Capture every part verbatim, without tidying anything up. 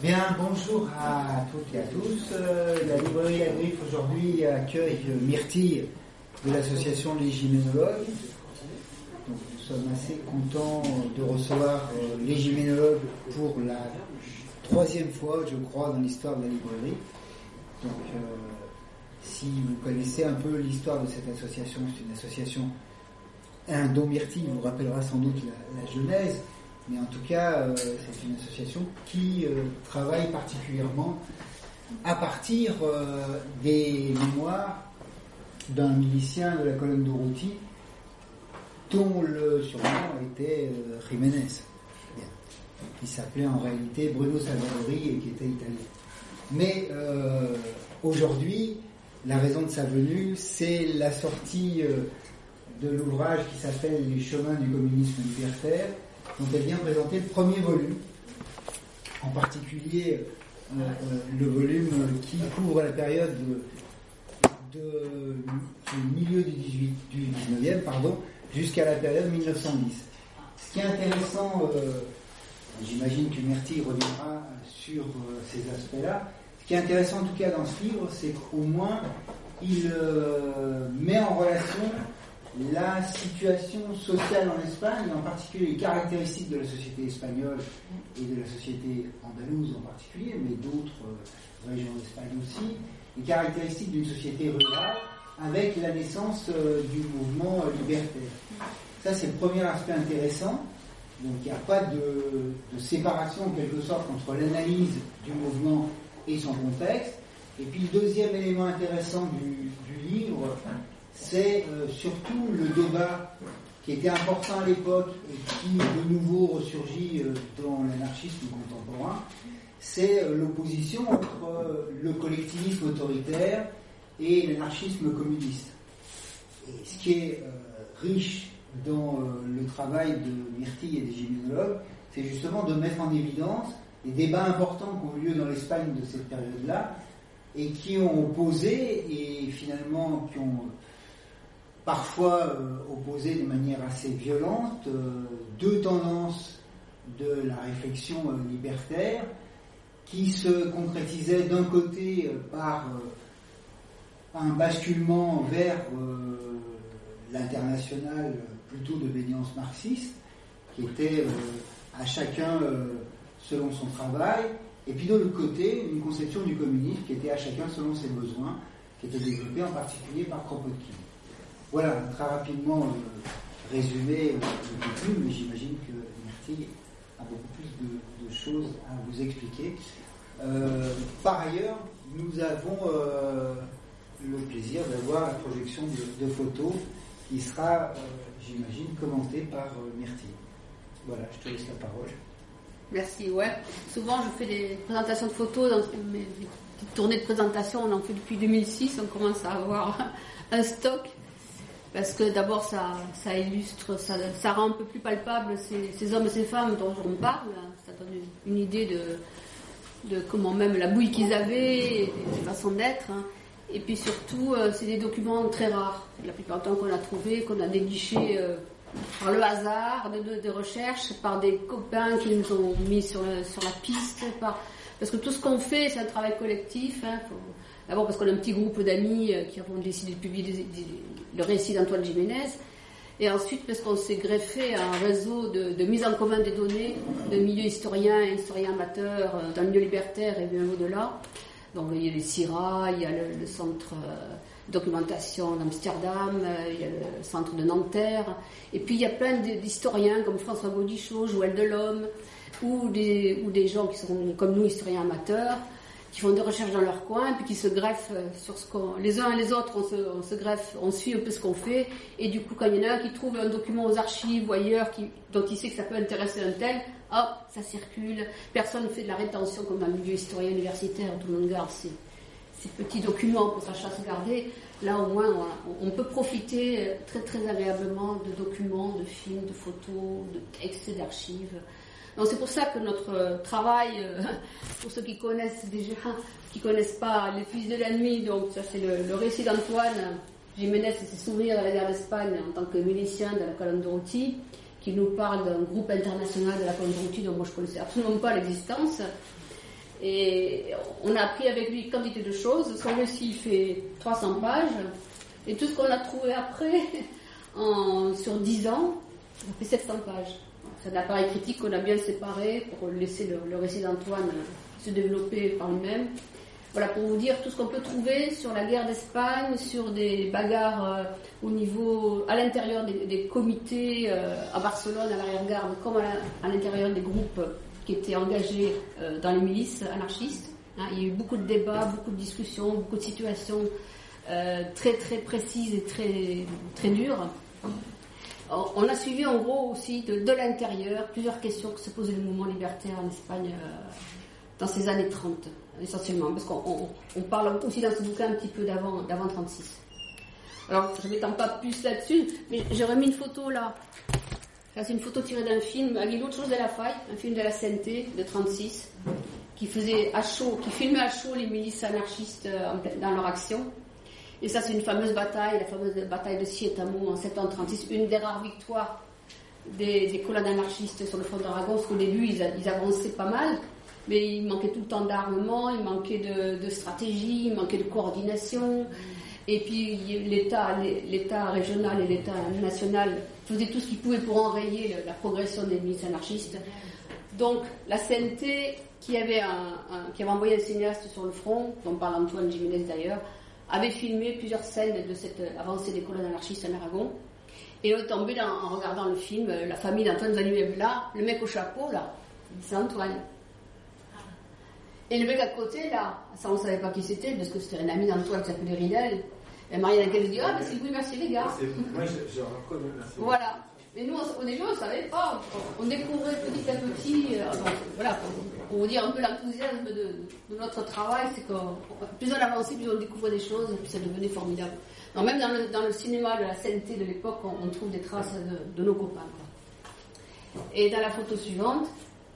Bien, bonjour à toutes et à tous. Euh, la librairie La Griffe aujourd'hui accueille Myrtille de l'association Les Gyménologues. Donc, nous sommes assez contents de recevoir euh, les gyménologues pour la troisième fois, je crois, dans l'histoire de la librairie. Donc, euh, si vous connaissez un peu l'histoire de cette association, c'est une association un dont Myrtille vous rappellera sans doute la, la genèse. Mais en tout cas, euh, c'est une association qui euh, travaille particulièrement à partir euh, des mémoires d'un milicien de la colonne Dorothy dont le surnom était euh, Jiménez, qui s'appelait en réalité Bruno Salvadori et qui était italien. Mais euh, aujourd'hui, la raison de sa venue, c'est la sortie euh, de l'ouvrage qui s'appelle Les chemins du communisme libertaire, dont elle vient présenter le premier volume, en particulier euh, euh, le volume qui couvre la période de, de, du milieu du, dix-huit, du dix-neuvième pardon, jusqu'à la période mille neuf cent dix. Ce qui est intéressant, euh, j'imagine que Myrtille reviendra sur euh, ces aspects-là, ce qui est intéressant en tout cas dans ce livre, c'est qu'au moins il euh, met en relation la situation sociale en Espagne, et en particulier les caractéristiques de la société espagnole et de la société andalouse en particulier, mais d'autres euh, régions d'Espagne aussi, les caractéristiques d'une société rurale avec la naissance euh, du mouvement euh, libertaire. Ça, c'est le premier aspect intéressant. Donc, il n'y a pas de, de séparation en quelque sorte entre l'analyse du mouvement et son contexte. Et puis, le deuxième élément intéressant du, du livre, c'est euh, surtout le débat qui était important à l'époque et qui de nouveau ressurgit euh, dans l'anarchisme contemporain, c'est euh, l'opposition entre euh, le collectivisme autoritaire et l'anarchisme communiste. Et ce qui est euh, riche dans euh, le travail de Myrtille et des gyménologues, c'est justement de mettre en évidence les débats importants qui ont eu lieu dans l'Espagne de cette période-là et qui ont opposé et finalement qui ont parfois euh, opposé de manière assez violente euh, deux tendances de la réflexion euh, libertaire qui se concrétisaient d'un côté euh, par euh, un basculement vers euh, l'international plutôt de baignance marxiste qui était euh, à chacun euh, selon son travail, et puis de l'autre côté une conception du communisme qui était à chacun selon ses besoins, qui était développée en particulier par Kropotkin. Voilà, très rapidement euh, résumé euh, le début, mais j'imagine que Myrtille a beaucoup plus de, de choses à vous expliquer. Euh, par ailleurs, nous avons euh, le plaisir d'avoir la projection de, de photos qui sera, euh, j'imagine, commentée par euh, Myrtille. Voilà, je te laisse la parole. Merci, ouais. Souvent, je fais des présentations de photos, dans mes petites tournées de présentation, on en fait depuis deux mille six, on commence à avoir un stock. Parce que d'abord ça, ça illustre, ça, ça rend un peu plus palpable ces, ces hommes et ces femmes dont on parle. Ça donne une, une idée de, de comment même la bouille qu'ils avaient, et des façons d'être. Et puis surtout, c'est des documents très rares. La plupart du temps qu'on a trouvé, qu'on a déniché par le hasard de, de, de recherche, par des copains qui nous ont mis sur, le, sur la piste. Par... Parce que tout ce qu'on fait, c'est un travail collectif. Hein, faut... D'abord parce qu'on a un petit groupe d'amis qui avons décidé de publier des, des, le récit d'Antoine Jiménez, et ensuite parce qu'on s'est greffé à un réseau de, de mise en commun des données de milieux historiens et historiens amateurs dans le milieu libertaire et bien au-delà. Donc il y a les C I R A, il y a le, le centre euh, de documentation d'Amsterdam, euh, il y a le centre de Nanterre, et puis il y a plein d'historiens comme François Gaudichaud, Joël Delhomme, ou des, ou des gens qui sont comme nous historiens amateurs, qui font des recherches dans leur coin, puis qui se greffent sur ce qu'on... Les uns et les autres, on se, on se greffe, on suit un peu ce qu'on fait, et du coup, quand il y en a un qui trouve un document aux archives ou ailleurs qui, dont il sait que ça peut intéresser un tel, hop, ça circule, personne ne fait de la rétention comme dans le milieu historien universitaire, tout le monde garde ces, ces petits documents pour sa chasse gardée. Là, au moins, on, on peut profiter très très agréablement de documents, de films, de photos, de textes, d'archives. Donc c'est pour ça que notre travail, euh, pour ceux qui connaissent déjà, qui connaissent pas Les Fils de la Nuit, donc ça c'est le, le récit d'Antoine Jiménez et ses souvenirs de la guerre d'Espagne en tant que milicien de la colonne Dorothy, qui nous parle d'un groupe international de la colonne Dorothy dont moi je connaissais absolument pas l'existence. Et on a appris avec lui quantité de choses. Son récit fait trois cents pages. Et tout ce qu'on a trouvé après, en, sur dix ans, ça fait sept cents pages. C'est un appareil critique qu'on a bien séparé pour laisser le, le récit d'Antoine se développer par lui-même. Voilà, pour vous dire tout ce qu'on peut trouver sur la guerre d'Espagne, sur des bagarres euh, au niveau, à l'intérieur des, des comités euh, à Barcelone, à l'arrière-garde, comme à, la, à l'intérieur des groupes qui étaient engagés euh, dans les milices anarchistes. Hein, il y a eu beaucoup de débats, beaucoup de discussions, beaucoup de situations euh, très très précises et très très dures. On a suivi en gros aussi de, de l'intérieur plusieurs questions que se posait le mouvement libertaire en Espagne euh, dans ces années trente, essentiellement, parce qu'on on, on parle aussi dans ce bouquin un petit peu d'avant, d'avant trente-six. Alors, je ne m'étends pas plus là-dessus, mais j'aurais mis une photo là. Enfin, c'est une photo tirée d'un film, avec l'autre chose de la faille, un film de la C N T de trente-six, qui faisait à chaud, qui filmait à chaud les milices anarchistes dans leur action. Et ça, c'est une fameuse bataille, la fameuse bataille de Siétamo en septembre trente-six, une des rares victoires des, des colonnes anarchistes sur le front d'Aragon, parce qu'au début, ils, ils avançaient pas mal, mais il manquait tout le temps d'armement, il manquait de, de stratégie, il manquait de coordination, et puis l'État, l'État régional et l'État national faisaient tout ce qu'ils pouvaient pour enrayer la progression des milices anarchistes. Donc, la C N T, qui avait, un, un, qui avait envoyé un cinéaste sur le front, dont parle Antoine Jiménez d'ailleurs, avait filmé plusieurs scènes de cette avancée des colonnes anarchistes en Aragon. Et on est tombé dans, en regardant le film, la famille d'Antoine Zanuel là, le mec au chapeau, là, c'est Antoine. Et le mec à côté, là, ça on ne savait pas qui c'était, parce que c'était un ami d'Antoine qui s'appelait Ridel. Et Marianne elle dit, ah, mais c'est Louis Mercier, les gars. Moi, je, je reconnais. Voilà. Mais nous, au début, on ne savait pas. On découvrait petit à petit, euh, donc, voilà, pour, pour vous dire un peu l'enthousiasme de, de notre travail, c'est que plus on avançait, plus on découvrait des choses, et puis ça devenait formidable. Donc, même dans le, dans le cinéma de la C N T de l'époque, on, on trouve des traces de, de nos copains. Quoi. Et dans la photo suivante,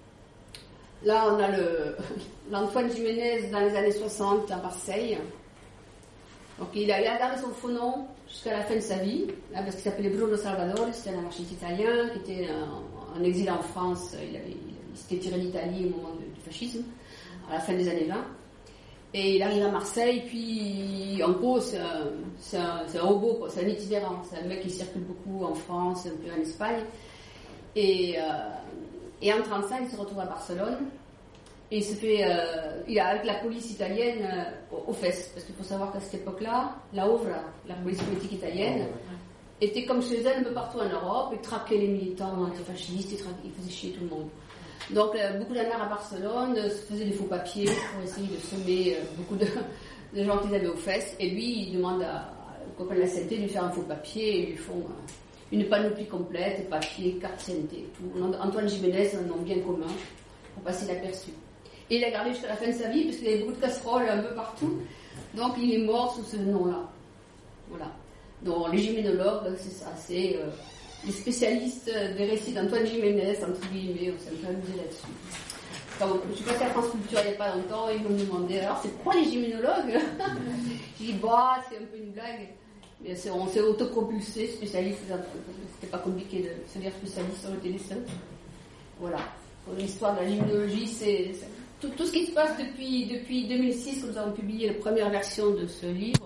là, on a le, l'Antoine Jiménez dans les années soixante à Marseille. Donc, il a, il a gardé son faux nom jusqu'à la fin de sa vie, là, parce qu'il s'appelait Bruno Salvador, c'était un anarchiste italien qui était en, en exil en France. Il, avait, il s'était tiré d'Italie au moment de, du fascisme, à la fin des années vingt. Et il arrive à Marseille, puis en gros, c'est un, c'est un, c'est un robot, quoi. C'est un itinérant. C'est un mec qui circule beaucoup en France, un peu en Espagne. Et, euh, et en trente-cinq, il se retrouve à Barcelone. Et il se fait, euh, il est avec la police italienne euh, aux fesses, parce qu'il faut savoir qu'à cette époque-là, la O V R A, la police politique italienne, était comme chez elle un peu partout en Europe, il traquait les militants antifascistes, il, tra- il faisait chier tout le monde. Donc euh, beaucoup d'anards à Barcelone euh, se faisaient des faux papiers pour essayer de semer euh, beaucoup de, de gens qu'ils avaient aux fesses, et lui, il demande à, au copain de la C N T de lui faire un faux papier, et ils lui font euh, une panoplie complète, papier, carte C N T, tout. Antoine Jiménez a un nom bien commun pour passer l'aperçu. Et il a gardé jusqu'à la fin de sa vie, parce qu'il y avait beaucoup de casseroles un peu partout. Donc il est mort sous ce nom-là. Voilà. Donc les gyménologues, c'est ça, c'est euh, les spécialistes des récits d'Antoine Jiménez, entre guillemets, on s'est un peu amusé là-dessus. Enfin, je suis passée à France Culture il n'y a pas longtemps, et ils m'ont demandé, alors c'est quoi les gyménologues? J'ai dit, bah, c'est un peu une blague. Mais c'est, on s'est autopropulsé, spécialiste, c'était pas compliqué de se dire spécialiste sur le téléphone. Voilà. Pour l'histoire de la gyménologie, c'est... c'est Tout, tout ce qui se passe depuis, depuis deux mille six, quand nous avons publié la première version de ce livre,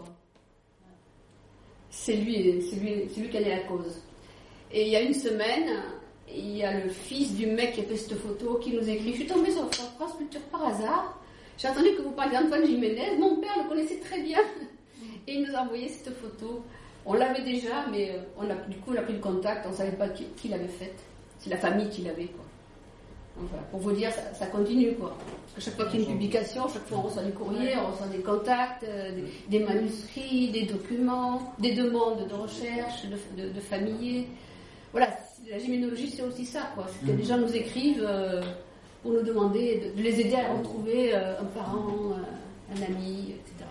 c'est lui, c'est lui, c'est lui qui en est la cause. Et il y a une semaine, il y a le fils du mec qui a fait cette photo qui nous écrit « Je suis tombée sur France Culture par hasard, j'ai entendu que vous parliez d'Antoine Jiménez, mon père le connaissait très bien. » Et il nous a envoyé cette photo. On l'avait déjà, mais on a, du coup on a pris le contact, on ne savait pas qui, qui l'avait faite. C'est la famille qui l'avait, quoi. Enfin, pour vous dire, ça, ça continue, quoi. À chaque fois qu'il y a une publication, chaque fois on reçoit des courriers, on reçoit des contacts, euh, des, des manuscrits, des documents, des demandes de recherche, de, de, de familles. Voilà, la gyménologie, c'est aussi ça, quoi. C'est que les gens nous écrivent euh, pour nous demander de, de les aider à retrouver euh, un parent, euh, un ami, et cetera.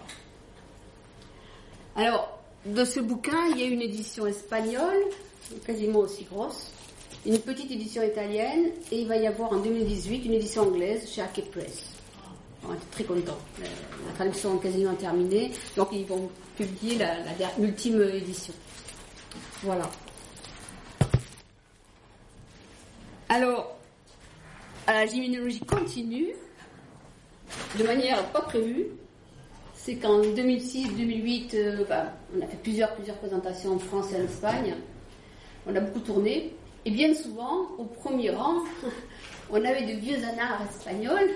Alors, dans ce bouquin, il y a une édition espagnole, quasiment aussi grosse, une petite édition italienne, et il va y avoir en deux mille dix-huit une édition anglaise chez Hackett Press. On est très contents. La, la traduction est quasiment terminée, donc ils vont publier la, la, l'ultime édition. Voilà. Alors, la gyménologie continue. de manière pas prévue, c'est qu'en deux mille six deux mille huit, euh, bah, on a fait plusieurs, plusieurs présentations en France et en Espagne. On a beaucoup tourné. Et bien souvent, au premier rang, on avait de vieux anards espagnols,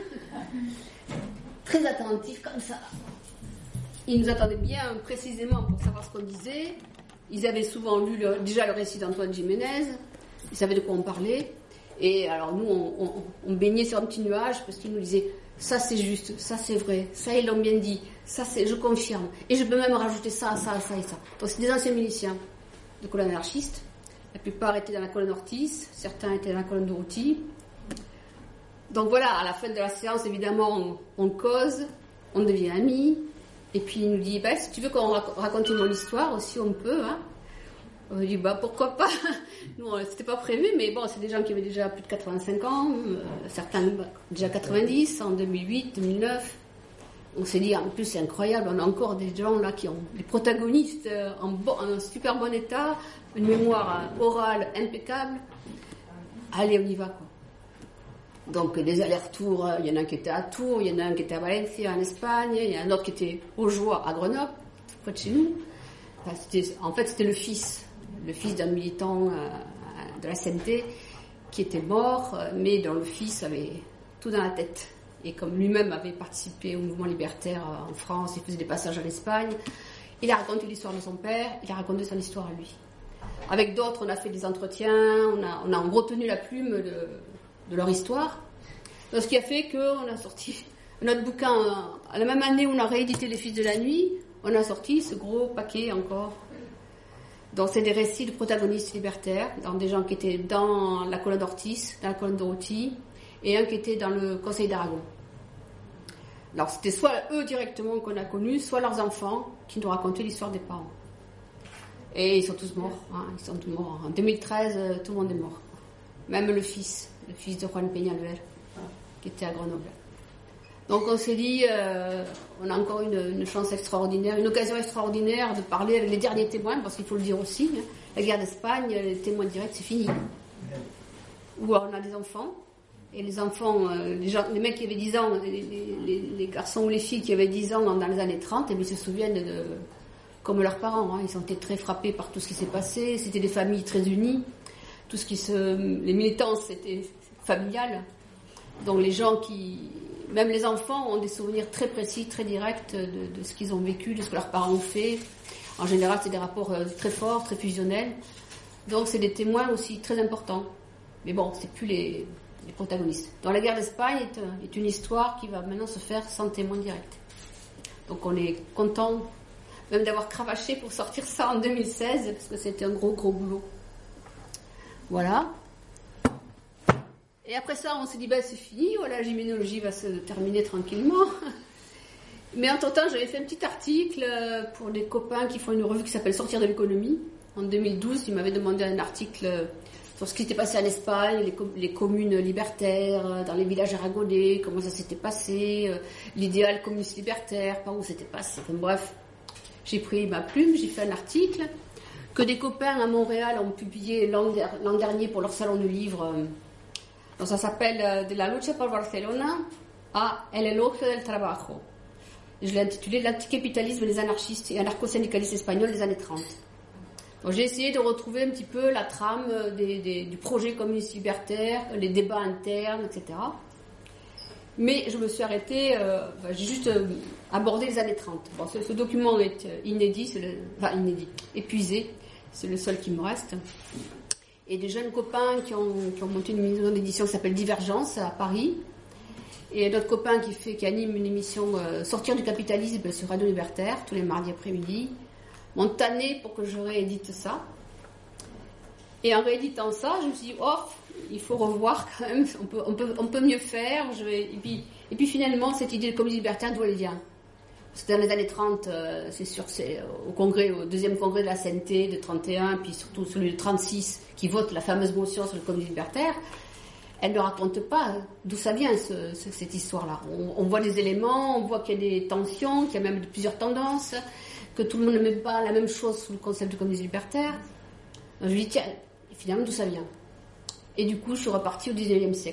très attentifs comme ça. Ils nous attendaient bien précisément pour savoir ce qu'on disait. Ils avaient souvent lu le, déjà le récit d'Antoine Jiménez. Ils savaient de quoi on parlait. Et alors nous, on, on, on baignait sur un petit nuage parce qu'ils nous disaient « ça c'est juste, ça c'est vrai, ça ils l'ont bien dit, ça c'est, je confirme. Et je peux même rajouter ça, ça, ça et ça. » Donc c'est des anciens miliciens de colonne anarchiste. La plupart étaient dans la colonne Ortiz, certains étaient dans la colonne Dorothy. Donc voilà, à la fin de la séance, évidemment, on, on cause, on devient amis. Et puis il nous dit, bah, si tu veux qu'on rac- raconte mon histoire aussi, on peut. Hein. On lui dit, bah, pourquoi pas. Nous, c'était pas prévu, mais bon, c'est des gens qui avaient déjà plus de quatre-vingt-cinq ans, euh, certains bah, déjà quatre-vingt-dix, en deux mille huit, deux mille neuf. On s'est dit, en plus, c'est incroyable, on a encore des gens là qui ont des protagonistes euh, en, bon, en super bon état, une mémoire euh, orale impeccable. Allez, on y va, quoi. Donc, les allers-retours, il y en a un qui était à Tours, il y en a un qui était à Valencia, en Espagne, il y en a un autre qui était au Joie, à Grenoble, près de chez nous. Enfin, c'était, en fait, c'était le fils, le fils d'un militant euh, de la C N T qui était mort, mais dont le fils avait tout dans la tête. Et comme lui-même avait participé au mouvement libertaire en France, il faisait des passages en Espagne, il a raconté l'histoire de son père, il a raconté son histoire à lui. Avec d'autres, on a fait des entretiens, on a, on a retenu la plume de, de leur histoire. Donc, ce qui a fait qu'on a sorti notre bouquin, à la même année où on a réédité Les Fils de la Nuit, on a sorti ce gros paquet encore. Donc c'est des récits de protagonistes libertaires, donc des gens qui étaient dans la colonne Ortiz, dans la colonne Dorothy, et un qui était dans le Conseil d'Aragon. Alors c'était soit eux directement qu'on a connus, soit leurs enfants qui nous racontaient l'histoire des parents. Et ils sont tous morts, hein, ils sont tous morts. En deux mille treize, tout le monde est mort. Même le fils, le fils de Juan Peñalver, qui était à Grenoble. Donc on s'est dit, euh, on a encore une, une chance extraordinaire, une occasion extraordinaire de parler avec les derniers témoins, parce qu'il faut le dire aussi, hein, la guerre d'Espagne, les témoins directs, c'est fini. Ou alors on a des enfants, et les enfants, euh, les, gens, les mecs qui avaient dix ans, les, les, les garçons ou les filles qui avaient dix ans dans les années trente, et bien, ils se souviennent de, comme leurs parents, hein, ils ont été très frappés par tout ce qui s'est passé, c'était des familles très unies, tout ce qui se, les militants c'était familial, donc les gens qui... Même les enfants ont des souvenirs très précis, très directs de, de ce qu'ils ont vécu, de ce que leurs parents ont fait. En général, c'est des rapports très forts, très fusionnels. Donc, c'est des témoins aussi très importants. Mais bon, c'est plus les, les protagonistes. Donc, la guerre d'Espagne est, est une histoire qui va maintenant se faire sans témoin direct. Donc, on est content même d'avoir cravaché pour sortir ça en deux mille seize, parce que c'était un gros, gros boulot. Voilà. Et après ça, on s'est dit, ben, c'est fini, voilà, la gymnologie va se terminer tranquillement. Mais entre-temps, j'avais fait un petit article pour des copains qui font une revue qui s'appelle Sortir de l'économie. En deux mille douze, ils m'avaient demandé un article sur ce qui s'était passé en Espagne, les, com- les communes libertaires, dans les villages aragonais, comment ça s'était passé, l'idéal communiste libertaire, par où c'était passé. Enfin, bref, j'ai pris ma plume, j'ai fait un article que des copains à Montréal ont publié l'an, l'an dernier pour leur salon du livre. Donc ça s'appelle De la lucha por Barcelona à El elogio del trabajo. Je l'ai intitulé L'anticapitalisme des anarchistes et anarcho-syndicalistes espagnols des années trente. Donc j'ai essayé de retrouver un petit peu la trame des, des, du projet communiste libertaire, les débats internes, et cetera. Mais je me suis arrêtée, euh, enfin, j'ai juste euh, abordé les années trente. Bon, ce, ce document est inédit, c'est le, enfin inédit, épuisé, c'est le seul qui me reste. Et des jeunes copains qui ont, qui ont monté une maison d'édition qui s'appelle Divergence à Paris. Et d'autres copains qui, fait, qui animent une émission euh, Sortir du capitalisme sur Radio Libertaire, tous les mardis après-midi, m'ont tanné pour que je réédite ça. Et en rééditant ça, je me suis dit, oh, il faut revoir quand même, on peut, on peut, on peut mieux faire. Je vais... et, puis, et puis finalement, cette idée de communisme libertaire, d'où elle vient ? Parce que dans les années trente, euh, c'est sûr, c'est au congrès, au deuxième congrès de la C N T de trente et un, puis surtout celui de trente-six, qui vote la fameuse motion sur le communisme libertaire, elle ne raconte pas d'où ça vient, ce, ce, cette histoire-là. On, on voit des éléments, on voit qu'il y a des tensions, qu'il y a même plusieurs tendances, que tout le monde ne met pas la même chose sous le concept de communisme libertaire. Donc je me dis, tiens, finalement, d'où ça vient ? Et du coup, je suis repartie au dix-neuvième siècle.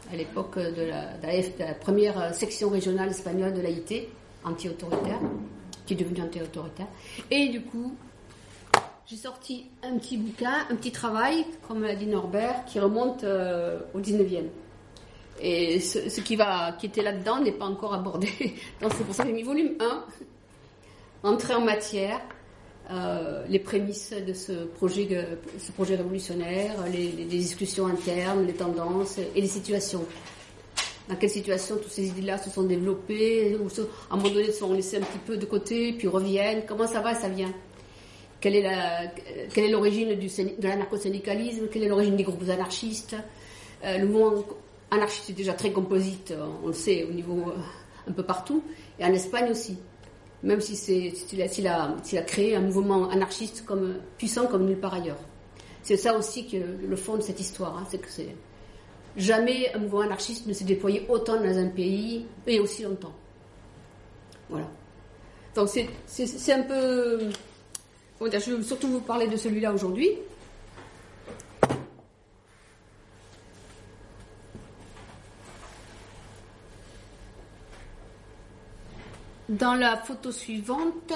à l'époque de la, de la, de la première section régionale espagnole de l'A I T, anti-autoritaire, qui est devenue anti-autoritaire. Et du coup, j'ai sorti un petit bouquin, un petit travail, comme l'a dit Norbert, qui remonte euh, au dix-neuvième. Et ce, ce qui, va, qui était là-dedans n'est pas encore abordé. Donc c'est pour ça que j'ai mis volume un, entrée en matière, euh, les prémices de ce projet, ce projet révolutionnaire, les, les discussions internes, les tendances et les situations. Dans quelle situation toutes ces idées-là se sont développées, ou se, à un moment donné sont laissées un petit peu de côté, puis reviennent. Comment ça va et ça vient? Quelle est, la, quelle est l'origine du, de l'anarcho-syndicalisme? Quelle est l'origine des groupes anarchistes? euh, Le mouvement anarchiste est déjà très composite, on le sait, au niveau euh, un peu partout, et en Espagne aussi. Même si c'est, s'il a, s'il a, s'il a créé un mouvement anarchiste comme, puissant comme nulle part ailleurs. C'est ça aussi que le fond de cette histoire, hein, c'est que c'est, jamais un mouvement anarchiste ne s'est déployé autant dans un pays et aussi longtemps. Voilà. Donc c'est, c'est, c'est un peu... Je vais surtout vous parler de celui-là aujourd'hui. Dans la photo suivante,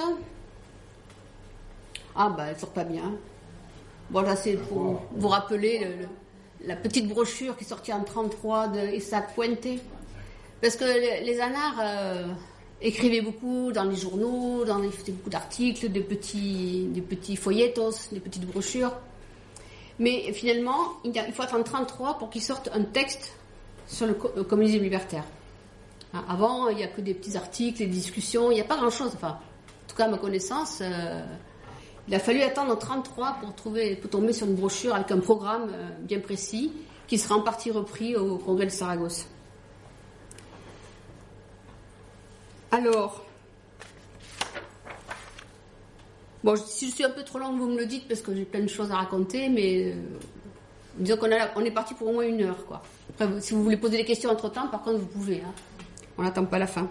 ah ben elle sort pas bien. Bon là c'est pour vous rappeler le, le, la petite brochure qui est sortie en trente-trois de Isaac Puente, parce que les, les anars euh, écrivaient beaucoup dans les journaux, dans les, ils faisaient beaucoup d'articles, des petits, des petits folletos, des petites brochures. Mais finalement, il, y a, il faut attendre trente-trois pour qu'ils sortent un texte sur le, co- le communisme libertaire. Hein, avant, il n'y a que des petits articles, des discussions, il n'y a pas grand-chose. Enfin, en tout cas, à ma connaissance, euh, il a fallu attendre trente-trois pour, trouver, pour tomber sur une brochure avec un programme euh, bien précis qui sera en partie repris au congrès de Saragosse. Alors, bon, si je suis un peu trop longue, vous me le dites parce que j'ai plein de choses à raconter, mais euh, disons qu'on a, on est parti pour au moins une heure, quoi. Après, si vous voulez poser des questions entre-temps, par contre, vous pouvez. Hein. On n'attend pas la fin.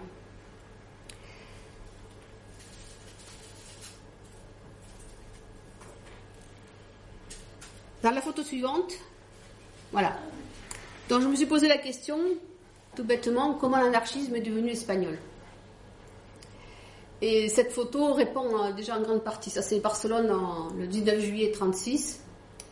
Dans la photo suivante, voilà. Donc je me suis posé la question, tout bêtement, comment l'anarchisme est devenu espagnol. Et cette photo répond euh, déjà en grande partie. Ça, c'est Barcelone en, le dix-neuf juillet trente-six.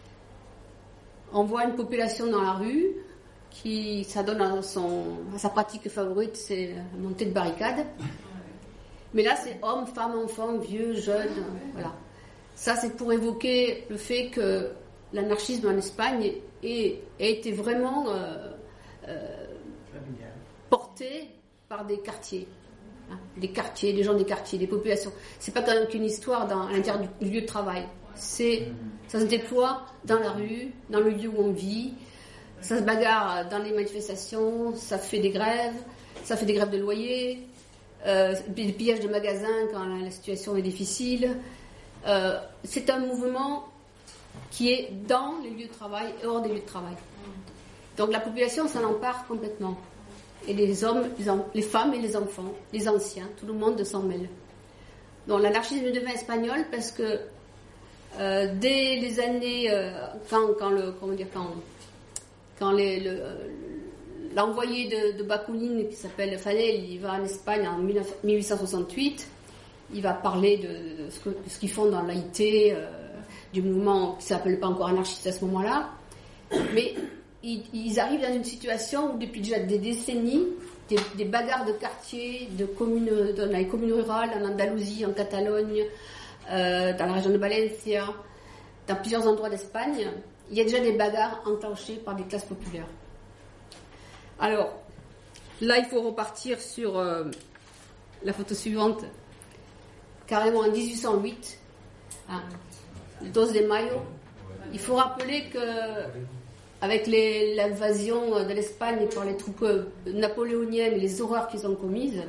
On voit une population dans la rue qui s'adonne à, son, à sa pratique favorite, c'est la montée de barricades. Mais là, c'est hommes, femmes, enfants, vieux, jeunes, voilà. Ça, c'est pour évoquer le fait que l'anarchisme en Espagne ait, ait été vraiment euh, euh, porté par des quartiers. Hein, des quartiers, des gens des quartiers, des populations. C'est pas quand même qu'une histoire dans, à l'intérieur du, du lieu de travail. C'est, ça se déploie dans la rue, dans le lieu où on vit. Ça se bagarre dans les manifestations, ça fait des grèves, ça fait des grèves de loyer, euh, des pillages de magasins quand la, la situation est difficile. Euh, c'est un mouvement qui est dans les lieux de travail et hors des lieux de travail. Donc la population s'en empare complètement. Et les hommes, les, en, les femmes et les enfants, les anciens, tout le monde s'en mêle. Donc l'anarchisme devient espagnol parce que euh, dès les années, euh, quand, quand le, comment dire, quand, quand les, le, l'envoyé de, de Bakounine qui s'appelle Fanel, il va en Espagne en mille huit cent soixante-huit, il va parler de, de, ce, que, de ce qu'ils font dans l'A I T, euh, du mouvement qui ne s'appelle pas encore anarchiste à ce moment-là, mais ils, ils arrivent dans une situation où depuis déjà des décennies, des, des bagarres de quartier, de communes, dans les communes rurales, en Andalousie, en Catalogne, euh, dans la région de Valencia, dans plusieurs endroits d'Espagne, il y a déjà des bagarres enclenchées par des classes populaires. Alors, là, il faut repartir sur euh, la photo suivante, carrément en dix-huit cent huit, hein, le douze de mayo. Il faut rappeler que avec les, l'invasion de l'Espagne par les troupes napoléoniennes et les horreurs qu'ils ont commises,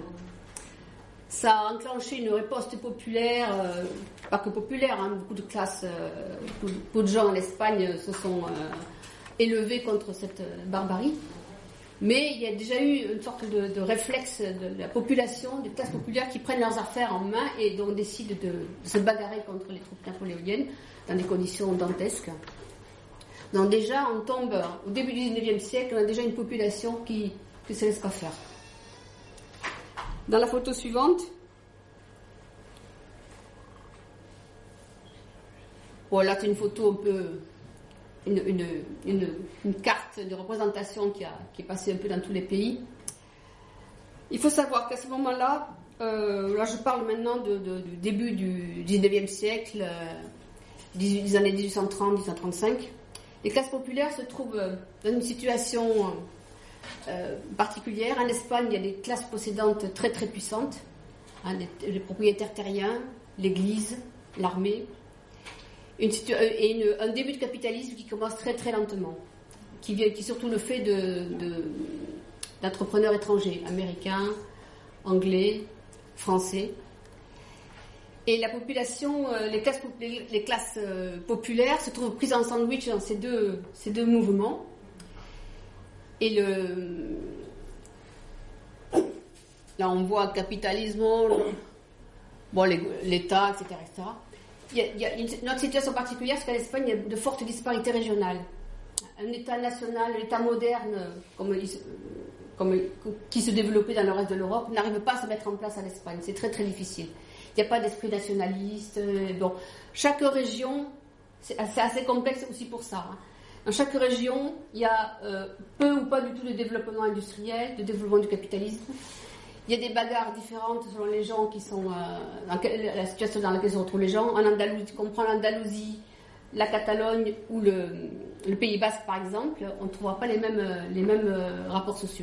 ça a enclenché une riposte populaire, euh, pas que populaire, hein, beaucoup de classes, euh, beaucoup, beaucoup de gens en Espagne se sont euh, élevés contre cette barbarie. Mais il y a déjà eu une sorte de, de réflexe de la population, des classes populaires qui prennent leurs affaires en main et donc décident de, de se bagarrer contre les troupes napoléoniennes dans des conditions dantesques. Donc déjà, on tombe au début du dix-neuvième siècle, on a déjà une population qui ne se laisse pas faire. Dans la photo suivante, bon, là c'est une photo un peu, une, une, une, une carte de représentation qui, a, qui est passée un peu dans tous les pays. Il faut savoir qu'à ce moment-là, euh, là je parle maintenant de, de, du début du dix-neuvième siècle, euh, des années dix-huit cent trente à dix-huit cent trente-cinq, les classes populaires se trouvent dans une situation euh, particulière. En Espagne, il y a des classes possédantes très très puissantes, hein, les, les propriétaires terriens, l'église, l'armée, une situ- et une, un début de capitalisme qui commence très très lentement, qui, vient, qui est surtout le fait de, de, d'entrepreneurs étrangers, américains, anglais, français. Et la population, les classes, les classes populaires se trouvent prises en sandwich dans ces deux, ces deux mouvements. Et le, là, on voit le capitalisme, bon, les, l'État, et cetera, et cetera. Il y a, il y a une, une autre situation particulière, c'est qu'en Espagne, il y a de fortes disparités régionales. Un État national, l'État moderne, comme, comme, qui se développait dans le reste de l'Europe, n'arrive pas à se mettre en place en Espagne. C'est très très difficile. Il n'y a pas d'esprit nationaliste. Bon, chaque région, c'est assez, assez complexe aussi pour ça. Hein. Dans chaque région, il y a euh, peu ou pas du tout de développement industriel, de développement du capitalisme. Il y a des bagarres différentes selon les gens qui sont euh, dans la situation dans laquelle se retrouvent les gens. En Andalousie, qu'on prend l'Andalousie, la Catalogne ou le, le Pays Basque par exemple, on ne trouvera pas les mêmes, les mêmes euh, rapports sociaux.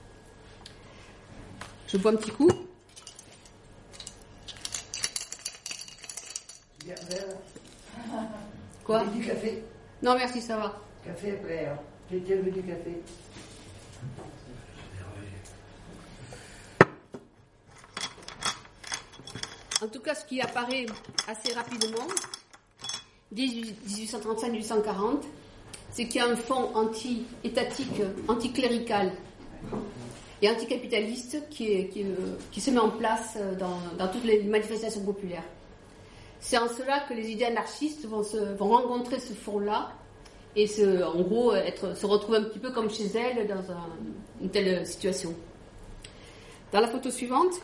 Je bois un petit coup. Quoi? Du café? Non, merci, ça va. Café après, hein. J'ai déjà vu du café. En tout cas, ce qui apparaît assez rapidement, dix-huit cent trente-cinq à dix-huit cent quarante, c'est qu'il y a un fonds anti-étatique, anticlérical et anticapitaliste qui, est, qui, qui se met en place dans, dans toutes les manifestations populaires. C'est en cela que les idées anarchistes vont, se, vont rencontrer ce fond-là et se, en gros être, se retrouver un petit peu comme chez elles dans un, une telle situation. Dans la photo suivante,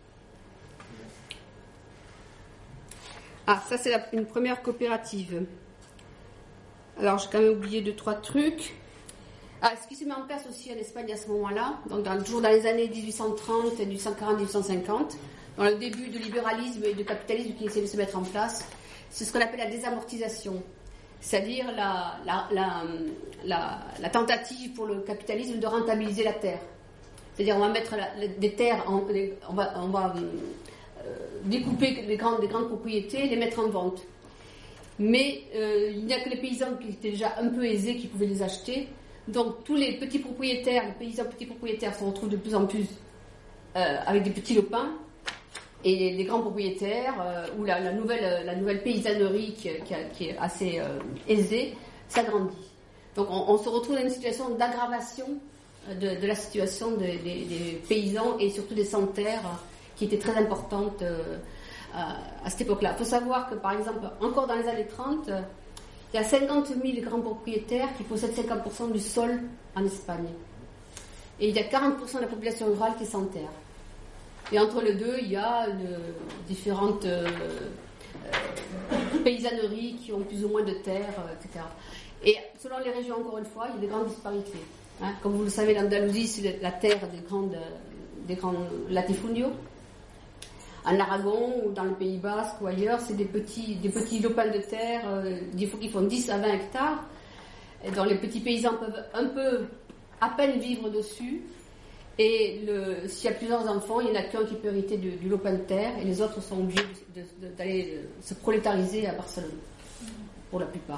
ah, ça c'est la, une première coopérative. Alors j'ai quand même oublié deux, trois trucs. Ah, ce qui se met en place aussi en Espagne à ce moment-là, donc dans, toujours dans les années dix-huit cent trente, dix-huit cent quarante, dix-huit cent cinquante, dans le début du libéralisme et du capitalisme qui essaie de se mettre en place, c'est ce qu'on appelle la désamortisation, c'est-à-dire la, la, la, la, la tentative pour le capitalisme de rentabiliser la terre. C'est-à-dire on va mettre la, la, des terres, en, on va, on va euh, découper les grandes, les grandes propriétés, les mettre en vente. Mais euh, il n'y a que les paysans qui étaient déjà un peu aisés qui pouvaient les acheter. Donc tous les petits propriétaires, les paysans petits propriétaires se retrouvent de plus en plus euh, avec des petits lopins. Et les, les grands propriétaires, euh, ou la, la, nouvelle, la nouvelle paysannerie qui, qui, a, qui est assez euh, aisée, s'agrandit. Donc on, on se retrouve dans une situation d'aggravation de, de la situation de, de, des paysans et surtout des sans-terres qui était très importante euh, à, à cette époque-là. Il faut savoir que par exemple, encore dans les années trente, il y a cinquante mille grands propriétaires qui possèdent cinquante pour cent du sol en Espagne. Et il y a quarante pour cent de la population rurale qui est sans terre. Et entre les deux, il y a de, différentes euh, euh, paysanneries qui ont plus ou moins de terres, euh, et cetera. Et selon les régions, encore une fois, il y a des grandes disparités. Hein. Comme vous le savez, l'Andalousie, c'est la terre des grandes, des grands latifundios. En Aragon ou dans le Pays Basque ou ailleurs, c'est des petits, des petits lopins de terre, euh, des fois qui font dix à vingt hectares, et dont les petits paysans peuvent un peu, à peine vivre dessus. Et le, s'il y a plusieurs enfants, il n'y en a qu'un qui peut hériter du, du lopin de terre, et les autres sont obligés de, de, d'aller se prolétariser à Barcelone, pour la plupart.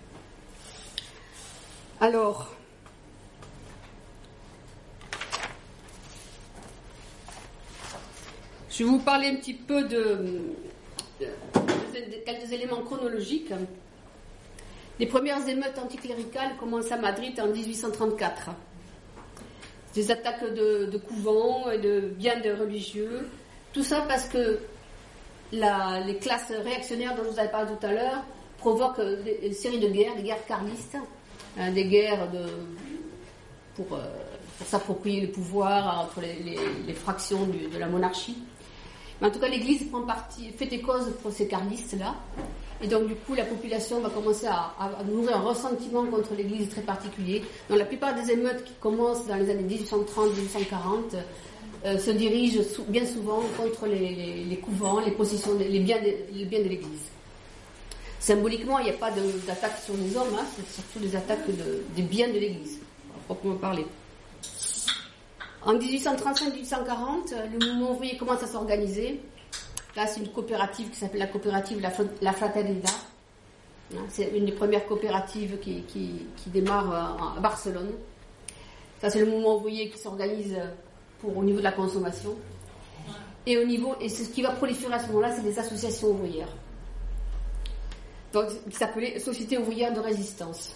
Alors, je vais vous parler un petit peu de, de, de, de quelques éléments chronologiques. Les premières émeutes anticléricales commencent à Madrid en dix-huit cent trente-quatre. Des attaques de, de couvents et de biens de religieux. Tout ça parce que la, les classes réactionnaires dont je vous avais parlé tout à l'heure provoquent une série de guerres, des guerres carlistes, hein, des guerres de, pour, euh, pour s'approprier le pouvoir entre les, les, les fractions du, de la monarchie. Mais en tout cas, l'Église prend parti, fait des causes pour ces carlistes-là. Et donc, du coup, la population va commencer à, à, à nourrir un ressentiment contre l'Église très particulier. Donc, la plupart des émeutes qui commencent dans les années dix-huit cent trente à dix-huit cent quarante euh, se dirigent sou- bien souvent contre les, les, les couvents, les possessions, les biens de, les biens de l'Église. Symboliquement, il n'y a pas de, d'attaque sur les hommes, hein, c'est surtout des attaques de, des biens de l'Église, à proprement parler. En dix-huit cent trente-cinq à dix-huit cent quarante, le mouvement ouvrier commence à s'organiser. Là, c'est une coopérative qui s'appelle la coopérative La, la Fraternidad. C'est une des premières coopératives qui, qui, qui démarre à Barcelone. Ça, c'est le mouvement ouvrier qui s'organise pour, au niveau de la consommation. Et, au niveau, et c'est ce qui va proliférer à ce moment-là, c'est des associations ouvrières. Donc, qui s'appelait Société ouvrière de résistance.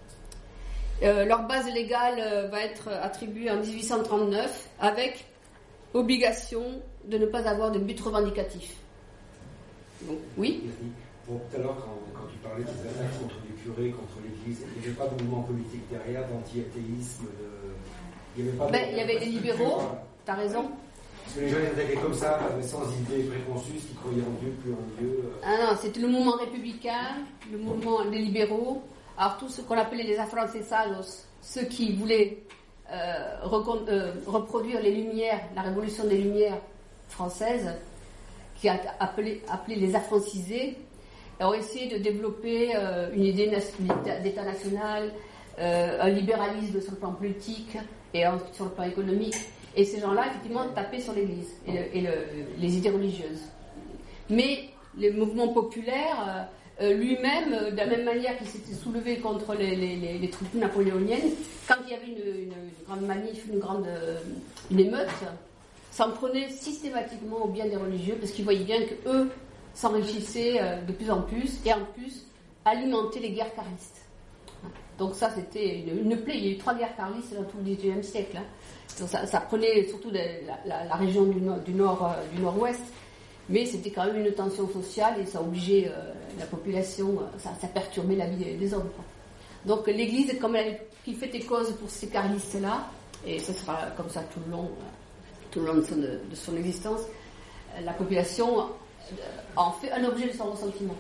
Euh, leur base légale euh, va être attribuée en dix-huit cent trente-neuf avec obligation de ne pas avoir de but revendicatif. Donc, oui. Bon, tout à l'heure, quand, quand tu parlais des attaques contre les curés, contre l'Église, il n'y avait pas de mouvement politique derrière, d'anti-athéisme, de... il n'y avait pas de... Ben, il y avait les libéraux, tu as raison. Parce que les gens les attaquaient comme ça, sans idées préconçues, qui croyaient en Dieu, plus en Dieu. Ah non, c'était le mouvement républicain, le mouvement des libéraux. Alors, tout ce qu'on appelait les afrancesados, ceux qui voulaient euh, recon- euh, reproduire les Lumières, la révolution des Lumières françaises, qui a appelé, appelé les affrancisés, ont essayé de développer euh, une idée na- d'État national, euh, un libéralisme sur le plan politique et un, sur le plan économique. Et ces gens-là, effectivement, tapaient sur l'Église et, le, et le, les idées religieuses. Mais les mouvements populaires... Euh, lui-même, euh, de la même manière qu'il s'était soulevé contre les, les, les, les troupes napoléoniennes, quand il y avait une, une, une grande manif, une grande euh, une émeute, s'en prenait systématiquement au bien des religieux, parce qu'ils voyaient bien qu'eux s'enrichissaient euh, de plus en plus, et en plus alimentaient les guerres carlistes. Donc ça, c'était une, une plaie. Il y a eu trois guerres carlistes dans tout le dix-neuvième siècle. Hein. Donc ça, ça prenait surtout de la, la, la région du, nord, du, nord, euh, du nord-ouest. Mais c'était quand même une tension sociale et ça obligeait euh, la population, euh, ça, ça perturbait la vie des, des hommes. Quoi. Donc l'Église, comme elle qui fait des causes pour ces carlistes-là, et ce sera comme ça tout le long, euh, tout le long de son, de son existence, euh, la population euh, en fait un objet de son ressentiment.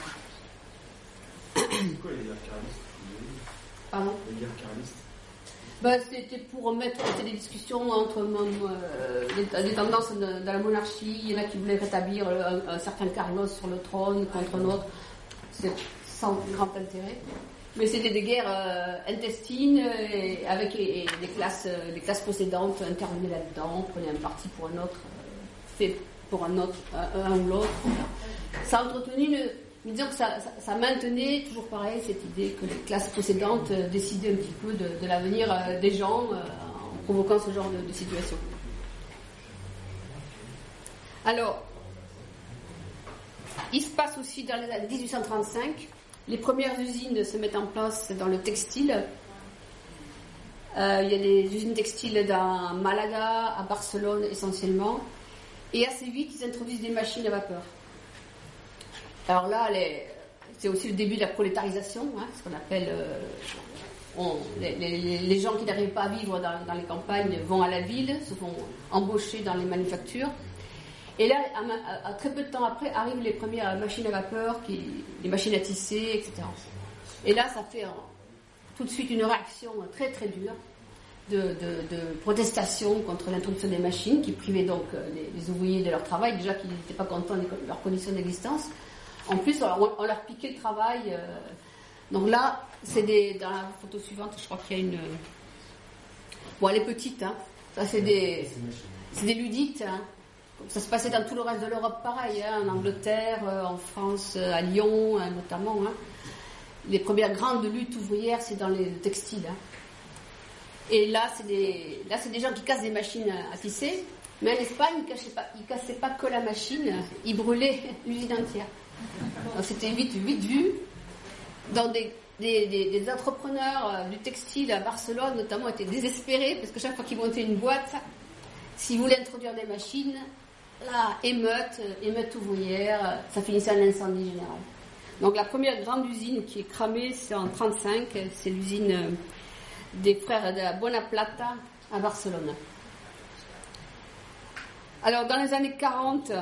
C'est quoi les guerres carlistes? Pardon? Les guerres carlistes. Ben, c'était pour mettre c'était des discussions entre euh, des, des tendances de, de la monarchie. Il y en a qui voulaient rétablir un, un certain Carlos sur le trône contre un autre. C'est sans grand intérêt. Mais c'était des guerres euh, intestines et avec et, et des classes euh, des classes possédantes intervenaient là-dedans, prenaient un parti pour un autre, euh, fait pour un autre, un, un ou l'autre. Ça a entretenu une Mais disons que ça, ça, ça maintenait toujours pareil cette idée que les classes précédentes euh, décidaient un petit peu de, de l'avenir euh, des gens euh, en provoquant ce genre de, de situation. Alors, il se passe aussi dans les années dix-huit cent trente-cinq, les premières usines se mettent en place dans le textile. Euh, il y a des usines textiles dans Malaga, à Barcelone essentiellement, et assez vite ils introduisent des machines à vapeur. Alors là, les, c'est aussi le début de la prolétarisation, hein, ce qu'on appelle euh, on, les, les, les gens qui n'arrivent pas à vivre dans, dans les campagnes vont à la ville, se font embaucher dans les manufactures. Et là, à, à, à très peu de temps après, arrivent les premières machines à vapeur, qui, les machines à tisser, et cetera. Et là, ça fait euh, tout de suite une réaction très très dure de, de, de protestation contre l'introduction des machines, qui privaient donc les, les ouvriers de leur travail, déjà qu'ils n'étaient pas contents de leurs conditions d'existence. En plus, on, on leur piquait le travail. Euh, donc là, c'est des, dans la photo suivante, je crois qu'il y a une... Bon, elle est petite, hein. Ça, c'est des, c'est des ludites, hein. Ça se passait dans tout le reste de l'Europe pareil, hein, en Angleterre, euh, en France, euh, à Lyon hein, notamment. Hein. Les premières grandes luttes ouvrières, c'est dans les textiles. Hein. Et là c'est, des, là, c'est des gens qui cassent des machines à, à tisser, mais en Espagne, ils ne cassaient pas que la machine, ils brûlaient l'usine entière. Donc, c'était vite, vite vu. Dans des, des, des, des entrepreneurs euh, du textile à Barcelone, notamment, étaient désespérés, parce que chaque fois qu'ils montaient une boîte, s'ils voulaient introduire des machines, là, émeute, émeute ouvrière, ça finissait en incendie général. Donc la première grande usine qui est cramée, c'est en trente-cinq, c'est l'usine des frères de la Buenaplata à Barcelone. Alors dans les années quarante,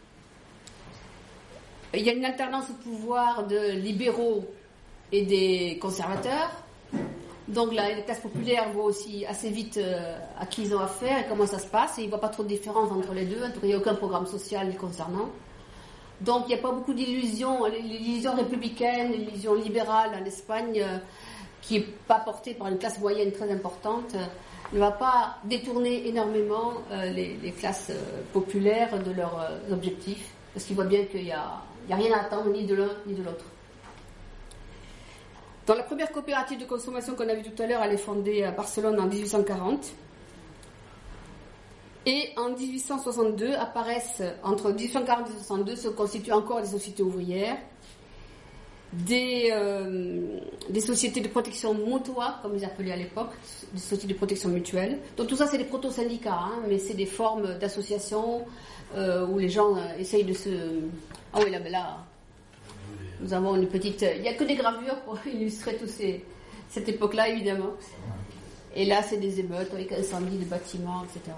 il y a une alternance au pouvoir de libéraux et des conservateurs. Donc là, les classes populaires voient aussi assez vite euh, à qui ils ont affaire et comment ça se passe. Et ils ne voient pas trop de différence entre les deux. En tout cas, il n'y a aucun programme social les concernant. Donc il n'y a pas beaucoup d'illusions. L'illusion républicaine, l'illusion libérale en Espagne, euh, qui n'est pas portée par une classe moyenne très importante, euh, ne va pas détourner énormément euh, les, les classes euh, populaires de leurs euh, objectifs. Parce qu'ils voient bien qu'il n'y a, il y a rien à attendre ni de l'un ni de l'autre. Dans la première coopérative de consommation qu'on a vue tout à l'heure, elle est fondée à Barcelone en dix-huit cent quarante. Et en dix-huit cent soixante-deux apparaissent, entre dix-huit cent quarante et dix-huit cent soixante-deux, se constituent encore des sociétés ouvrières, des, euh, des sociétés de protection mutua, comme ils appelaient à l'époque, des sociétés de protection mutuelle. Donc tout ça, c'est des proto-syndicats, hein, mais c'est des formes d'associations euh, où les gens euh, essayent de se... Ah oui, là, mais là... Nous avons une petite... Il n'y a que des gravures pour illustrer toute cette époque-là, évidemment. Et là, c'est des émeutes avec incendie de bâtiments, et cetera.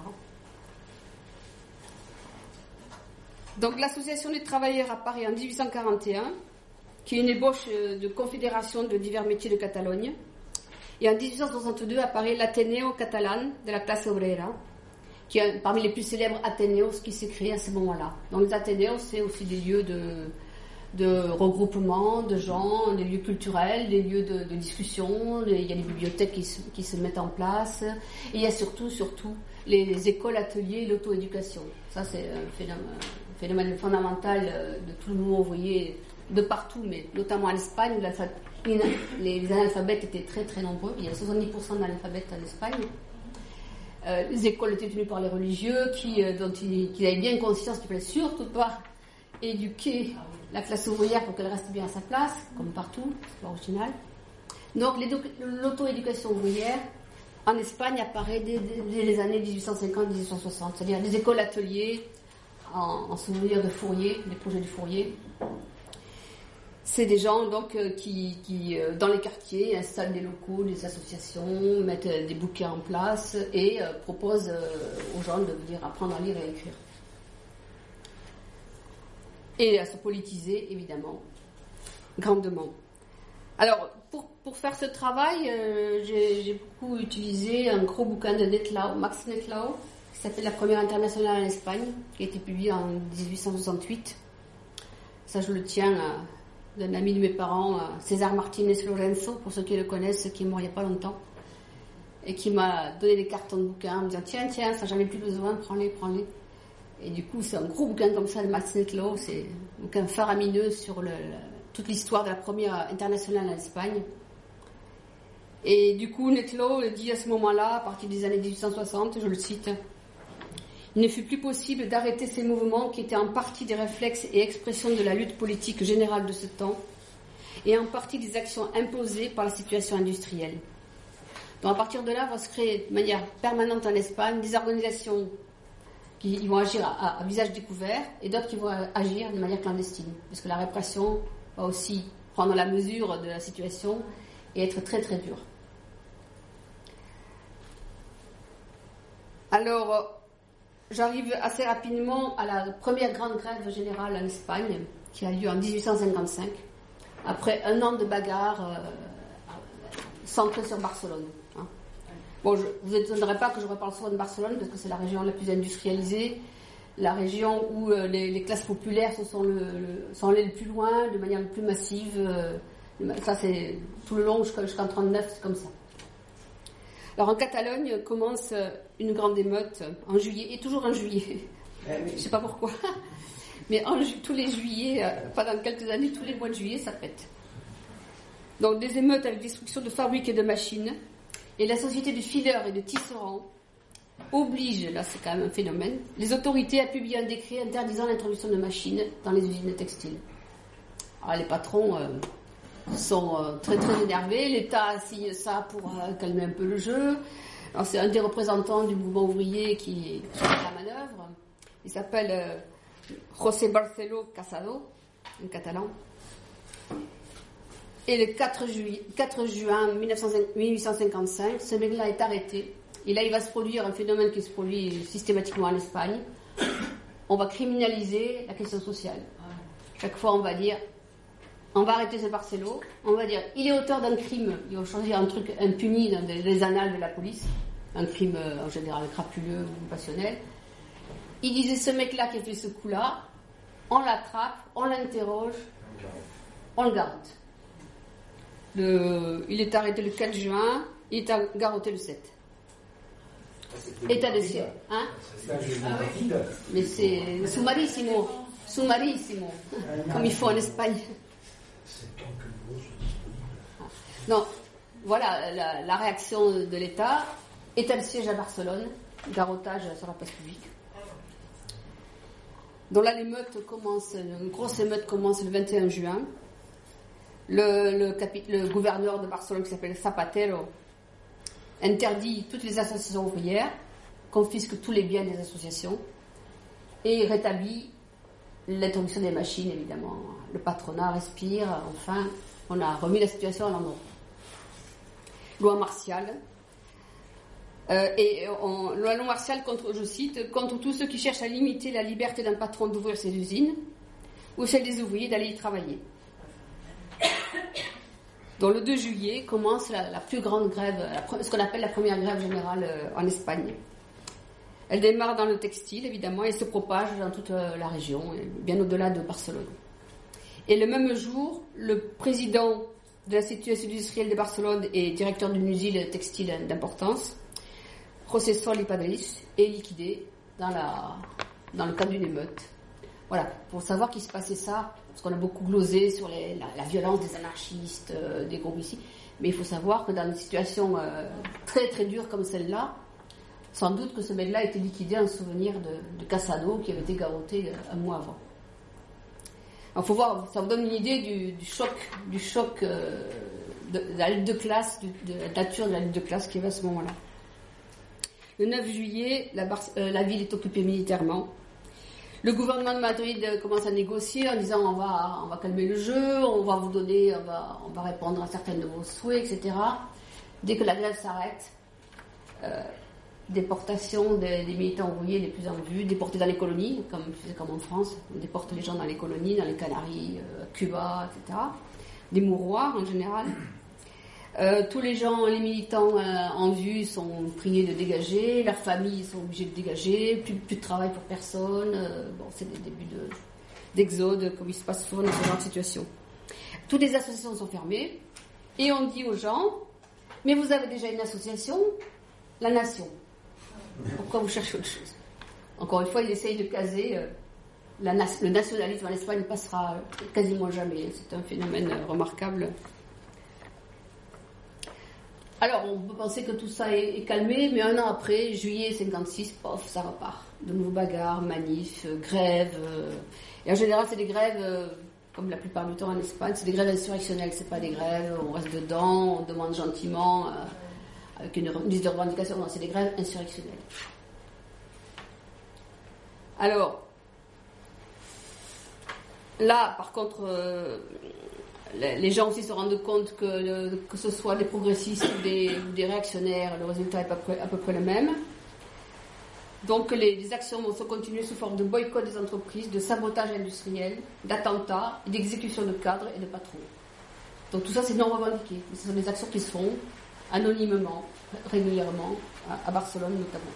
Donc, l'Association des travailleurs apparaît en dix-huit cent quarante et un, qui est une ébauche de confédération de divers métiers de Catalogne. Et en dix-huit cent soixante-deux apparaît l'Ateneo catalan de la classe obrera, qui est parmi les plus célèbres Ateneos qui s'est créé à ce moment-là. Donc, les Ateneos, c'est aussi des lieux de... de regroupement de gens, des lieux culturels, des lieux de, de discussion, il y a des bibliothèques qui se, qui se mettent en place, et il y a surtout, surtout les, les écoles, ateliers et l'auto-éducation. Ça, c'est un phénomène, un phénomène fondamental de tout le mouvement ouvrier, de partout, mais notamment en Espagne, où les, les analphabètes étaient très très nombreux, il y a soixante-dix pour cent d'analphabètes en Espagne. Euh, les écoles étaient tenues par les religieux, qui, euh, dont ils, qui avaient bien conscience qu'il ne fallait surtout pas éduquer la classe ouvrière pour qu'elle reste bien à sa place, comme partout, c'est pas original. Donc l'auto-éducation ouvrière en Espagne apparaît dès, dès les années dix-huit cent cinquante à dix-huit cent soixante, c'est-à-dire des écoles ateliers en, en souvenir de Fourier, des projets de Fourier. C'est des gens donc qui, qui dans les quartiers installent des locaux, des associations, mettent des bouquets en place et euh, proposent euh, aux gens de venir apprendre à lire et à écrire. Et à se politiser, évidemment, grandement. Alors, pour, pour faire ce travail, euh, j'ai, j'ai beaucoup utilisé un gros bouquin de Nettlau, Max Nettlau, qui s'appelle La Première Internationale en Espagne, qui a été publié en dix-huit cent soixante-huit. Ça, je le tiens à, d'un ami de mes parents, César Martínez Lorenzo, pour ceux qui le connaissent, qui est mort il n'y a pas longtemps, et qui m'a donné des cartons de bouquins en me disant « Tiens, tiens, ça j'en ai plus besoin, prends-les, prends-les ». Et du coup, c'est un gros bouquin comme ça de Max Nettlau, c'est un bouquin faramineux sur le, le, toute l'histoire de la première internationale en Espagne. Et du coup, Nettlau le dit à ce moment-là, à partir des années dix-huit cent soixante, je le cite, « Il ne fut plus possible d'arrêter ces mouvements qui étaient en partie des réflexes et expressions de la lutte politique générale de ce temps, et en partie des actions imposées par la situation industrielle. Donc à partir de là, va se créer de manière permanente en Espagne des organisations qui vont agir à, à, à visage découvert et d'autres qui vont agir de manière clandestine. Parce que la répression va aussi prendre la mesure de la situation et être très très dure. Alors, j'arrive assez rapidement à la première grande grève générale en Espagne qui a lieu en dix-huit cent cinquante-cinq, après un an de bagarre euh, centrée sur Barcelone. Hein. Bon, je ne vous étonnerai pas que je reparle souvent de Barcelone parce que c'est la région la plus industrialisée, la région où euh, les, les classes populaires se sont, le, le, sont allées le plus loin, de manière le plus massive. Euh, ça, c'est tout le long jusqu'en jusqu'en trente-neuf, c'est comme ça. Alors en Catalogne commence une grande émeute en juillet, et toujours en juillet. Eh oui. Je ne sais pas pourquoi, mais en ju- tous les juillets, euh, pendant quelques années, tous les mois de juillet, ça pète. Donc des émeutes avec destruction de fabriques et de machines. Et la société de fileurs et de tisserands oblige, là c'est quand même un phénomène, les autorités à publier un décret interdisant l'introduction de machines dans les usines textiles. Alors les patrons euh, sont euh, très très énervés, l'État signe ça pour euh, calmer un peu le jeu. Alors c'est un des représentants du mouvement ouvrier qui, qui fait la manœuvre. Il s'appelle euh, José Barceló Casado, un catalan. Et le quatre, juillet, quatre juin mille huit cent cinquante-cinq, ce mec-là est arrêté. Et là, il va se produire un phénomène qui se produit systématiquement en Espagne. On va criminaliser la question sociale. Chaque fois, on va dire, on va arrêter ce Barcelo, on va dire, il est auteur d'un crime. Ils vont choisir un truc impuni dans les annales de la police, un crime en général crapuleux ou passionnel. Il disait, ce mec-là qui a fait ce coup-là, on l'attrape, on l'interroge, on le garotte. Le, il est arrêté le quatre juin, il est garrotté le sept. État de siège. Hein? Mais c'est summarissimo, summarissimo, comme il faut en Espagne. Non, voilà la, la réaction de l'État. État de siège à Barcelone, garrottage sur la place publique. Donc là, l'émeute commence, une grosse émeute commence le vingt et un juin. Le, le, capi, le gouverneur de Barcelone, qui s'appelle Zapatero, interdit toutes les associations ouvrières, confisque tous les biens des associations et rétablit l'interdiction des machines, évidemment. Le patronat respire, enfin, on a remis la situation à l'endroit. Loi martiale. Euh, et on, loi martiale contre, je cite, contre tous ceux qui cherchent à limiter la liberté d'un patron d'ouvrir ses usines ou celle des ouvriers d'aller y travailler. Donc le deux juillet commence la, la plus grande grève, la, ce qu'on appelle la première grève générale euh, en Espagne. Elle démarre dans le textile, évidemment, et se propage dans toute euh, la région, bien au-delà de Barcelone. Et le même jour, le président de l'Institut industriel de Barcelone et directeur d'une usine textile d'importance, José Sol y Padrís, est liquidé dans, la, dans le cadre d'une émeute. Voilà, pour savoir qu'il se passait ça, parce qu'on a beaucoup glosé sur les, la, la violence des anarchistes, euh, des groupes ici, mais il faut savoir que dans une situation euh, très très dure comme celle-là, sans doute que ce mec-là a été liquidé en souvenir de, de Casado, qui avait été garrotté euh, un mois avant. Il faut voir, ça vous donne une idée du, du choc, du choc euh, de, de la lutte de classe, du, de la nature de la lutte de classe qui est à ce moment-là. Le neuf juillet, la, Bar- euh, la ville est occupée militairement. Le gouvernement de Madrid commence à négocier en disant on va, on va calmer le jeu, on va vous donner, on va, on va répondre à certains de vos souhaits, et cetera. Dès que la grève s'arrête, euh, déportation des, des militants ouvriers les plus en vue, déportés dans les colonies, comme, comme en France, on déporte les gens dans les colonies, dans les Canaries, euh, Cuba, et cetera. Des mouroirs en général. Euh, tous les gens, les militants euh, en vue sont priés de dégager, leurs familles sont obligées de dégager, plus, plus de travail pour personne. Euh, bon, c'est des débuts de, d'exode, comme il se passe souvent dans ce genre de situation. Toutes les associations sont fermées et on dit aux gens, mais vous avez déjà une association, la Nation. Pourquoi vous cherchez autre chose? Encore une fois, ils essayent de caser. Euh, la, le nationalisme en Espagne ne passera quasiment jamais. C'est un phénomène euh, remarquable. Alors, on peut penser que tout ça est, est calmé, mais un an après, juillet cinquante-six, pof, ça repart. De nouveaux bagarres, manifs, euh, grèves. Euh, et en général, c'est des grèves, euh, comme la plupart du temps en Espagne, c'est des grèves insurrectionnelles. C'est pas des grèves, on reste dedans, on demande gentiment, euh, avec une, une liste de revendications. Non, c'est des grèves insurrectionnelles. Alors, là, par contre... Euh, les gens aussi se rendent compte que, le, que ce soit des progressistes ou des, des réactionnaires, le résultat est à peu près, à peu près le même. Donc les, les actions vont se continuer sous forme de boycott des entreprises, de sabotage industriel, d'attentats, d'exécution de cadres et de patrons. Donc tout ça c'est non revendiqué. Ce sont des actions qui se font anonymement, régulièrement, à, à Barcelone notamment.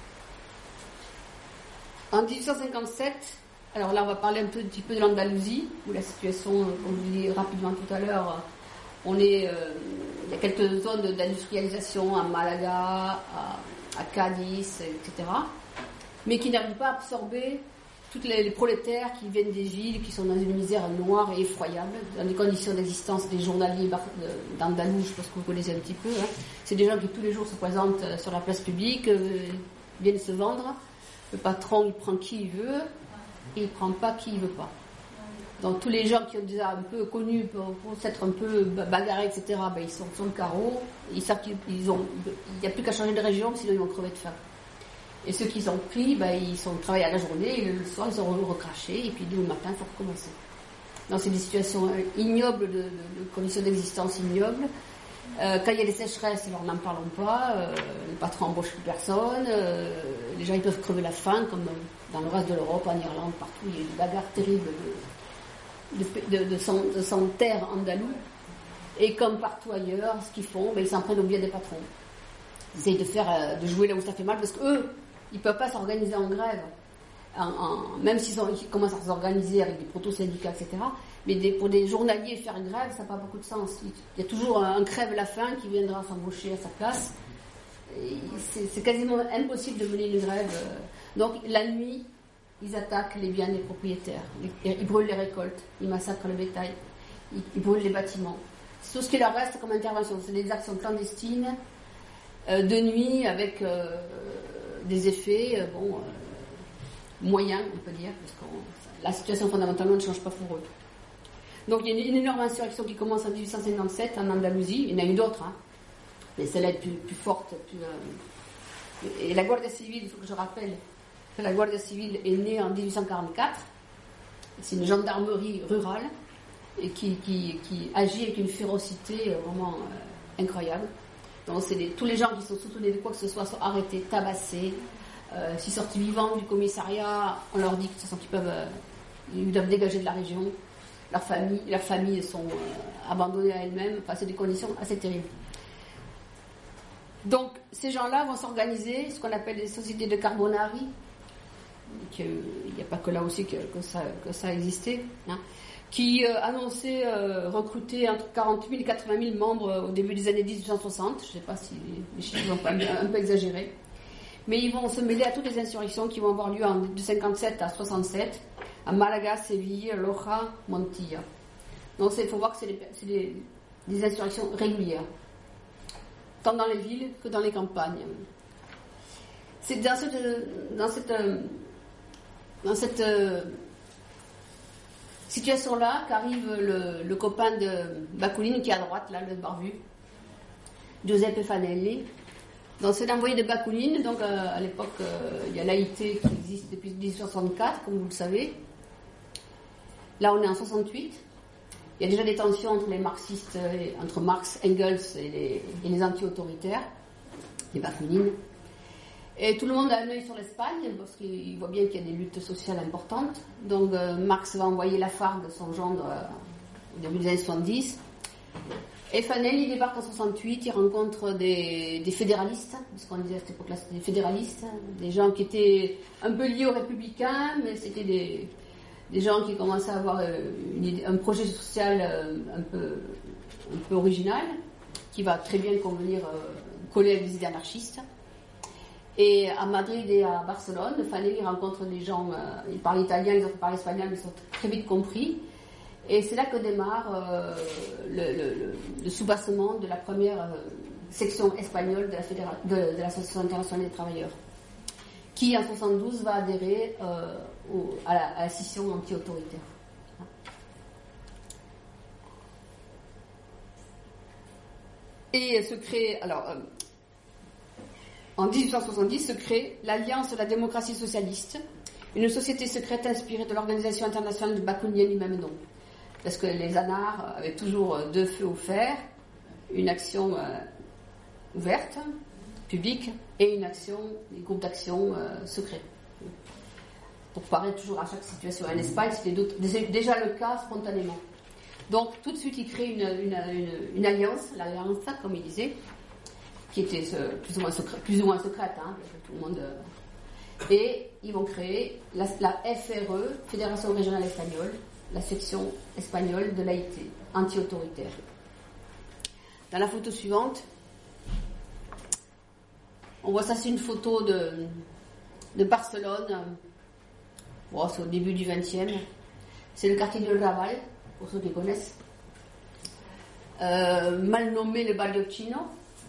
En dix-huit cent cinquante-sept, alors là, on va parler un, peu, un petit peu de l'Andalousie, où la situation, comme je l'ai dit rapidement tout à l'heure, on est, euh, il y a quelques zones d'industrialisation à Malaga, à, à Cadiz, et cetera, mais qui n'arrivent pas à absorber tous les, les prolétaires qui viennent des villes, qui sont dans une misère noire et effroyable, dans des conditions d'existence des journaliers d'Andalous, je pense que vous connaissez un petit peu. Hein. C'est des gens qui tous les jours se présentent sur la place publique, euh, viennent se vendre. Le patron, il prend qui il veut. Et il ne prend pas qui il ne veut pas. Donc tous les gens qui ont déjà un peu connus pour, pour s'être un peu bagarrés, et cetera, ben, ils sont sur le carreau, ils savent qu'il n'y a plus qu'à changer de région, sinon ils vont crever de faim. Et ceux qui sont pris, ben, ils sont travaillés à la journée, et le soir ils sont recrachés, et puis dès le matin, il faut recommencer. Donc c'est des situations ignobles, de, de, de conditions d'existence ignobles. Euh, quand il y a des sécheresses, alors n'en parlons pas, euh, le patron embauche plus personne, euh, les gens ils peuvent crever la faim, comme dans le reste de l'Europe, en Irlande, partout, il y a eu des bagarres terribles de, de, de, de, son, de son terre andalou. Et comme partout ailleurs, ce qu'ils font, ben, ils s'en prennent au bien des patrons. Ils essayent de, faire, euh, de jouer là où ça fait mal, parce qu'eux, ils ne peuvent pas s'organiser en grève, en, en, même s'ils ont, ils commencent à s'organiser avec des proto-syndicats, et cetera. Mais des, pour des journaliers faire grève, ça n'a pas beaucoup de sens. Il y a toujours un, un crève-la-faim qui viendra s'embaucher à sa place. C'est, c'est quasiment impossible de mener une grève. Donc la nuit, ils attaquent les biens des propriétaires. Ils, ils brûlent les récoltes, ils massacrent le bétail, ils, ils brûlent les bâtiments. C'est tout ce qui leur reste comme intervention. C'est des actions clandestines, euh, de nuit, avec euh, des effets euh, bon, euh, moyens, on peut dire, parce que la situation fondamentalement ne change pas pour eux. Donc il y a une, une énorme insurrection qui commence en dix-huit cent cinquante-sept en Andalousie. Il y en a eu d'autres, hein, mais celle-là est plus, plus forte. Plus, euh... Et la Guardia Civile, il faut que je rappelle que la Guardia Civile est née en dix-huit cent quarante-quatre. C'est une gendarmerie rurale et qui, qui, qui agit avec une férocité vraiment euh, incroyable. Donc c'est les, tous les gens qui sont soupçonnés de quoi que ce soit sont arrêtés, tabassés. Euh, s'ils sortent vivants du commissariat, on leur dit que ce sont qu'ils peuvent, euh, ils doivent dégager de la région. Leurs familles, leurs familles sont euh, abandonnées à elles-mêmes. Enfin, c'est des conditions assez terribles. Donc, ces gens-là vont s'organiser, ce qu'on appelle des sociétés de carbonari. Il n'y a pas que là aussi que, que, ça, que ça existait. Hein, qui euh, annonçaient euh, recruter entre quarante mille et quatre-vingt mille membres au début des années dix-huit cent soixante. Je ne sais pas si les chiffres sont un, un peu exagérés. Mais ils vont se mêler à toutes les insurrections qui vont avoir lieu en, de cinquante-sept à soixante-sept. À Malaga, Séville, Loja, Montilla. Donc il faut voir que c'est, des, c'est des, des insurrections régulières, tant dans les villes que dans les campagnes. C'est dans cette, dans cette, dans cette situation-là qu'arrive le, le copain de Bakounine qui est à droite, là, le barbu, Giuseppe Fanelli. Donc c'est l'envoyé de Bakounine. Donc euh, à l'époque, euh, il y a l'A I T qui existe depuis dix-huit cent soixante-quatre, comme vous le savez. Là, on est en soixante-huit. Il y a déjà des tensions entre les marxistes, entre Marx, Engels et les, et les anti-autoritaires, les Bakounine. Et tout le monde a un œil sur l'Espagne, parce qu'il voit bien qu'il y a des luttes sociales importantes. Donc, euh, Marx va envoyer Lafargue, son gendre, euh, au début des années soixante-dix. Et Fanelli, il débarque en soixante-huit, il rencontre des, des fédéralistes, parce qu'on disait à cette époque-là, c'était des fédéralistes, des gens qui étaient un peu liés aux républicains, mais c'était des... des gens qui commençaient à avoir une idée, un projet social un peu, un peu original, qui va très bien convenir, euh, coller avec les idées anarchistes. Et à Madrid et à Barcelone, Fanelli rencontre des gens, euh, ils parlent italien, les autres parlent espagnol, mais ils sont très vite compris. Et c'est là que démarre euh, le, le, le soubassement de la première euh, section espagnole de la, fédéra- de, de l'Association internationale des travailleurs, qui en soixante-douze va adhérer euh, au, à, la, à la scission anti-autoritaire. Et se crée, alors, euh, en dix-huit cent soixante-dix se crée l'Alliance de la démocratie socialiste, une société secrète inspirée de l'Organisation internationale de Bakounine du même nom. Parce que les anars avaient toujours deux feux au fer, une action euh, ouverte, publique, et une action, des groupes d'action euh, secrets. Pour parer toujours à chaque situation. En Espagne, c'était déjà le cas spontanément. Donc, tout de suite, ils créent une, une, une, une alliance, l'alliance, comme ils disaient, qui était euh, plus, ou moins secrète, plus ou moins secrète, hein, tout le monde. Euh, et ils vont créer la, la F R E, Fédération régionale espagnole, la section espagnole de l'A I T, anti-autoritaire. Dans la photo suivante, on voit ça, c'est une photo de, de Barcelone. Bon, c'est au début du vingtième. C'est le quartier de Raval, pour ceux qui connaissent. Euh, mal nommé le Barrio Chino.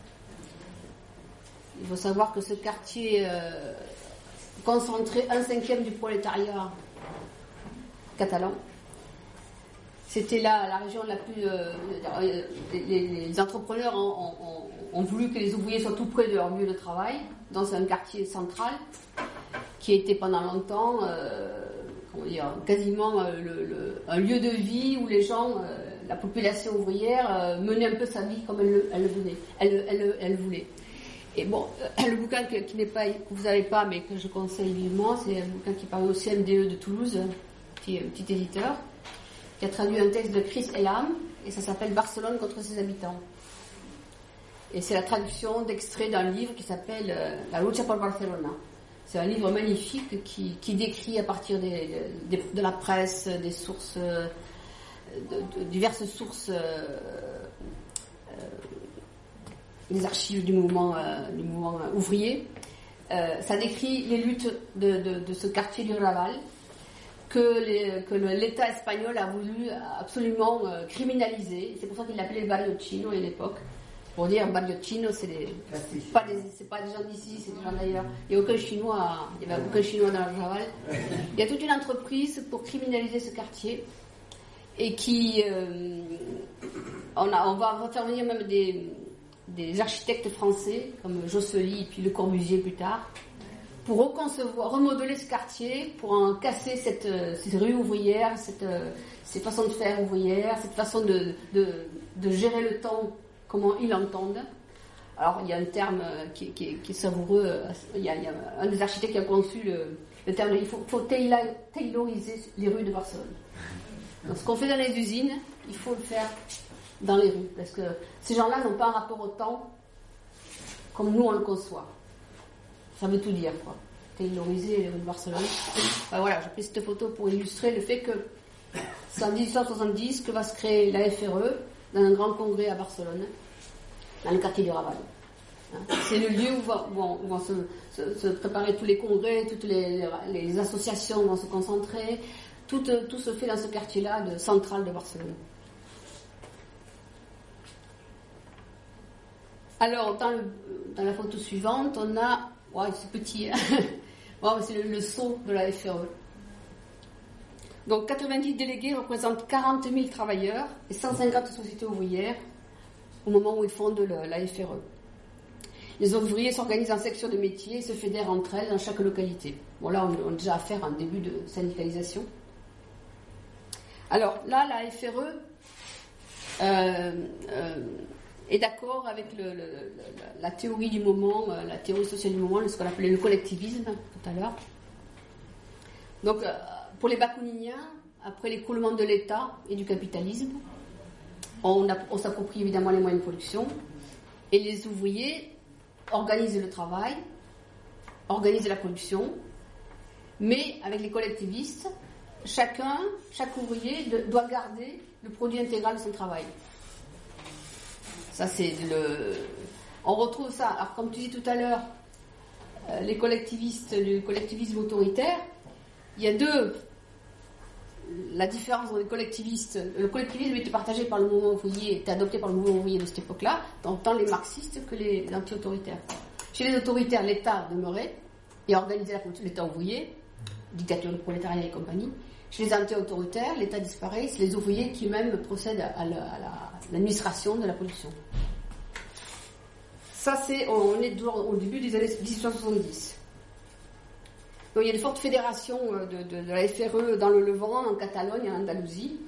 Il faut savoir que ce quartier euh, concentrait un cinquième du prolétariat catalan. C'était là la région la plus... Euh, les, les entrepreneurs ont, ont, ont voulu que les ouvriers soient tout près de leur lieu de travail, dans un quartier central, qui a été pendant longtemps, euh, on va dire, quasiment euh, le, le, un lieu de vie où les gens, euh, la population ouvrière, euh, menait un peu sa vie comme elle le, elle le voulait. Elle, elle, elle voulait. Et bon, euh, le bouquin que, qui n'est pas, que vous n'avez pas, mais que je conseille vivement, c'est un bouquin qui est paru au C M D E de Toulouse, petit, petit éditeur, qui a traduit un texte de Chris Elam, et ça s'appelle Barcelone contre ses habitants. Et c'est la traduction d'extrait d'un livre qui s'appelle euh, La lucha por Barcelona. C'est un livre magnifique qui, qui décrit à partir des, des, de la presse, des sources, de, de diverses sources, euh, euh, des archives du mouvement, euh, du mouvement ouvrier. Euh, ça décrit les luttes de, de, de ce quartier du Raval que, les, que le, l'État espagnol a voulu absolument euh, criminaliser. C'est pour ça qu'il l'appelait Barrio Chino à l'époque. Pour dire Barrio Chino, c'est, des, c'est, pas des, c'est pas des gens d'ici, c'est des gens d'ailleurs. Il n'y a aucun Chinois, il n'y avait aucun Chinois dans le Raval. Il y a toute une entreprise pour criminaliser ce quartier et qui, euh, on, a, on, va, on va faire venir même des, des architectes français comme Josely et puis Le Corbusier plus tard pour reconcevoir, remodeler ce quartier, pour en casser cette, cette rue ouvrière, cette, ces façons de faire ouvrières, cette façon de, de, de gérer le temps. Comment ils l'entendent. Alors, il y a un terme qui, qui, qui est savoureux. Il y, a, il y a un des architectes qui a conçu le, le terme de, il faut, faut tayloriser les rues de Barcelone. Donc, ce qu'on fait dans les usines, il faut le faire dans les rues. Parce que ces gens-là n'ont pas un rapport au temps comme nous on le conçoit. Ça veut tout dire, quoi. Tayloriser les rues de Barcelone. Ben voilà, j'ai pris cette photo pour illustrer le fait que c'est en dix-huit cent soixante-dix que va se créer la F R E dans un grand congrès à Barcelone, dans le quartier du Raval. C'est le lieu où vont, vont, vont se, se, se préparer tous les congrès, toutes les, les, les associations vont se concentrer. Tout, tout se fait dans ce quartier-là de, central de Barcelone. Alors, dans, le, dans la photo suivante, on a... Ouais, c'est petit, hein. Bon, c'est le, le sceau de la F R E. Donc quatre-vingt-dix délégués représentent quarante mille travailleurs et cent cinquante sociétés ouvrières au moment où ils fondent le, la F R E. Les ouvriers s'organisent en sections de métiers et se fédèrent entre elles dans chaque localité. Bon, là, on, on a déjà affaire à un début de syndicalisation. Alors là, la F R E euh, euh, est d'accord avec le, le, la, la théorie du moment, la théorie sociale du moment, ce qu'on appelait le collectivisme tout à l'heure. Donc, euh, pour les bakouniniens, après l'écroulement de l'État et du capitalisme, on, a, on s'approprie évidemment les moyens de production et les ouvriers organisent le travail, organisent la production, mais avec les collectivistes, chacun, chaque ouvrier de, doit garder le produit intégral de son travail. Ça, c'est le... On retrouve ça. Alors, comme tu dis tout à l'heure, euh, les collectivistes, le collectivisme autoritaire, il y a deux... La différence entre les collectivistes, le collectivisme était partagé par le mouvement ouvrier, était adopté par le mouvement ouvrier de cette époque-là, tant les marxistes que les anti-autoritaires. Chez les autoritaires, l'État demeurait et organisait la politique, l'État ouvrier, dictature du prolétariat et compagnie. Chez les anti-autoritaires, l'État disparaît, c'est les ouvriers qui même procèdent à, la, à, la, à l'administration de la production. Ça, c'est, on est au début des années dix-huit cent soixante-dix. Donc, il y a de fortes fédérations de, de, de la F R E dans le Levant, en Catalogne, en Andalousie.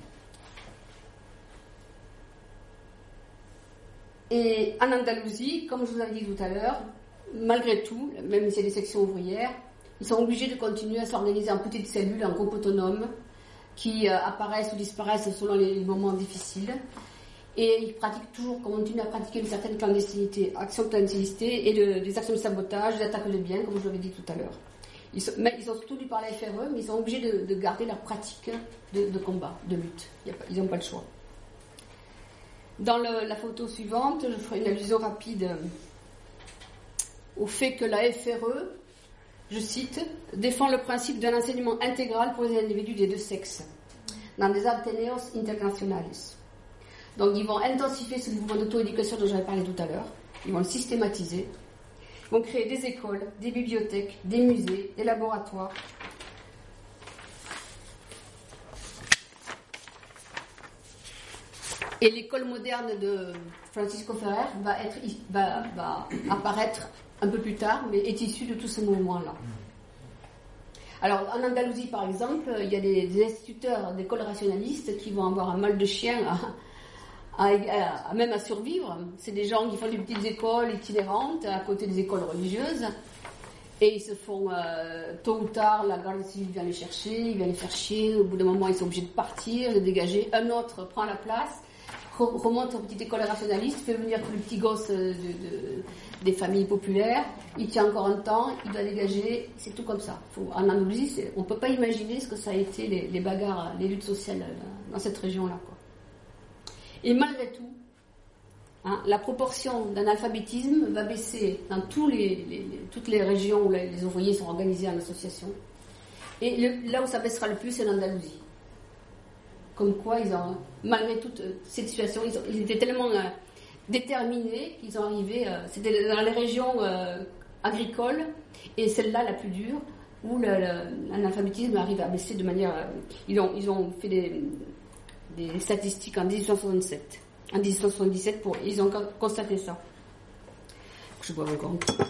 Et en Andalousie, comme je vous avais dit tout à l'heure, malgré tout, même s'il y a des sections ouvrières, ils sont obligés de continuer à s'organiser en petites cellules, en groupes autonomes, qui euh, apparaissent ou disparaissent selon les moments difficiles. Et ils pratiquent toujours, continuent à pratiquer une certaine clandestinité, action de clandestinité et de, des actions de sabotage, d'attaque de biens, comme je l'avais dit tout à l'heure. Ils sont, mais ils sont soutenus par la F R E, mais ils sont obligés de, de garder leur pratique de, de combat, de lutte. Pas, ils n'ont pas le choix. Dans le, la photo suivante, je ferai une allusion rapide au fait que la F R E, je cite, défend le principe d'un enseignement intégral pour les individus des deux sexes, dans des Ateneos internationales. Donc ils vont intensifier ce mouvement d'auto-éducation dont j'avais parlé tout à l'heure, ils vont le systématiser. Ils vont créer des écoles, des bibliothèques, des musées, des laboratoires. Et l'école moderne de Francisco Ferrer va, être, va, va apparaître un peu plus tard, mais est issue de tout ce mouvement-là. Alors, en Andalousie, par exemple, il y a des, des instituteurs d'écoles rationalistes qui vont avoir un mal de chien à, à, à, à même à survivre. C'est des gens qui font des petites écoles itinérantes à côté des écoles religieuses. Et ils se font, euh, tôt ou tard, la garde civile vient les chercher, il vient les faire chier. Au bout d'un moment, ils sont obligés de partir, de dégager. Un autre prend la place, remonte en petite école rationaliste, fait venir tous les petits gosses de, de, des familles populaires. Il tient encore un temps, il doit dégager. C'est tout comme ça. Faut, en Andalousie, on ne peut pas imaginer ce que ça a été, les, les bagarres, les luttes sociales dans cette région-là, quoi. Et malgré tout, hein, la proportion d'analphabétisme va baisser dans tous les, les, les, toutes les régions où les, les ouvriers sont organisés en association. Et le, là où ça baissera le plus, c'est l'Andalousie. Comme quoi, ils ont, malgré toute cette situation, ils, ont, ils étaient tellement euh, déterminés qu'ils ont arrivé. Euh, c'était dans les régions euh, agricoles, et celle-là, la plus dure, où le, le, l'analphabétisme arrive à baisser de manière. Euh, ils, ont, ils ont fait des, des statistiques en dix-huit cent soixante-sept. En dix-huit cent soixante-dix-sept, pour, ils ont constaté ça. Je bois encore un peu.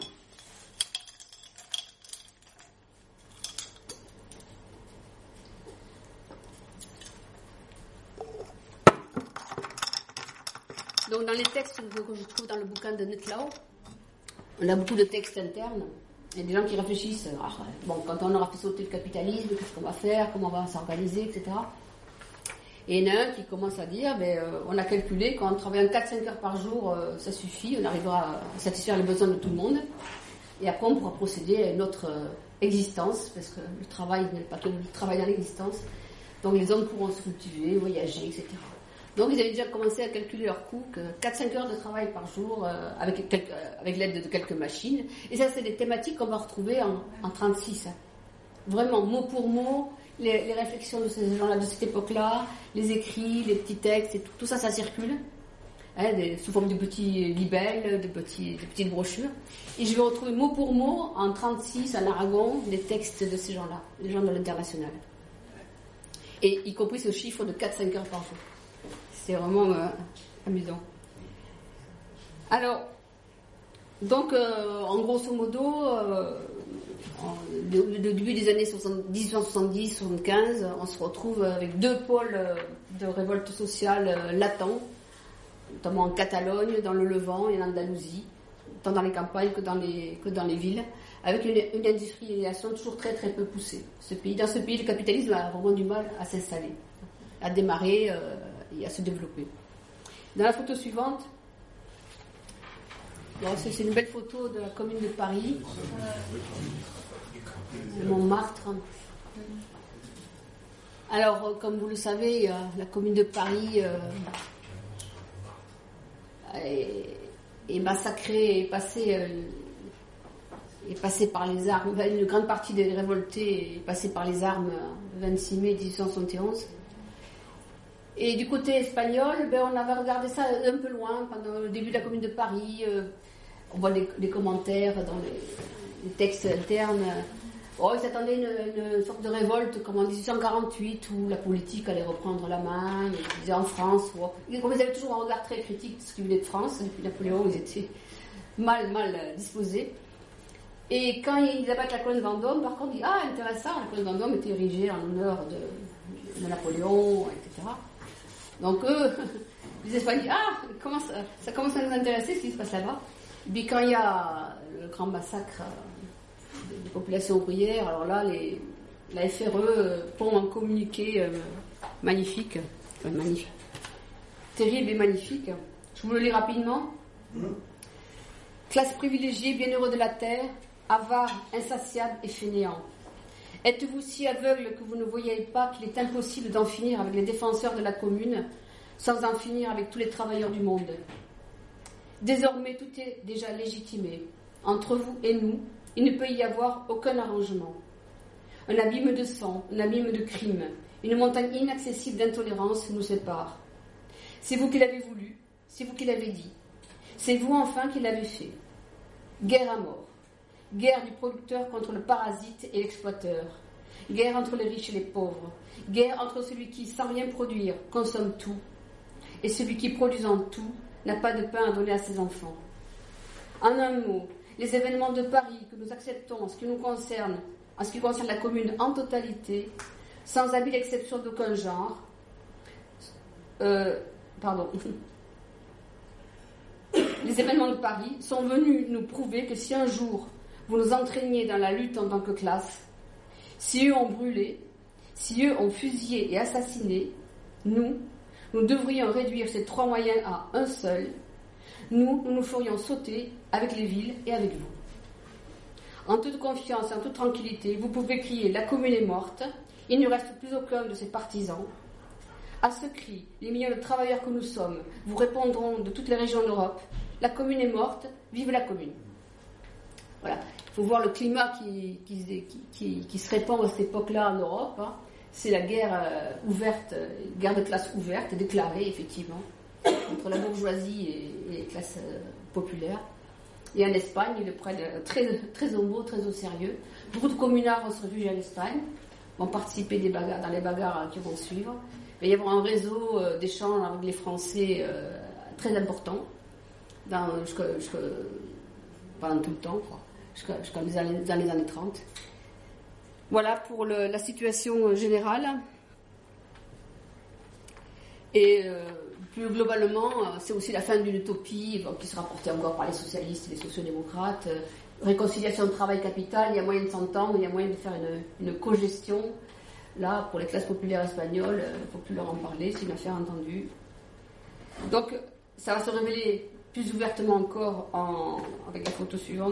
Donc, dans les textes que je trouve dans le bouquin de Netlau, on a beaucoup de textes internes. Il y a des gens qui réfléchissent, ah, bon, quand on aura fait sauter le capitalisme, qu'est-ce qu'on va faire, comment on va s'organiser, et cetera. Et il y en a un qui commence à dire, ben, euh, on a calculé qu'en travaillant quatre à cinq heures par jour, euh, ça suffit, on arrivera à satisfaire les besoins de tout le monde. Et après, on pourra procéder à une autre euh, existence, parce que le travail n'est pas que le travail dans l'existence. Donc les hommes pourront se cultiver, voyager, et cetera. Donc ils avaient déjà commencé à calculer leur coût, que quatre à cinq heures de travail par jour, euh, avec, quelques, euh, avec l'aide de quelques machines. Et ça, c'est des thématiques qu'on va retrouver en, en trente-six. Hein. Vraiment, mot pour mot. Les, les réflexions de ces gens-là, de cette époque-là, les écrits, les petits textes, et tout, tout ça, ça circule, hein, des, sous forme de petits libelles, de, petits, de petites brochures. Et je vais retrouver mot pour mot, en trente-six, en Aragon, les textes de ces gens-là, les gens de l'International. Et y compris ce chiffre de quatre à cinq heures par jour. C'est vraiment euh, amusant. Alors, donc, euh, en grosso modo, euh, au début des années dix-huit cent soixante-dix soixante-quinze, on se retrouve avec deux pôles de révolte sociale latents, notamment en Catalogne, dans le Levant et en Andalousie, tant dans les campagnes que dans les, que dans les villes, avec une, une industrialisation toujours très très peu poussée. Ce pays, dans ce pays, le capitalisme a vraiment du mal à s'installer, à démarrer euh, et à se développer. Dans la photo suivante, bon, c'est, c'est une belle photo de la commune de Paris. Montmartre. Alors, comme vous le savez, la commune de Paris euh, est, est massacrée, est passée, euh, est passée par les armes. Une grande partie des révoltés est passée par les armes le vingt-six mai dix-huit cent soixante et onze. Et du côté espagnol, ben, on avait regardé ça un peu loin pendant le début de la commune de Paris. Euh, on voit les, les commentaires dans les, les textes internes. Oh, ils attendaient une, une sorte de révolte comme en dix-huit cent quarante-huit où la politique allait reprendre la main. Ils disaient en France. Oh. Comme ils avaient toujours un regard très critique de ce qui venait de France, depuis Napoléon, ils étaient mal, mal disposés. Et quand ils abattent la colonne Vendôme, par contre, ils disent ah, intéressant, la colonne Vendôme était érigée en l'honneur de, de Napoléon, et cetera. Donc eux, les Espagnols disent ah, comment ça, ça commence à nous intéresser ce qui se passe là-bas. Et puis quand il y a le grand massacre des populations ouvrières, alors là, les, la F R E pond un communiqué euh, magnifique, enfin magnifique, terrible et magnifique. Je vous le lis rapidement. Mmh. Classe privilégiée, bienheureux de la terre, avare, insatiable et fainéant. Êtes-vous si aveugle que vous ne voyez pas qu'il est impossible d'en finir avec les défenseurs de la commune sans en finir avec tous les travailleurs du monde? Désormais, tout est déjà légitimé. Entre vous et nous, il ne peut y avoir aucun arrangement. Un abîme de sang, un abîme de crimes, une montagne inaccessible d'intolérance nous sépare. C'est vous qui l'avez voulu, c'est vous qui l'avez dit. C'est vous enfin qui l'avez fait. Guerre à mort. Guerre du producteur contre le parasite et l'exploiteur. Guerre entre les riches et les pauvres. Guerre entre celui qui, sans rien produire, consomme tout, et celui qui, produisant tout, n'a pas de pain à donner à ses enfants. En un mot, les événements de Paris que nous acceptons en ce qui nous concerne en ce qui concerne la commune en totalité, sans habile exception d'aucun genre. Euh, pardon. Les événements de Paris sont venus nous prouver que si un jour vous nous entraîniez dans la lutte en tant que classe, si eux ont brûlé, si eux ont fusillé et assassiné, nous, nous devrions réduire ces trois moyens à un seul. Nous, nous nous ferions sauter avec les villes et avec vous. En toute confiance et en toute tranquillité, vous pouvez crier « La commune est morte », il ne reste plus aucun de ses partisans. À ce cri, les millions de travailleurs que nous sommes vous répondront de toutes les régions d'Europe « La commune est morte, vive la commune ». Voilà, il faut voir le climat qui, qui, qui, qui se répand à cette époque-là en Europe. Hein. C'est la guerre euh, ouverte, guerre de classe ouverte, déclarée effectivement, entre la bourgeoisie et, et les classes euh, populaires. Et en Espagne, ils le prennent très, très au mot, très au sérieux. Beaucoup de communards vont se réfugier en Espagne, vont participer des bagarres, dans les bagarres qui vont suivre. Il va y avoir un réseau euh, d'échanges avec les Français euh, très important dans, jusqu'à, jusqu'à, pendant tout le temps, quoi, jusqu'à, jusqu'à les années, dans les années trente. Voilà pour le, la situation générale. Et euh, plus globalement, c'est aussi la fin d'une utopie bon, qui sera portée encore par les socialistes et les sociodémocrates. Euh, réconciliation de travail-capital, il y a moyen de s'entendre, il y a moyen de faire une, une cogestion. Là, pour les classes populaires espagnoles, il ne faut plus leur en parler, c'est une affaire entendue. Donc, ça va se révéler plus ouvertement encore en, avec la photo suivante.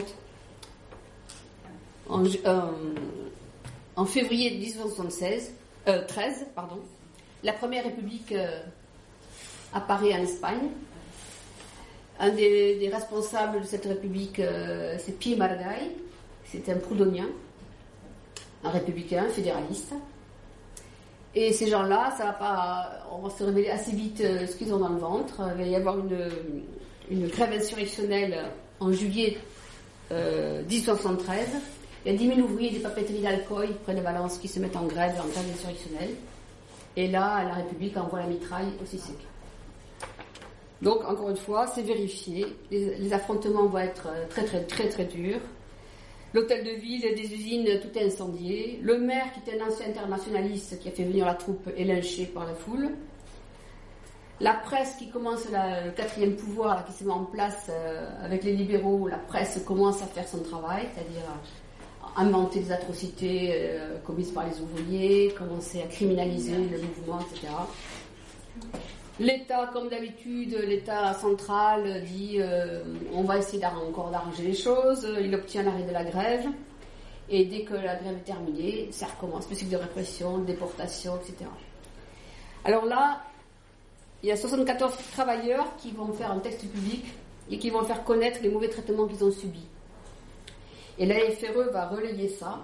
En, euh, en février dix-huit cent soixante-seize, euh, treize, pardon, la première république euh, apparaît en Espagne. Un des, des responsables de cette république, euh, c'est Pi Margall, c'est un proudhonien, un républicain, fédéraliste. Et ces gens-là, ça va pas, on va se révéler assez vite euh, ce qu'ils ont dans le ventre. Il va y avoir une, une grève insurrectionnelle en juillet euh, dix-huit cent soixante-treize. Il y a dix mille ouvriers des papeteries d'Alcoy, près de Valence, qui se mettent en grève, en grève insurrectionnelle. Et là, la République envoie la mitraille aussi sec. Donc, encore une fois, c'est vérifié. Les, les affrontements vont être très, très, très, très durs. L'hôtel de ville, des usines, tout est incendié. Le maire, qui était un ancien internationaliste, qui a fait venir la troupe, est lynché par la foule. La presse qui commence la, le quatrième pouvoir, là, qui se met en place euh, avec les libéraux, la presse commence à faire son travail, c'est-à-dire à inventer des atrocités euh, commises par les ouvriers, commencer à criminaliser le mouvement, et cetera. L'État, comme d'habitude, l'État central dit euh, on va essayer encore d'arranger les choses. Il obtient l'arrêt de la grève. Et dès que la grève est terminée, ça recommence. Politique de répression, de déportation, et cetera. Alors là, il y a soixante-quatorze travailleurs qui vont faire un texte public et qui vont faire connaître les mauvais traitements qu'ils ont subis. Et la F R E va relayer ça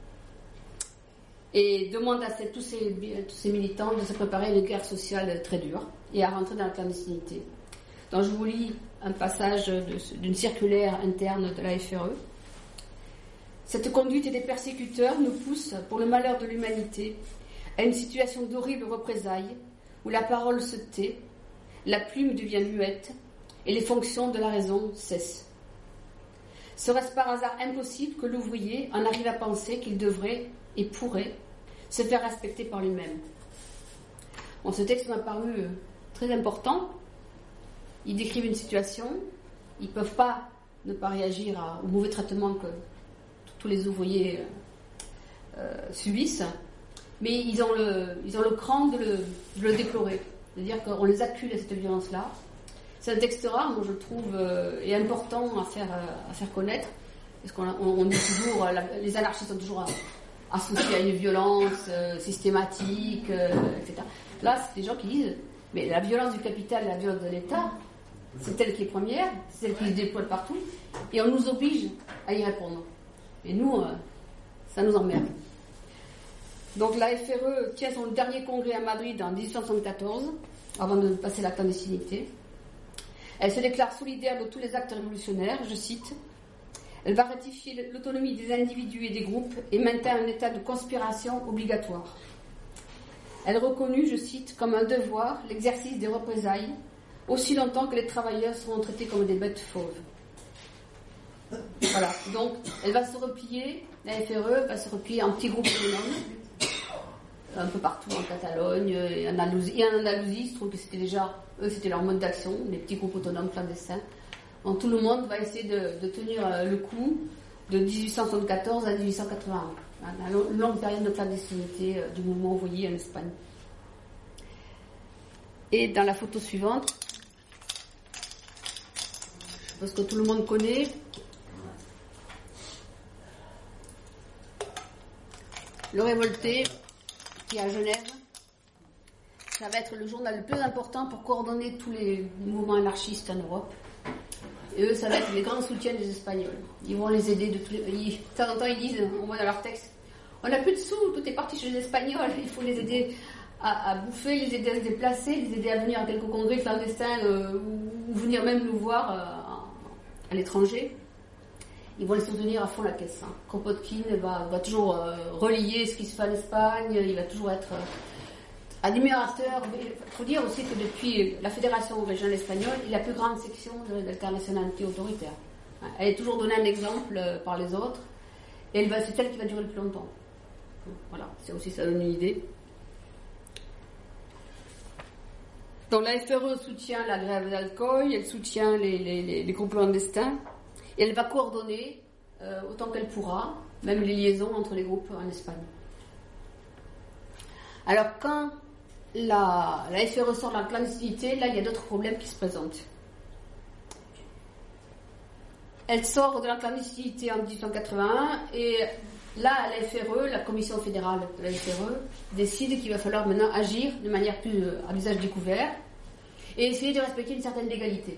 et demande à ces, tous, ces, tous ces militants de se préparer à une guerre sociale très dure et à rentrer dans la clandestinité. Donc je vous lis un passage de, d'une circulaire interne de la F R E. Cette conduite des persécuteurs nous pousse, pour le malheur de l'humanité, à une situation d'horribles représailles où la parole se tait, la plume devient muette et les fonctions de la raison cessent. Serait-ce par hasard impossible que l'ouvrier en arrive à penser qu'il devrait et pourrait se faire respecter par lui-même? Bon, ce texte m'a paru très important. Ils décrivent une situation, ils ne peuvent pas ne pas réagir à, au mauvais traitement que tous les ouvriers euh, subissent, mais ils ont le, ils ont le cran de le, de le déplorer, c'est-à-dire qu'on les accuse à cette violence-là. C'est un texte rare, moi je trouve, euh, et important à faire, euh, à faire connaître, parce qu'on on, on dit toujours, euh, la, les anarchistes sont toujours associés à une violence euh, systématique, euh, et cetera. Là, c'est des gens qui disent, mais la violence du capital, la violence de l'État, c'est elle qui est première, c'est elle qui se déploie partout, et on nous oblige à y répondre. Et nous, euh, ça nous emmerde. Donc la F R E tient son dernier congrès à Madrid en dix-huit cent soixante-quatorze, avant de passer la clandestinité. Elle se déclare solidaire de tous les actes révolutionnaires, je cite. Elle va ratifier l'autonomie des individus et des groupes et maintient un état de conspiration obligatoire. Elle reconnut, je cite, comme un devoir l'exercice des représailles, aussi longtemps que les travailleurs seront traités comme des bêtes fauves. Voilà, donc elle va se replier, la F R E va se replier en petits groupes autonomes, un peu partout en Catalogne et en Andalousie. Et en Andalousie, je trouve que c'était déjà, eux, c'était leur mode d'action, les petits groupes autonomes clandestins. Donc tout le monde va essayer de, de tenir le coup de dix-huit cent soixante-quatorze à dix-huit cent quatre-vingt-un, la longue période de clandestinité du mouvement ouvrier en Espagne. Et dans la photo suivante, parce que tout le monde connaît, le Révolté, qui est à Genève, ça va être le journal le plus important pour coordonner tous les mouvements anarchistes en Europe. Et eux, ça va être les grands soutiens des Espagnols. Ils vont les aider de tous les pays. De temps en temps, ils disent, on voit dans leur texte, on n'a plus de sous, tout est parti chez les Espagnols, il faut les aider à, à bouffer, les aider à se déplacer, les aider à venir à quelques congrès clandestins euh, ou, ou venir même nous voir euh, à l'étranger. Ils vont les soutenir à fond la caisse. Hein. Kropotkin va, va toujours euh, relier ce qui se fait en Espagne, il va toujours être euh, admirateur. Il faut dire aussi que depuis la Fédération régionale espagnole, il est la plus grande section de l'international anti-autoritaire. Hein. Elle est toujours donnée un exemple euh, par les autres, et elle va, c'est celle qui va durer le plus longtemps. Voilà, c'est aussi ça donne une idée. Donc la F R E soutient la grève d'Alcoy, elle soutient les, les, les, les groupes clandestins, et elle va coordonner euh, autant qu'elle pourra, même les liaisons entre les groupes en Espagne. Alors quand la, la F R E sort de la clandestinité, là il y a d'autres problèmes qui se présentent. Elle sort de la clandestinité en dix-huit cent quatre-vingt-un et là la F R E, la commission fédérale de la F R E, décide qu'il va falloir maintenant agir de manière plus à visage découvert et essayer de respecter une certaine légalité.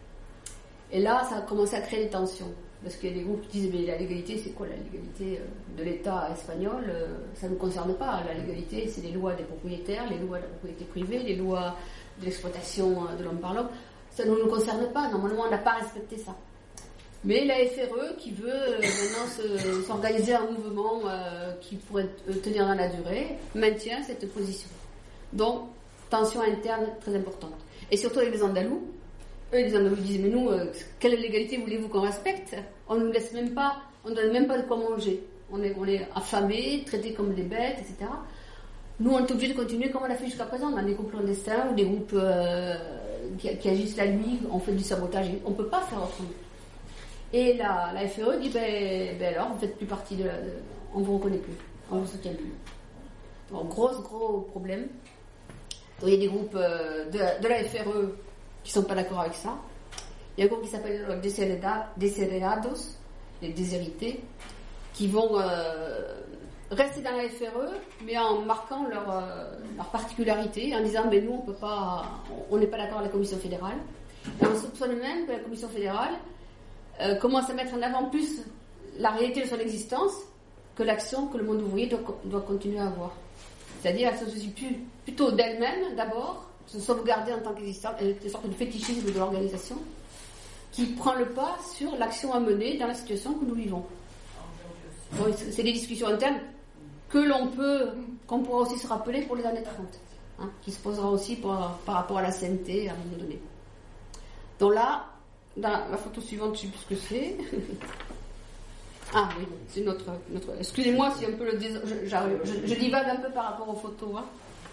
Et là, ça a commencé à créer des tensions. Parce que les groupes disent, mais la légalité, c'est quoi la légalité de l'État espagnol? Ça ne nous concerne pas. La légalité, c'est les lois des propriétaires, les lois de la propriété privée, les lois de l'exploitation de l'homme par l'homme. Ça ne nous concerne pas. Normalement, on n'a pas respecté ça. Mais la F R E, qui veut maintenant se, s'organiser un mouvement euh, qui pourrait tenir dans la durée, maintient cette position. Donc, tension interne très importante. Et surtout avec les Andalous. Eux, les Andalous disent, mais nous, euh, quelle légalité voulez-vous qu'on respecte? On ne nous laisse même pas, on ne donne même pas de quoi manger. On est, on est affamés, traités comme des bêtes, et cetera. Nous, on est obligés de continuer comme on l'a fait jusqu'à présent, dans des groupes clandestins ou des groupes euh, qui, qui agissent la nuit, on fait du sabotage. On ne peut pas faire autrement. Et la, la F R E dit, ben, ben alors, vous ne faites plus partie de la... De, on ne vous reconnaît plus, on ne vous soutient plus. Donc, gros, gros problème. Donc, il y a des groupes euh, de, de la F R E qui ne sont pas d'accord avec ça. Il y a un groupe qui s'appelle les Desheredados, les déshérités, qui vont euh, rester dans la F R E, mais en marquant leur, euh, leur particularité, en disant, mais nous, on peut pas, on n'est pas d'accord avec la Commission fédérale. Et on soupçonne même que la Commission fédérale euh, commence à mettre en avant plus la réalité de son existence que l'action que le monde ouvrier doit, doit continuer à avoir. C'est-à-dire, elle se soucie plus, plutôt d'elle-même, d'abord, se sauvegarder en tant qu'existence, une sorte de fétichisme de l'organisation, qui prend le pas sur l'action à mener dans la situation que nous vivons. Donc, c'est des discussions internes que l'on peut, qu'on pourra aussi se rappeler pour les années trente, hein, qui se posera aussi pour, par rapport à la C N T à un moment donné. Donc là, dans la photo suivante, je ne sais plus ce que c'est. Ah oui, c'est notre, notre... Excusez-moi si un peu le... Je, je, je, je divague un peu par rapport aux photos. Hein.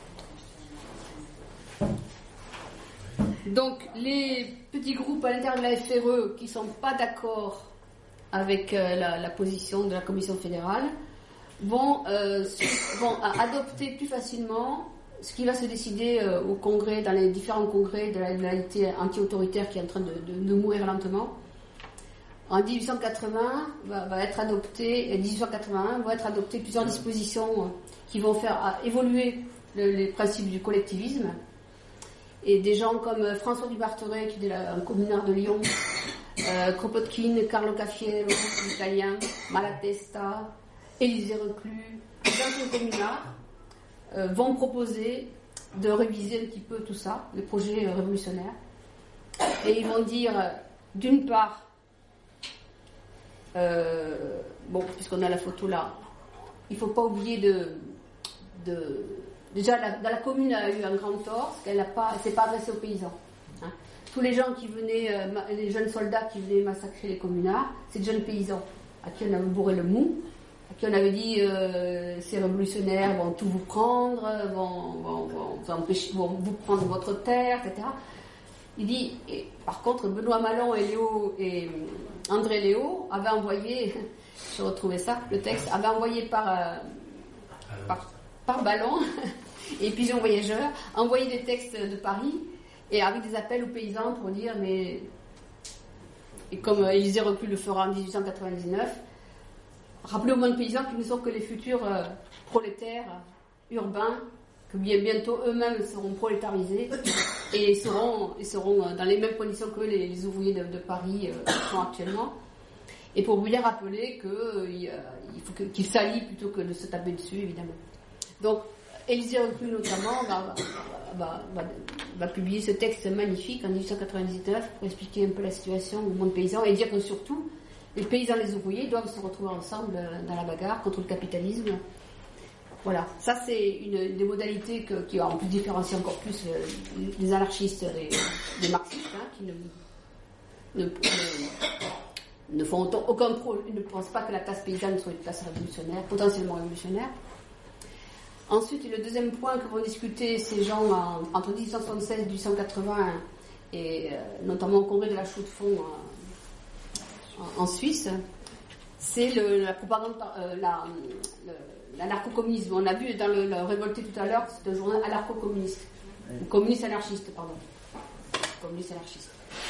Donc, les petits groupes à l'intérieur de la F R E qui ne sont pas d'accord avec euh, la, la position de la Commission fédérale vont, euh, vont adopter plus facilement ce qui va se décider euh, au congrès, dans les différents congrès de la légalité anti-autoritaire qui est en train de, de, de mourir lentement. En dix-huit cent quatre-vingts va, va être adopté, et dix-huit cent quatre-vingt-un vont être adoptées plusieurs dispositions qui vont faire évoluer le, les principes du collectivisme. Et des gens comme François Dubarteret, qui est un communard de Lyon, euh, Kropotkin, Carlo Caffiero, l'italien, Malatesta, Élisée Reclus, les anciens communards euh, vont proposer de réviser un petit peu tout ça, le projet révolutionnaire. Et ils vont dire, d'une part, euh, bon, puisqu'on a la photo là, il ne faut pas oublier de... de déjà, la, dans la commune a eu un grand tort, parce qu'elle ne s'est pas adressée aux paysans. Hein. tous les gens qui venaient, euh, les jeunes soldats qui venaient massacrer les communards, c'est de jeunes paysans à qui on avait bourré le mou, à qui on avait dit euh, ces révolutionnaires vont tout vous prendre, vont, vont, vont, vous, empêcher, vont vous prendre votre terre, et cetera. Il dit, et, par contre, Benoît Malon et Léo et André Léo avaient envoyé, je retrouvais ça, le texte, avaient envoyé par, euh, par, par ballon et pigeon voyageur, envoyé des textes de Paris et avec des appels aux paysans pour dire, mais, et comme Élisée Reclus le fera en dix-huit cent quatre-vingt-dix-neuf, rappelez aux moins paysans qu'ils ne sont que les futurs euh, prolétaires urbains, que bien, bientôt eux-mêmes seront prolétarisés et seront, et seront dans les mêmes conditions que les, les ouvriers de, de Paris euh, sont actuellement. Et pour bien rappeler qu'il euh, il faut que, qu'ils s'allient plutôt que de se taper dessus, évidemment. Donc, Élisée Reclus notamment va, va, va, va publier ce texte magnifique en dix-huit cent quatre-vingt-dix-neuf pour expliquer un peu la situation au monde paysan et dire que surtout, les paysans et les ouvriers doivent se retrouver ensemble dans la bagarre contre le capitalisme. Voilà, ça c'est une des modalités que, qui en plus différencie encore plus euh, les anarchistes des, des marxistes, hein, qui ne, ne, ne, ne font autant, aucun pro, ne pensent pas que la classe paysanne soit une classe révolutionnaire, potentiellement révolutionnaire. Ensuite, le deuxième point que vont discuter ces gens en, entre dix-huit cent soixante-seize et dix-huit cent quatre-vingts, et euh, notamment au congrès de la Chaux-de-Fonds euh, en, en Suisse, c'est le, la propagande, euh, la, le, l'anarcho-communisme. On a vu dans le, le Révolté tout à l'heure, c'est un journal anarcho-communiste. Oui. Ou communiste-anarchiste, pardon. Communiste-anarchiste.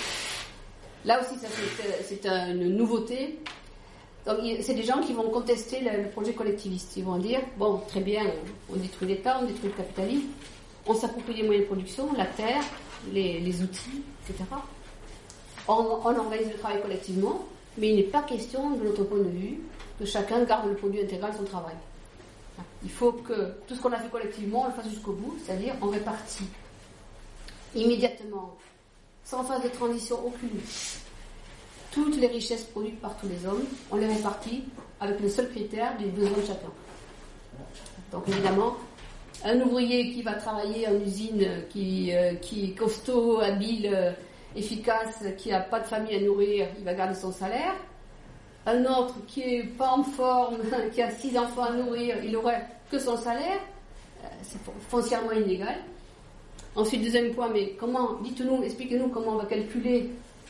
Là aussi, ça, c'est, c'est une nouveauté. Donc, c'est des gens qui vont contester le, le projet collectiviste. Ils vont dire, bon, très bien, on détruit l'État, on détruit le capitalisme, on s'approprie les moyens de production, la terre, les, les outils, et cetera. On, on organise le travail collectivement, mais il n'est pas question, de notre point de vue, que chacun garde le produit intégral de son travail. Il faut que tout ce qu'on a fait collectivement, on le fasse jusqu'au bout, c'est-à-dire on répartit immédiatement, sans phase de transition aucune, toutes les richesses produites par tous les hommes, on les répartit avec le seul critère du besoin de chacun. Donc évidemment, un ouvrier qui va travailler en usine, qui, euh, qui est costaud, habile, euh, efficace, qui n'a pas de famille à nourrir, il va garder son salaire. Un autre qui est pas en forme, qui a six enfants à nourrir, il aurait que son salaire. C'est foncièrement inégal. Ensuite, deuxième point, mais comment, dites-nous, expliquez-nous comment on va calculer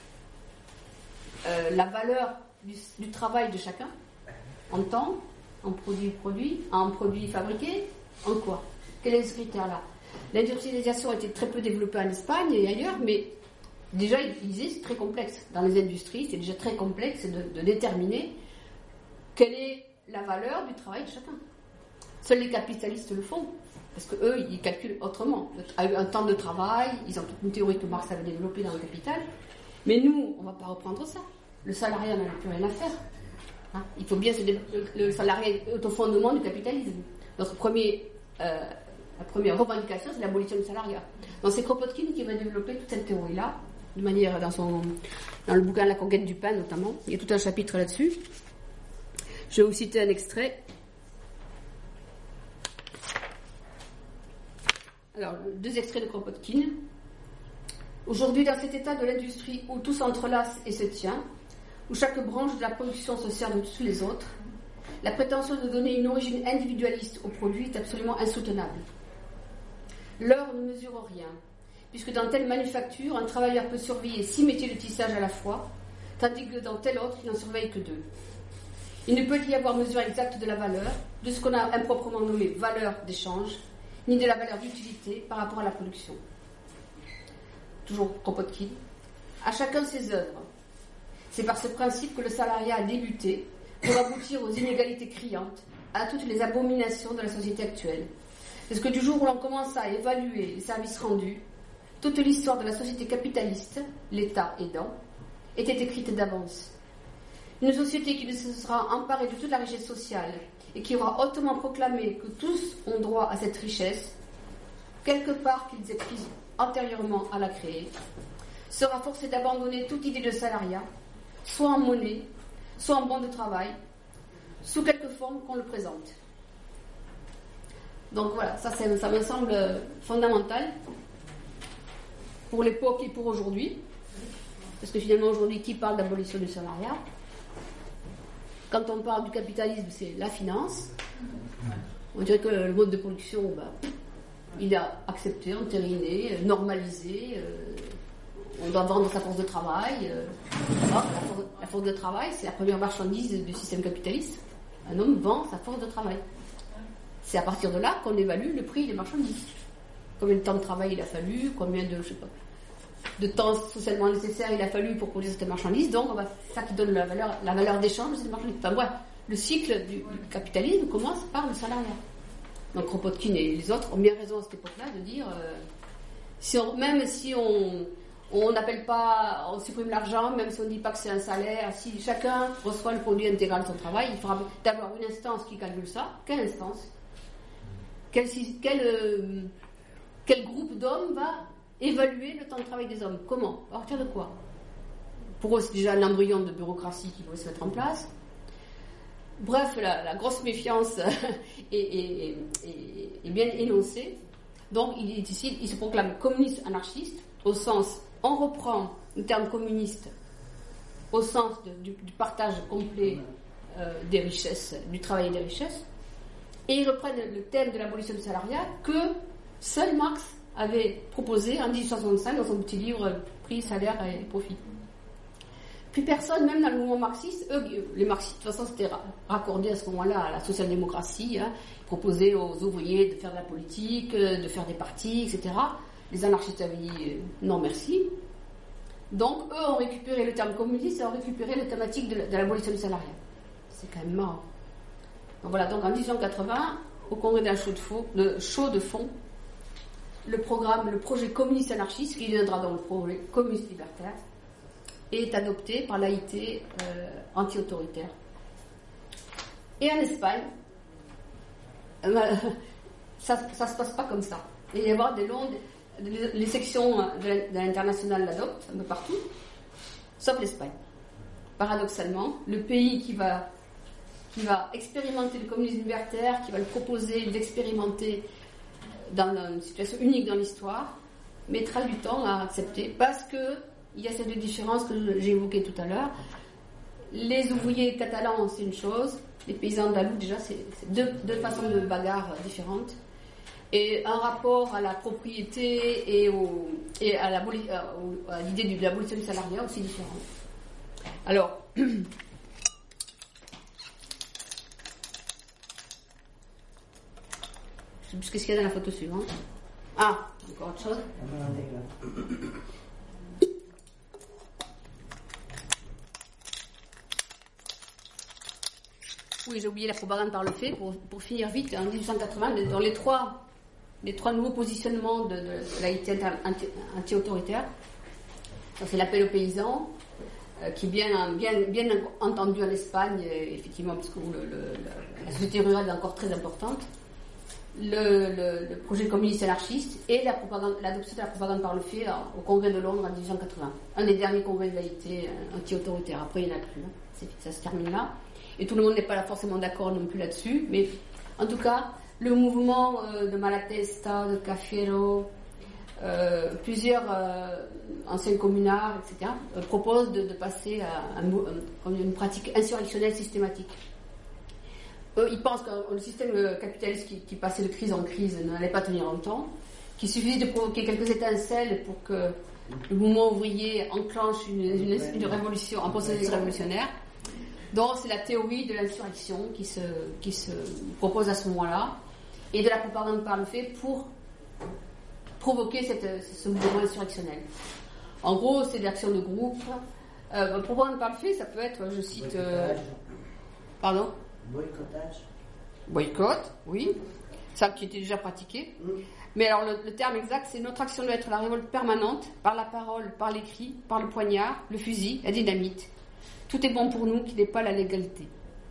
euh, la valeur du, du travail de chacun, en temps, en produits produits, en produits fabriqués, en quoi? Quel est ce critère-là? L'industrialisation a été très peu développée en Espagne et ailleurs, mais déjà, il disait, c'est très complexe. Dans les industries, c'est déjà très complexe de, de déterminer quelle est la valeur du travail de chacun. Seuls les capitalistes le font, parce qu'eux, ils calculent autrement. Un temps de travail, ils ont toute une théorie que Marx avait développée dans le Capital, mais nous, on ne va pas reprendre ça. Le salariat n'en a plus rien à faire. Hein? Il faut bien se dé... Le salariat est au fondement du capitalisme. Notre premier, euh, la première revendication, c'est l'abolition du salariat. Donc c'est Kropotkin qui va développer toute cette théorie-là, de manière, dans, son, dans le bouquin La conquête du pain notamment, il y a tout un chapitre là-dessus. Je vais vous citer un extrait. Alors, deux extraits de Kropotkin. Aujourd'hui, dans cet état de l'industrie où tout s'entrelace et se tient, où chaque branche de la production se sert de toutes les autres, la prétention de donner une origine individualiste au produit est absolument insoutenable. L'heure ne mesure rien, puisque dans telle manufacture, un travailleur peut surveiller six métiers de tissage à la fois, tandis que dans telle autre, il n'en surveille que deux. Il ne peut y avoir mesure exacte de la valeur, de ce qu'on a improprement nommé valeur d'échange, ni de la valeur d'utilité par rapport à la production. Toujours Kropotkin. À chacun ses œuvres. C'est par ce principe que le salariat a débuté pour aboutir aux inégalités criantes, à toutes les abominations de la société actuelle. Parce que du jour où l'on commence à évaluer les services rendus, toute l'histoire de la société capitaliste, l'État aidant, était écrite d'avance. Une société qui se sera emparée de toute la richesse sociale et qui aura hautement proclamé que tous ont droit à cette richesse, quelque part qu'ils aient pris antérieurement à la créer, sera forcée d'abandonner toute idée de salariat, soit en monnaie, soit en bon de travail, sous quelque forme qu'on le présente. Donc voilà, ça, ça me semble fondamental pour l'époque et pour aujourd'hui. Parce que finalement, aujourd'hui, qui parle d'abolition du salariat? Quand on parle du capitalisme, c'est la finance. On dirait que le mode de production, ben, il a accepté, entériné, normalisé. Euh, on doit vendre sa force de travail. Euh, la, force, la force de travail, c'est la première marchandise du système capitaliste. Un homme vend sa force de travail. C'est à partir de là qu'on évalue le prix des marchandises. Combien de temps de travail il a fallu, combien de, je sais pas, de temps socialement nécessaire il a fallu pour produire cette marchandise. Donc, c'est ça qui donne la valeur, la valeur d'échange de cette marchandise. Enfin, bref, le cycle du, du capitalisme commence par le salariat. Donc, Kropotkin et les autres ont bien raison à cette époque-là de dire, euh, si on, même si on on n'appelle pas, on supprime l'argent, même si on ne dit pas que c'est un salaire, si chacun reçoit le produit intégral de son travail, il faudra d'abord une instance qui calcule ça. Quelle instance? Quel, quel, euh, quel groupe d'hommes va évaluer le temps de travail des hommes? Comment? À partir de quoi? Pour eux, c'est déjà l'embryon de bureaucratie qui doit se mettre en place. Bref, la, la grosse méfiance est, est, est, est bien énoncée. Donc, il, est ici, il se proclame communiste anarchiste, au sens, on reprend le terme communiste au sens de, du, du partage complet euh, des richesses, du travail et des richesses, et ils reprennent le thème de l'abolition du salariat que seul Marx avait proposé en dix-huit cent soixante-cinq dans son petit livre Prix, salaire et profit. Plus personne, même dans le mouvement marxiste, eux, les marxistes, de toute façon, c'était raccordé à ce moment-là à la social-démocratie, hein, proposer aux ouvriers de faire de la politique, de faire des partis, et cetera. Les anarchistes avaient dit non merci. Donc, eux ont récupéré le terme communiste et ont récupéré la thématique de l'abolition du salariat. C'est quand même marrant. Donc voilà, donc en dix-huit cent quatre-vingts, au congrès d'un chaud de, fond, de, chaud de fond, le programme, le projet communiste anarchiste, qui deviendra donc le projet communiste libertaire, est adopté par l'A I T euh, anti-autoritaire. Et en Espagne, euh, ça ne se passe pas comme ça. Il va y avoir des longues... Les sections de l'international l'adoptent un peu partout, sauf l'Espagne. Paradoxalement, le pays qui va, qui va expérimenter le communisme libertaire, qui va le proposer, l'expérimenter dans une situation unique dans l'histoire, mettra du temps à accepter parce que il y a ces deux différences que j'ai évoquées tout à l'heure. Les ouvriers catalans, c'est une chose, les paysans andalous, déjà, c'est deux, deux façons de bagarre différentes. Et un rapport à la propriété et, au, et à, la, à l'idée de l'abolition du salariat aussi différent. Alors, je ne sais plus ce qu'il y a dans la photo suivante. Ah, encore autre chose. Oui, j'ai oublié la propagande par le fait, pour, pour finir vite, en dix-huit cent quatre-vingts, dans les trois... les trois nouveaux positionnements de, de l'A I T anti-autoritaire. C'est l'appel aux paysans, euh, qui est bien, bien, bien entendu en Espagne, effectivement, parce que le, le, la société rurale est encore très importante. Le, le, le projet communiste anarchiste et la propagande, l'adoption de la propagande par le fait là, au congrès de Londres en dix-huit cent quatre-vingts. Un des derniers congrès de l'A I T anti-autoritaire. Après, il n'y en a plus. Hein. C'est, ça se termine là. Et tout le monde n'est pas là forcément d'accord non plus là-dessus. Mais en tout cas, le mouvement euh, de Malatesta, de Cafiero, euh, plusieurs euh, anciens communards, et cetera, euh, proposent de, de passer à, un, à une pratique insurrectionnelle systématique. Eux, ils pensent que le système capitaliste qui, qui passait de crise en crise n'allait pas tenir longtemps, qu'il suffisait de provoquer quelques étincelles pour que le mouvement ouvrier enclenche une, une, une révolution, un processus révolutionnaire. Donc c'est la théorie de l'insurrection qui se, qui se propose à ce moment-là, et de la propagande par le fait pour provoquer cette, ce mouvement insurrectionnel. En gros, c'est de l'action de groupe. Euh, propagande par le fait, ça peut être, je cite... Euh, pardon ? Boycottage. Boycott, oui. Ça qui était déjà pratiqué. Mm. Mais alors le, le terme exact, c'est notre action doit être la révolte permanente, par la parole, par l'écrit, par le poignard, le fusil, la dynamite. Tout est bon pour nous, qui n'est pas la légalité.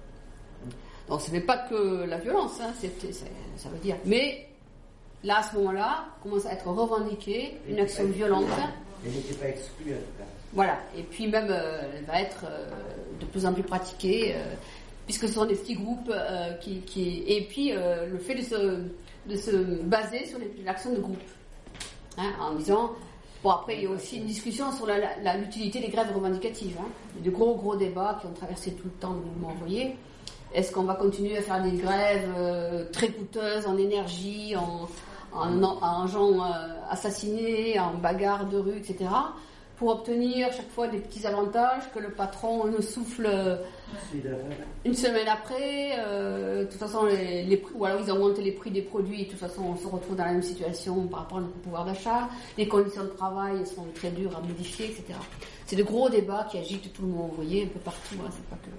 Donc ce n'est pas que la violence, hein, c'est, c'est, ça veut dire. Mais là, à ce moment-là, commence à être revendiquée une action violente. Elle n'était pas exclue en tout cas. Voilà. Et puis même, euh, elle va être euh, de plus en plus pratiquée, euh, puisque ce sont des petits groupes euh, qui, qui... Et puis euh, le fait de se, de se baser sur les, l'action de groupe. Hein, en disant, Bon, après, il y a aussi une discussion sur la, la, la, l'utilité des grèves revendicatives. Hein. Il y a de gros, gros débats qui ont traversé tout le temps le mouvement ouvrier. Est-ce qu'on va continuer à faire des grèves euh, très coûteuses en énergie, en, en, en, en gens euh, assassinés, en bagarres de rue, et cetera, pour obtenir chaque fois des petits avantages que le patron nous souffle euh, une semaine après. Euh, de toute façon, les, les prix, ou alors ils augmentent les prix des produits. Et de toute façon, on se retrouve dans la même situation par rapport à notre pouvoir d'achat. Les conditions de travail sont très dures à modifier, et cetera. C'est de gros débats qui agitent tout le monde ouvrier un peu partout. Hein, c'est pas que...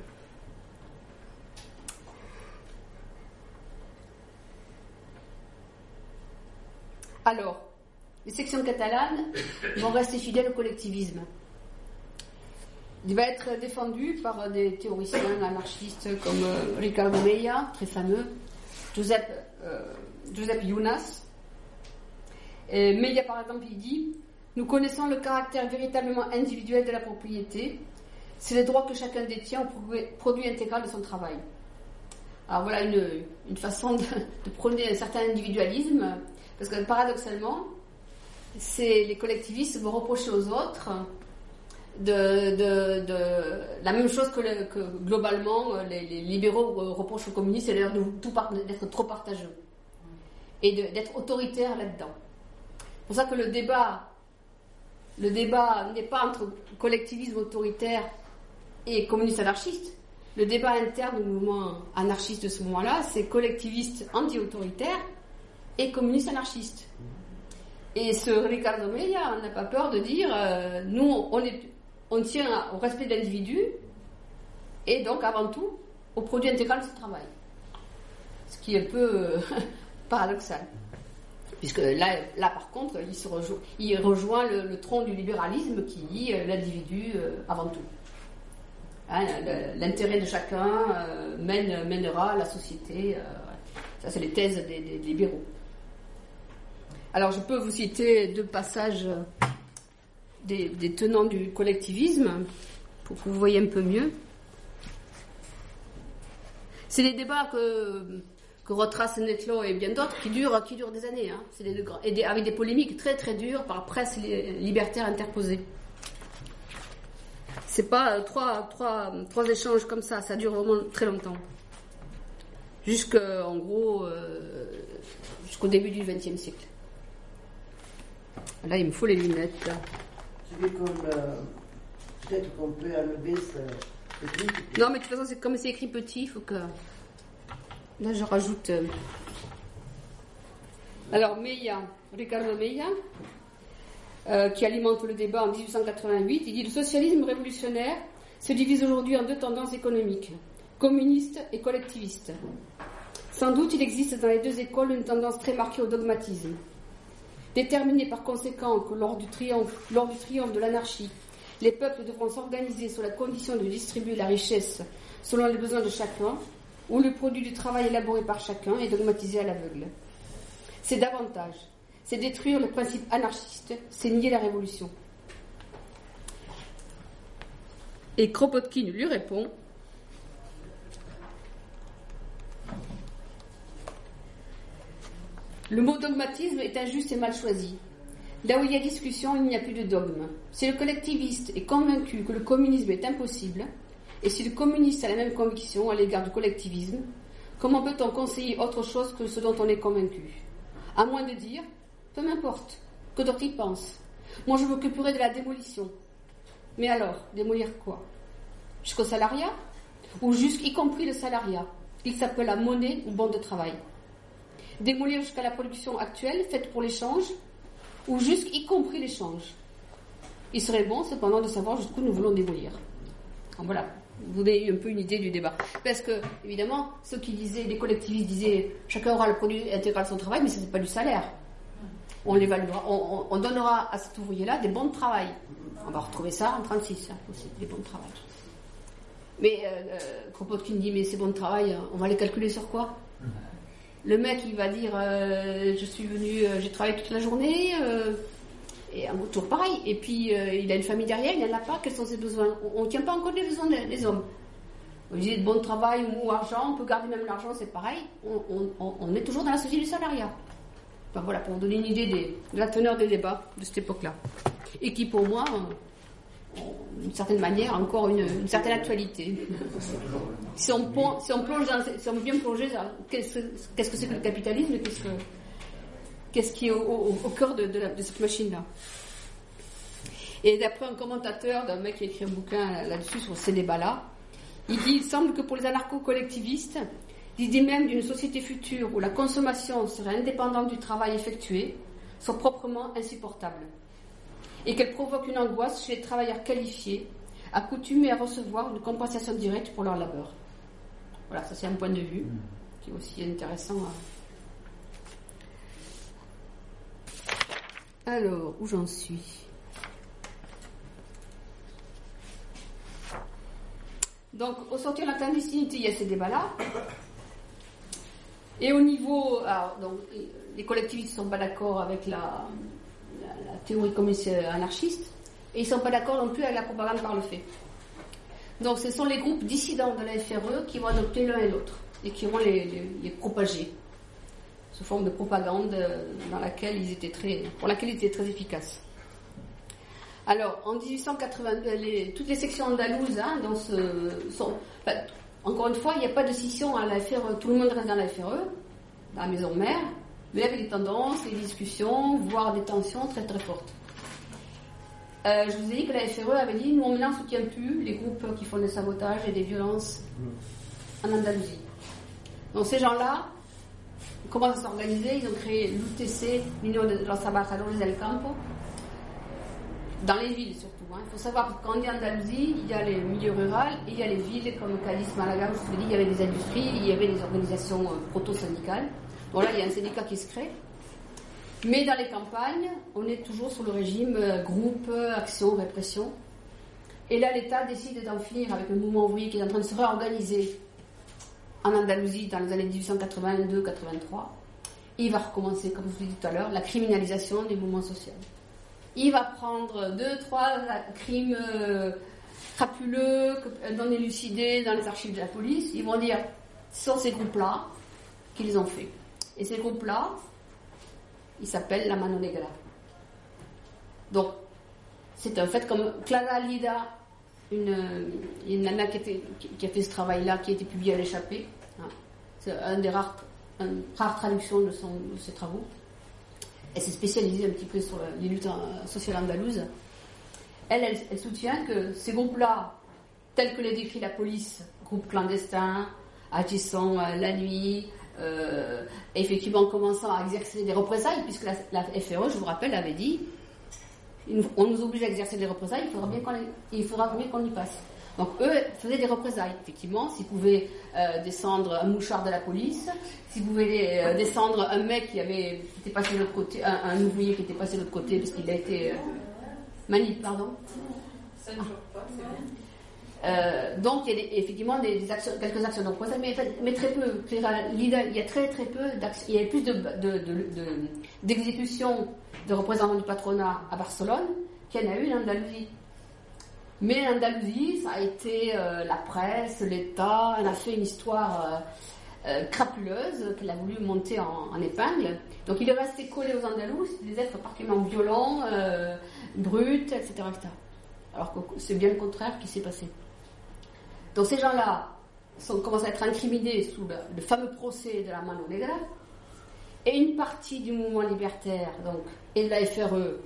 Alors, les sections catalanes vont rester fidèles au collectivisme. Il va être défendu par des théoriciens anarchistes comme euh, Ricardo Meia, très fameux, Josep, euh, Josep Llunas. Et Meia, par exemple, il dit « Nous connaissons le caractère véritablement individuel de la propriété. C'est le droit que chacun détient au produit intégral de son travail. » Alors voilà une, une façon de, de prôner un certain individualisme, parce que paradoxalement, c'est les collectivistes vont reprocher aux autres de, de, de la même chose que, le, que globalement les, les libéraux reprochent aux communistes, c'est-à-dire de tout par, d'être trop partageux et de, d'être autoritaire là-dedans. C'est pour ça que le débat, le débat n'est pas entre collectivisme autoritaire et communiste anarchiste. Le débat interne du mouvement anarchiste de ce moment-là, c'est collectiviste anti-autoritaire et communiste anarchiste. Et ce Ricardo Meia n'a pas peur de dire euh, nous, on, est, on tient au respect de l'individu et donc avant tout au produit intégral de son travail. Ce qui est un peu euh, paradoxal. Puisque là, là, par contre, il, se rejoint, il rejoint le, le tronc du libéralisme qui dit euh, l'individu euh, avant tout. Hein, l'intérêt de chacun euh, mène, mènera la société. Euh, ça, c'est les thèses des, des, des libéraux. Alors, je peux vous citer deux passages des, des tenants du collectivisme pour que vous voyez un peu mieux. C'est des débats que, que retrace Netlo et bien d'autres qui durent, qui durent des années. Hein. C'est des, et des, avec des polémiques très très dures par presse libertaire interposée. C'est pas trois, trois, trois échanges comme ça, ça dure vraiment très longtemps. Jusqu'en gros, euh, jusqu'au début du vingtième siècle. Là, il me faut les lunettes. Là. C'est comme, euh, peut-être qu'on peut enlever ce, ce truc. Non, mais de toute façon, c'est, comme c'est écrit petit, il faut que... Là, je rajoute... Euh... Alors, Meia, Ricardo Meia, euh, qui alimente le débat en dix-huit cent quatre-vingt-huit, il dit « Le socialisme révolutionnaire se divise aujourd'hui en deux tendances économiques, communiste et collectiviste. Sans doute, il existe dans les deux écoles une tendance très marquée au dogmatisme. Déterminé par conséquent que lors du triomphe, lors du triomphe de l'anarchie, les peuples devront s'organiser sur la condition de distribuer la richesse selon les besoins de chacun, ou le produit du travail élaboré par chacun est dogmatisé à l'aveugle. C'est davantage, c'est détruire le principe anarchiste, c'est nier la révolution. » Et Kropotkin lui répond « Le mot dogmatisme est injuste et mal choisi. Là où il y a discussion, il n'y a plus de dogme. Si le collectiviste est convaincu que le communisme est impossible, et si le communiste a la même conviction à l'égard du collectivisme, comment peut-on conseiller autre chose que ce dont on est convaincu? À moins de dire, peu m'importe, que d'autres y pensent. Moi, je m'occuperai de la démolition. Mais alors, démolir quoi? Jusqu'au salariat? Ou jusqu'y compris le salariat, qu'il s'appelle la monnaie ou bon de travail? Démolir jusqu'à la production actuelle, faite pour l'échange, ou jusqu'y compris l'échange? Il serait bon, cependant, de savoir jusqu'où nous voulons démolir. Donc voilà, vous avez eu un peu une idée du débat. Parce que, évidemment, ceux qui disaient, les collectivistes disaient, chacun aura le produit intégral de son travail, mais ce n'est pas du salaire. On l'évaluera, on, on, on donnera à cet ouvrier-là des bons de travail. On va retrouver ça en trente-six, hein, aussi, des bons de travail. Mais euh, Kropotkin dit, mais ces bons de travail, on va les calculer sur quoi? Le mec, il va dire, euh, je suis venu, euh, j'ai travaillé toute la journée, euh, et un toujours pareil. Et puis, euh, il a une famille derrière, il n'en a pas, quels sont ses besoins? On ne tient pas en compte les besoins des, des hommes. Vous disiez de bon travail ou argent, on peut garder même l'argent, c'est pareil. On, on, on est toujours dans la société du salariat. Enfin, voilà, pour vous donner une idée des, de la teneur des débats de cette époque-là. et qui pour moi ont d'une certaine manière encore une, une certaine actualité. Si on, si on plonge dans, si on veut bien plonger dans qu'est-ce, qu'est-ce que c'est que le capitalisme, qu'est-ce, que, qu'est-ce qui est au, au, au cœur de, de, la, de cette machine-là. Et d'après un commentateur d'un mec qui a écrit un bouquin là-dessus sur ces débats-là, il dit, il semble que pour les anarcho-collectivistes, l'idée même d'une société future où la consommation serait indépendante du travail effectué soit proprement insupportable et qu'elle provoque une angoisse chez les travailleurs qualifiés, accoutumés à recevoir une compensation directe pour leur labeur. Voilà, ça c'est un point de vue qui est aussi intéressant. À... Alors, où j'en suis ? Donc, au sortir de la clandestinité, il y a ces débats-là. Et au niveau... Alors, donc, les collectivistes ne sont pas d'accord avec la, la, la théorie communiste anarchiste, et ils ne sont pas d'accord non plus avec la propagande par le fait. Donc, ce sont les groupes dissidents de la F R E qui vont adopter l'un et l'autre, et qui vont les, les, les propager, sous forme de propagande dans laquelle ils étaient très, pour laquelle ils étaient très efficaces. Alors, en dix-huit cent quatre-vingt, les, toutes les sections andalouses, hein, dans ce, sont, enfin, encore une fois, il n'y a pas de scission à la F R E. Tout le monde reste dans la F R E, dans la maison mère, mais avec des tendances, des discussions, voire des tensions très très fortes. Euh, je vous ai dit que la F R E avait dit, nous, on ne soutient plus les groupes qui font des sabotages et des violences en Andalousie. Donc, ces gens-là commencent à s'organiser. Ils ont créé l'U T C, l'Union de los Trabajadores del Campo, dans les villes surtout. Hein. Il faut savoir que quand on dit Andalousie, il y a les milieux ruraux et il y a les villes comme Cadiz, Malaga, où je vous ai dit, il y avait des industries, il y avait des organisations euh, proto-syndicales. Bon là, il y a un syndicat qui se crée. Mais dans les campagnes, on est toujours sur le régime euh, groupe, action, répression. Et là, l'État décide d'en finir avec le mouvement ouvrier qui est en train de se réorganiser en Andalousie dans les années dix-huit cent quatre-vingt-deux quatre-vingt-trois. Il va recommencer, comme je vous l'ai dit tout à l'heure, la criminalisation des mouvements sociaux. Il va prendre deux, trois crimes euh, crapuleux, non élucidés dans les archives de la police. Ils vont dire, ce sont ces groupes-là qui les ont faits. Et ces groupes-là, ils s'appellent la Mano Negra. Donc, c'est un fait comme Clara Lida, une, une nana qui, était, qui, qui a fait ce travail-là, qui a été publié à l'échappée. Hein. C'est un des rares, une rare traduction de, son, de ses travaux. Elle s'est spécialisée un petit peu sur les luttes sociales andalouses. Elle, elle, elle soutient que ces groupes-là, tels que les décrit la police, groupes clandestins, agissant la nuit, euh, effectivement en commençant à exercer des représailles, puisque la, la F R E, je vous rappelle, avait dit, on nous oblige à exercer des représailles, il faudra bien qu'on, les, il faudra bien qu'on y passe. Donc eux faisaient des représailles, effectivement, s'ils pouvaient euh, descendre un mouchard de la police, s'ils pouvaient euh, descendre un mec qui avait qui était passé de l'autre côté, un, un ouvrier qui était passé de l'autre côté parce qu'il a été euh, manip, pardon. Ça ne joue pas, c'est bien. Euh, donc il y a des, effectivement des, des actions, quelques actions de représailles, mais, mais très peu. Il y a très très peu d'actions. Il y a plus de, de, de, de, d'exécutions de représentants du patronat à Barcelone qu'il y en a eu en Andalousie. Mais l'Andalousie, ça a été euh, la presse, l'État, elle a fait une histoire euh, euh, crapuleuse qu'elle a voulu monter en, en épingle. Donc il est resté collé aux Andalous, des êtres particulièrement violents, euh, bruts, et cetera, et cetera. Alors que c'est bien le contraire qui s'est passé. Donc ces gens-là sont, commencent à être incriminés sous le, le fameux procès de la Mano Negra, et une partie du mouvement libertaire donc, et de la F R E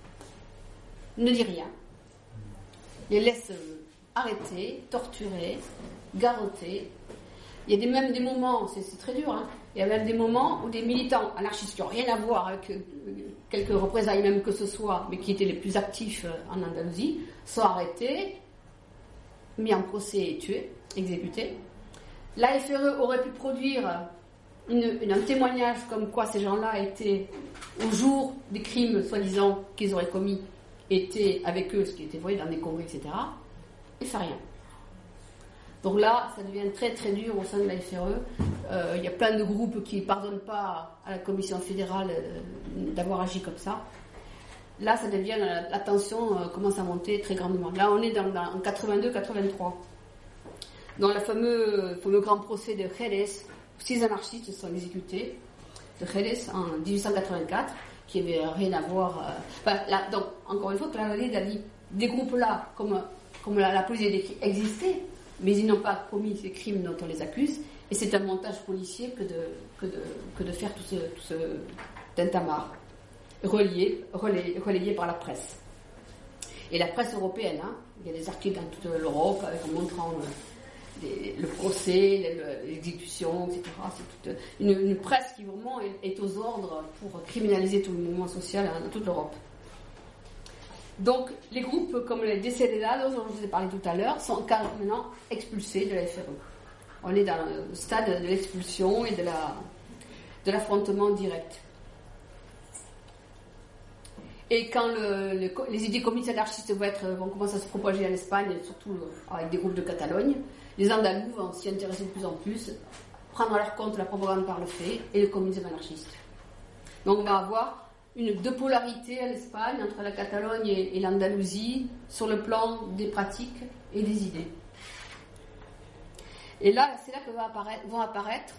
ne dit rien. Les laisse arrêter, torturer, garrotter. Il y a des, même des moments, c'est, c'est très dur, hein, il y a même des moments où des militants anarchistes qui n'ont rien à voir avec euh, quelques représailles même que ce soit, mais qui étaient les plus actifs euh, en Andalousie, sont arrêtés, mis en procès et tués, exécutés. La F R E aurait pu produire une, une, un témoignage comme quoi ces gens-là étaient, au jour des crimes soi-disant qu'ils auraient commis, étaient avec eux, ce qui était vrai dans des congrès, et cetera. Et ça rien. Donc là, ça devient très très dur au sein de la F R E. Euh, il y a plein de groupes qui ne pardonnent pas à la Commission fédérale euh, d'avoir agi comme ça. Là, ça devient, la, la tension euh, commence à monter très grandement. Là, on est dans, dans, en quatre-vingt-deux quatre-vingt-trois. Dans le fameux, fameux grand procès de Jerez, six anarchistes sont exécutés, de Jerez en dix-huit cent quatre-vingt-quatre, qui n'avait rien à voir. Euh, enfin, là, donc, encore une fois, Claverie a dit, des groupes-là, comme, comme la, la police a dit, existaient, mais ils n'ont pas commis ces crimes dont on les accuse, et c'est un montage policier que de, que de, que de faire tout ce, tout ce tintamarre, relayé, relayé, relayé par la presse. Et la presse européenne, hein, il y a des articles dans toute l'Europe, avec, en montrant le, les, le procès, le, l'exécution, et cetera. C'est toute une, une presse qui vraiment est, est aux ordres pour criminaliser tout le mouvement social hein, dans toute l'Europe. Donc, les groupes comme les Desheredados, dont je vous ai parlé tout à l'heure, sont maintenant expulsés de la F R E. On est dans le stade de l'expulsion et de, la, de l'affrontement direct. Et quand le, le, les idées communistes anarchistes vont, être, vont commencer à se propager en Espagne, surtout avec des groupes de Catalogne, les Andalous vont s'y intéresser de plus en plus, prendre à leur compte la propagande par le fait et le communisme anarchiste. Donc on va avoir une deux polarités à l'Espagne entre la Catalogne et, et l'Andalousie sur le plan des pratiques et des idées. Et là, c'est là que va apparaître, vont apparaître,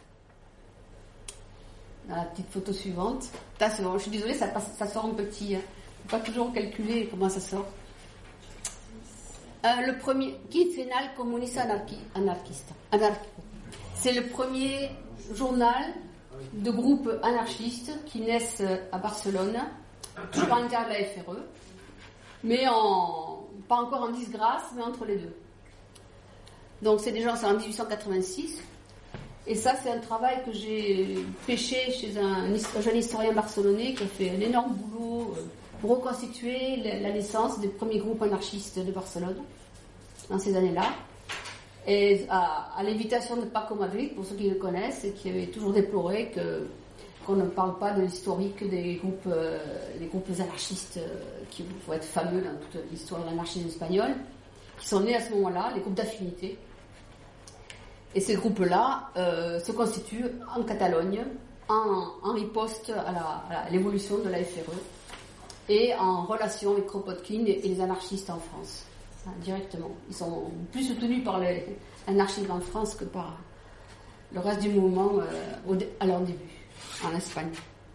dans la petite photo suivante, là, c'est bon, je suis désolée, ça, passe, ça sort en petit, hein. Il ne faut pas toujours calculer comment ça sort. Euh, le premier, Quincenal Comunista Anarquiste. Anarquico. C'est le premier journal de groupes anarchistes qui naissent à Barcelone, toujours en interne de la F R E, mais en, pas encore en disgrâce, mais entre les deux. Donc c'est déjà en dix-huit cent quatre-vingt-six, et ça c'est un travail que j'ai pêché chez un, un jeune historien barcelonais qui a fait un énorme boulot pour reconstituer la, la naissance des premiers groupes anarchistes de Barcelone dans ces années-là. Et à, à l'invitation de Paco Madrid, pour ceux qui le connaissent, et qui avait toujours déploré que, qu'on ne parle pas de l'historique des groupes, euh, des groupes anarchistes euh, qui vont être fameux dans toute l'histoire de l'anarchisme espagnol, qui sont nés à ce moment-là, les groupes d'affinité. Et ces groupes-là euh, se constituent en Catalogne, en, en riposte à, la, à l'évolution de la F R E, et en relation avec Kropotkin et, et les anarchistes en France. Directement. Ils sont plus soutenus par les anarchistes en France que par le reste du mouvement euh, au, à leur début, en Espagne.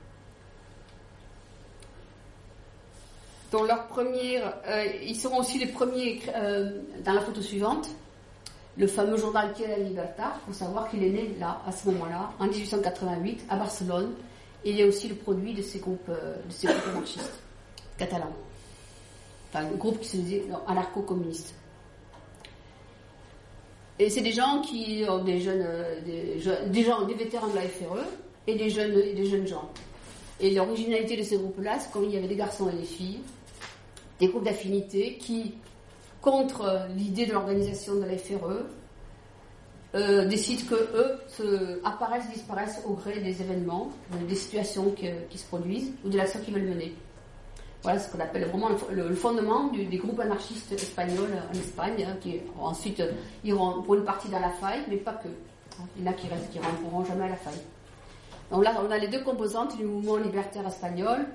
Donc leur première, euh, ils seront aussi les premiers euh, dans la photo suivante, le fameux journal Qui est la Libertad. Il faut savoir qu'il est né là, à ce moment-là, en dix-huit cent quatre-vingt-huit, à Barcelone, et il est aussi le produit de ces groupes, euh, de ces groupes anarchistes catalans. Enfin, un groupe qui se disait anarcho-communiste. Et c'est des gens qui ont des jeunes, des, des gens, des vétérans de la F R E et des jeunes, des jeunes gens. Et l'originalité de ces groupes-là, c'est qu'il y avait des garçons et des filles, des groupes d'affinité qui, contre l'idée de l'organisation de la F R E, euh, décident que eux se, apparaissent, disparaissent au gré des événements, des situations qui, qui se produisent ou de l'action qu'ils veulent mener. Voilà ce qu'on appelle vraiment le, le fondement du, des groupes anarchistes espagnols en Espagne, hein, qui ensuite iront pour une partie dans la faille, mais pas que. Il y en a qui restent, qui ne rentreront jamais à la faille. Donc là, on a les deux composantes du mouvement libertaire espagnol,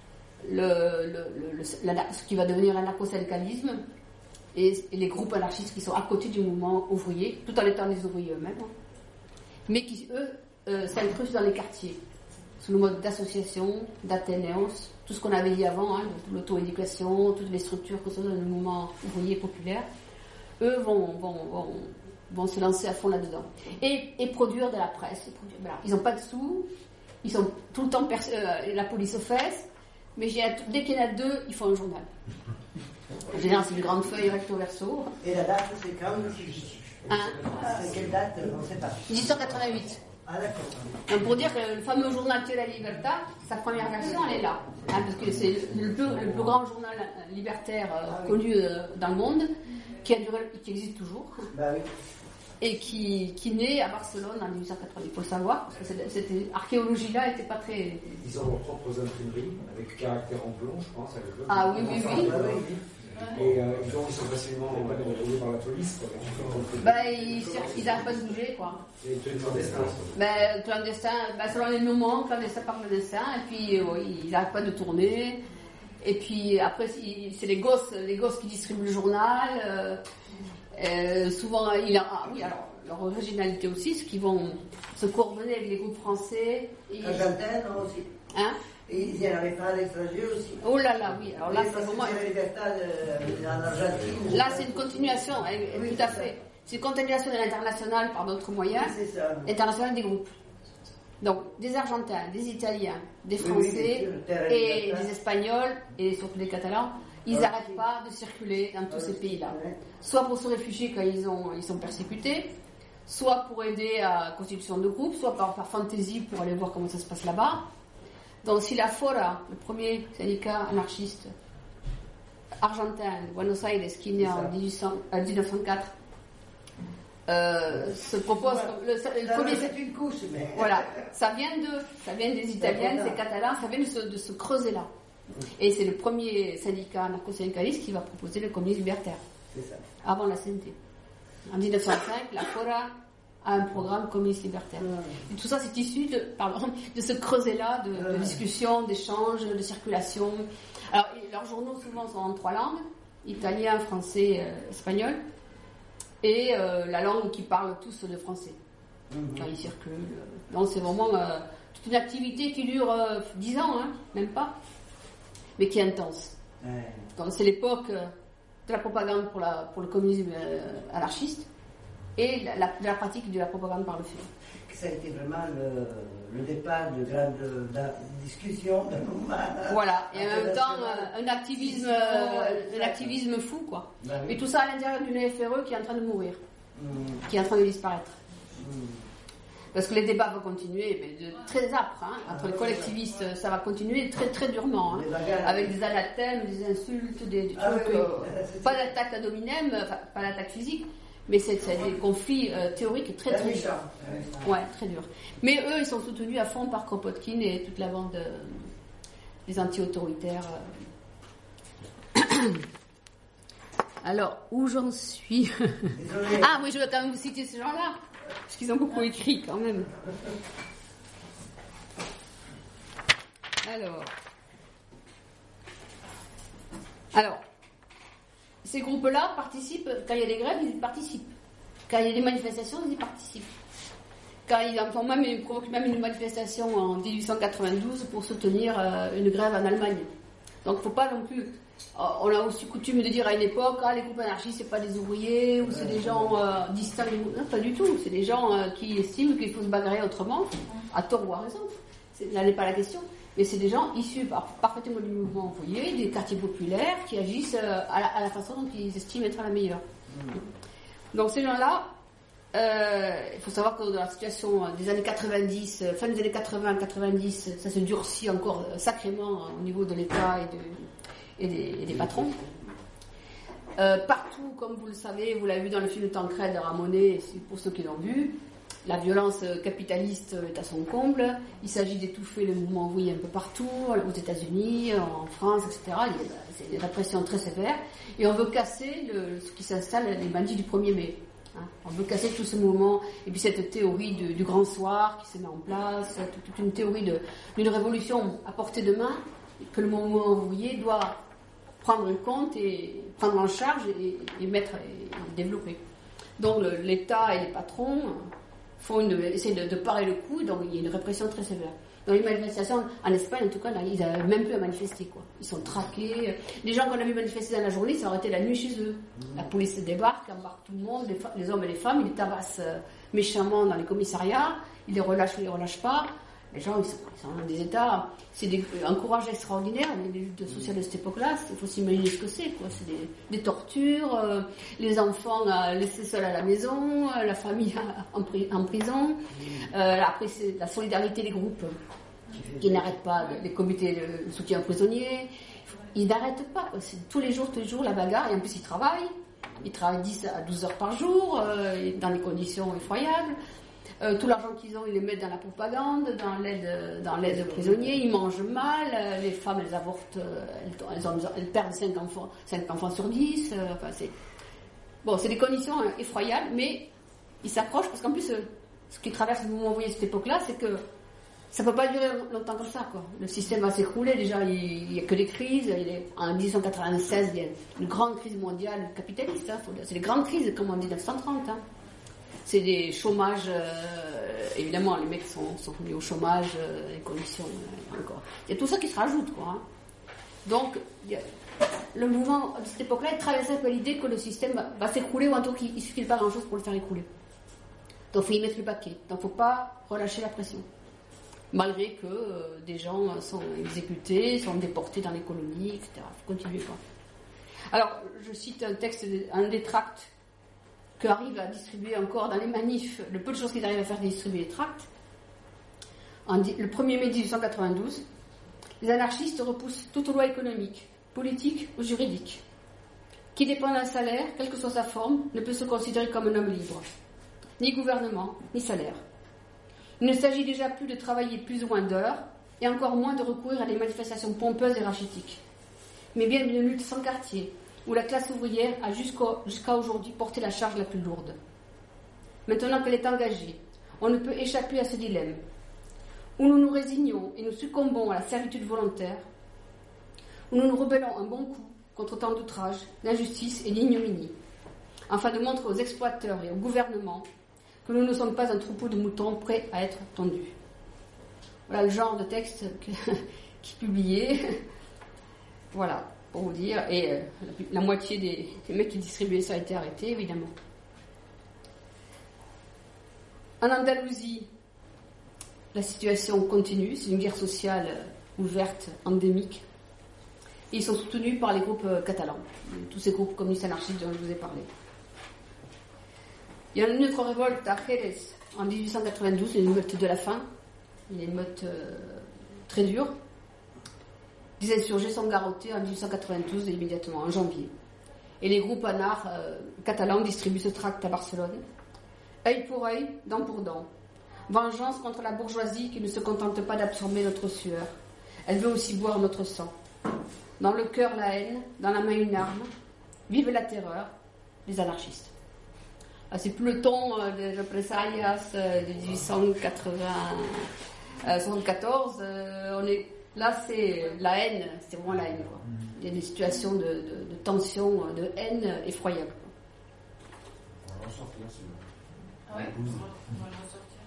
le, le, le, le, la, ce qui va devenir l'anarcho-syndicalisme, et, et les groupes anarchistes qui sont à côté du mouvement ouvrier, tout en étant des ouvriers eux-mêmes, hein, mais qui, eux, euh, s'incrustent dans les quartiers, sous le mode d'association, d'athénéos, tout ce qu'on avait dit avant, hein, l'auto-éducation, toutes les structures que ce soit dans le mouvement ouvrier populaire, eux vont, vont, vont, vont se lancer à fond là-dedans. Et, et produire de la presse. Produire, voilà. Ils n'ont pas de sous, ils sont tout le temps, pers- euh, la police aux fesses, mais j'ai, dès qu'il y en a deux, ils font un journal. En général, c'est une grande feuille recto verso. Et la date, c'est quand Hein C'est quelle date? On ne sait pas. dix-huit cent quatre-vingt-huit. Ah d'accord. Donc pour dire que le fameux journal Qui est la Libertad, sa première version, elle est là. Hein, parce que c'est le plus, le plus grand journal libertaire euh, ah, oui. connu euh, dans le monde, qui, a duré, qui existe toujours. Bah oui. Et qui, qui naît à Barcelone en dix-huit cent quatre-vingt-dix. Il faut le savoir, parce que cette, cette archéologie-là n'était pas très... Ils ont leurs propres imprimeries, avec caractère en plomb, je pense, à l'époque. Ah oui, oui, oui. Ah, oui. Et euh, ils sont facilement retrouvés par la police, quoi. Bah, ils n'arrêtent pas de bouger, quoi. Et clandestin. Bah, clandestin, bah, selon les moments, clandestin par clandestin, et puis oui, ils n'arrêtent pas de tourner. Et puis après, c'est les gosses, les gosses qui distribuent le journal. Euh, euh, souvent, il a, ah, oui, alors, leur originalité aussi, c'est qu'ils vont se coordonner avec les groupes français. Et... Argentin, non, aussi. Hein? Et ils n'y en avaient pas à l'étranger aussi. Oh là là, oui. Alors là, Oui, c'est parce que vraiment. c'est la Libertad euh, en Argentine. Là, c'est une continuation, hein, Oui, tout à c'est fait. ça. C'est une continuation de l'international par d'autres moyens, Oui, c'est ça. international des groupes. Donc, des Argentins, des Italiens, des Oui, oui, Français bien sûr, terre et libertad. des Espagnols et surtout des Catalans, ils Ah, n'arrêtent oui. pas de circuler dans tous Ah, ces oui. pays-là. Ouais. Soit pour se réfugier quand ils, ont, ils sont persécutés, soit pour aider à la constitution de groupes, soit par, par fantaisie pour aller voir comment ça se passe là-bas. Donc, si la Fora, le premier syndicat anarchiste argentin de Buenos Aires, qui est né C'est en ça. dix-huit cents, euh, dix-neuf cent quatre, euh, se propose le, le Ça, premier. c'est une couche, mais. Voilà, ça vient de, ça vient des Italiens, D'accord. des Catalans, ça vient de ce, de ce creuset-là. Et c'est le premier syndicat anarcho-syndicaliste qui va proposer le communisme libertaire, C'est ça. avant la C N T. En dix-neuf cent cinq, la Fora a un programme communiste libertaire. Et tout ça, c'est issu de, pardon, de ce creuset-là de, de discussion, d'échange, de circulation. Alors, leurs journaux, souvent, sont en trois langues, italien, français, euh, espagnol, et euh, la langue qu'ils parlent tous le français. Quand ils circulent. euh. Donc, c'est vraiment euh, toute une activité qui dure euh, dix ans, hein, même pas, mais qui est intense. Ouais. Donc, c'est l'époque euh, de la propagande pour, la, pour le communisme euh, anarchiste et la, la, de la pratique de la propagande par le fait. Ça a été vraiment le, le départ de grandes de, discussions, de mouvements. Voilà, et en même temps, euh, un activisme, euh, un activisme fou, quoi. Bah oui. Mais tout ça à l'intérieur d'une F R E qui est en train de mourir, Mm. qui est en train de disparaître. Mm. Parce que les débats vont continuer, mais de très âpres, hein, entre les collectivistes, ça va continuer très très durement, hein, Les bagarres. avec des anathèmes, des insultes, des, des Ah trucs, oui, oui. euh, C'est- pas d'attaque ad hominem, enfin, pas d'attaque physique, mais c'est, c'est des conflits euh, théoriques très C'est très méchant. durs. Ouais, très durs. Mais eux, ils sont soutenus à fond par Kropotkin et toute la bande euh, des anti-autoritaires. euh. Alors, où j'en suis? Désolé. Ah oui, je dois quand même vous citer ces gens-là, parce qu'ils ont beaucoup écrit quand même. Alors, alors, ces groupes-là participent, quand il y a des grèves, ils y participent. Quand il y a des manifestations, ils y participent. Quand ils en font même, ils provoquent même une manifestation en dix-huit cent quatre-vingt-douze pour soutenir euh, une grève en Allemagne. Donc, il ne faut pas non plus... On a aussi coutume de dire à une époque, ah, les groupes anarchistes, c'est pas des ouvriers, ou c'est des gens euh, distincts. Non, pas du tout. C'est des gens euh, qui estiment qu'il faut se bagarrer autrement, à tort ou à raison. C'est, là n'est pas la question. Mais c'est des gens issus par, parfaitement du mouvement ouvrier, des quartiers populaires, qui agissent euh, à, la, à la façon dont ils estiment être la meilleure. Donc ces gens-là, euh, il faut savoir que dans la situation des années quatre-vingt-dix, euh, fin des années quatre-vingts quatre-vingt-dix, ça se durcit encore euh, sacrément au niveau de l'État et de... Et des, et des patrons. Euh, partout, comme vous le savez, vous l'avez vu dans le film Tancred de Ramonet, c'est pour ceux qui l'ont vu, la violence capitaliste est à son comble. Il s'agit d'étouffer le mouvement ouvrier un peu partout, aux États-Unis, en France, et cetera. Il y a, c'est des répressions très sévères. Et on veut casser le, ce qui s'installe, les bandits du premier mai. Hein. On veut casser tout ce mouvement. Et puis cette théorie du, du grand soir qui se met en place, toute, toute une théorie de, d'une révolution à portée de main que le mouvement ouvrier doit prendre en compte et prendre en charge et, et mettre et développer. Donc le, l'État et les patrons font une, essaient de, de parer le coup, donc il y a une répression très sévère. Dans les manifestations, en Espagne en tout cas, là, ils n'avaient même plus à manifester, quoi. Ils sont traqués. Les gens qu'on a vu manifester dans la journée, ils sont arrêtés la nuit chez eux. La police débarque, embarque tout le monde, les, fa- les hommes et les femmes, ils les tabassent euh, méchamment dans les commissariats, ils les relâchent ou ils les relâchent pas. Les gens, ils sont, ils sont dans des états... C'est des, un courage extraordinaire, les luttes sociales de cette époque-là, il faut s'imaginer ce que c'est, quoi. C'est des, des tortures, euh, les enfants euh, laissés seuls à la maison, euh, la famille en, pri- en prison. Euh, après, c'est la solidarité des groupes qui n'arrêtent pas, les comités de soutien aux prisonniers. Ils n'arrêtent pas, quoi. C'est tous les jours, tous les jours, la bagarre. Et en plus, ils travaillent. Ils travaillent dix à douze heures par jour, euh, dans des conditions effroyables. Euh, tout l'argent qu'ils ont, ils le mettent dans la propagande, dans l'aide, dans l'aide aux prisonniers. Ils mangent mal. Euh, les femmes, elles avortent, euh, elles, elles, ont, elles perdent cinq enfants, cinq enfants sur dix. Euh, enfin, c'est bon, c'est des conditions euh, effroyables, mais ils s'accrochent parce qu'en plus, euh, ce qui traverse le mouvement ouvrier à cette époque-là, c'est que ça peut pas durer longtemps comme ça, quoi. Le système va s'écrouler. Déjà, il n'y a que des crises. Il est, en dix-huit cent quatre-vingt-seize, il y a une grande crise mondiale capitaliste. Hein, faut dire. C'est les grandes crises, comme en dix-neuf cent trente. Hein. C'est des chômages euh, évidemment, les mecs sont, sont mis au chômage, euh, les conditions, euh, encore. Il y a tout ça qui se rajoute, quoi. Hein. Donc, il y a, le mouvement de cette époque-là, il traversait un peu l'idée que le système va, va s'écrouler, ou en tout cas, il ne suffit pas grand-chose pour le faire écrouler. Donc, il faut y mettre le paquet. Donc, il ne faut pas relâcher la pression. Malgré que euh, des gens sont exécutés, sont déportés dans les colonies, et cetera. Il faut continuer, quoi. Alors, je cite un texte, un des tracts qu'arrivent à distribuer encore dans les manifs, le peu de choses qu'ils arrivent à faire distribuer les tracts. En, le premier mai dix-huit cent quatre-vingt-douze, les anarchistes repoussent toute loi économique, politique ou juridique. Qui dépend d'un salaire, quelle que soit sa forme, ne peut se considérer comme un homme libre. Ni gouvernement, ni salaire. Il ne s'agit déjà plus de travailler plus ou moins d'heures, et encore moins de recourir à des manifestations pompeuses et rachitiques. Mais bien d'une lutte sans quartier, où la classe ouvrière a jusqu'à aujourd'hui porté la charge la plus lourde. Maintenant qu'elle est engagée, on ne peut échapper à ce dilemme. Ou nous nous résignons et nous succombons à la servitude volontaire, ou nous nous rebellons un bon coup contre tant d'outrages, d'injustice et d'ignominie, afin de montrer aux exploiteurs et au gouvernement que nous ne sommes pas un troupeau de moutons prêts à être tondus. Voilà le genre de texte que, qui est publié. Voilà, pour vous dire. Et euh, la, la moitié des, des mecs qui distribuaient ça a été arrêté, évidemment. En Andalousie, la situation continue. C'est une guerre sociale ouverte, endémique. Et ils sont soutenus par les groupes euh, catalans, tous ces groupes communistes anarchistes dont je vous ai parlé. Il y a une autre révolte à Jerez en dix-huit cent quatre-vingt-douze, une émeute de la faim, une émeute euh, très dure. Les insurgés sont garrottés en dix-huit cent quatre-vingt-douze, immédiatement, en janvier. Et les groupes anards euh, catalans distribuent ce tract à Barcelone. Œil pour œil, dent pour dent. Vengeance contre la bourgeoisie qui ne se contente pas d'absorber notre sueur. Elle veut aussi boire notre sang. Dans le cœur, la haine, dans la main, une arme. Vive la terreur, les anarchistes. Ah, c'est plus le ton euh, des représailles euh, de dix-huit cent soixante-quatorze. Euh, on est, là, c'est la haine, c'est vraiment la haine, quoi. Il y a des situations de, de, de tension, de haine effroyables. On va en sortir, c'est bon. Ah ouais, on va, on va en sortir.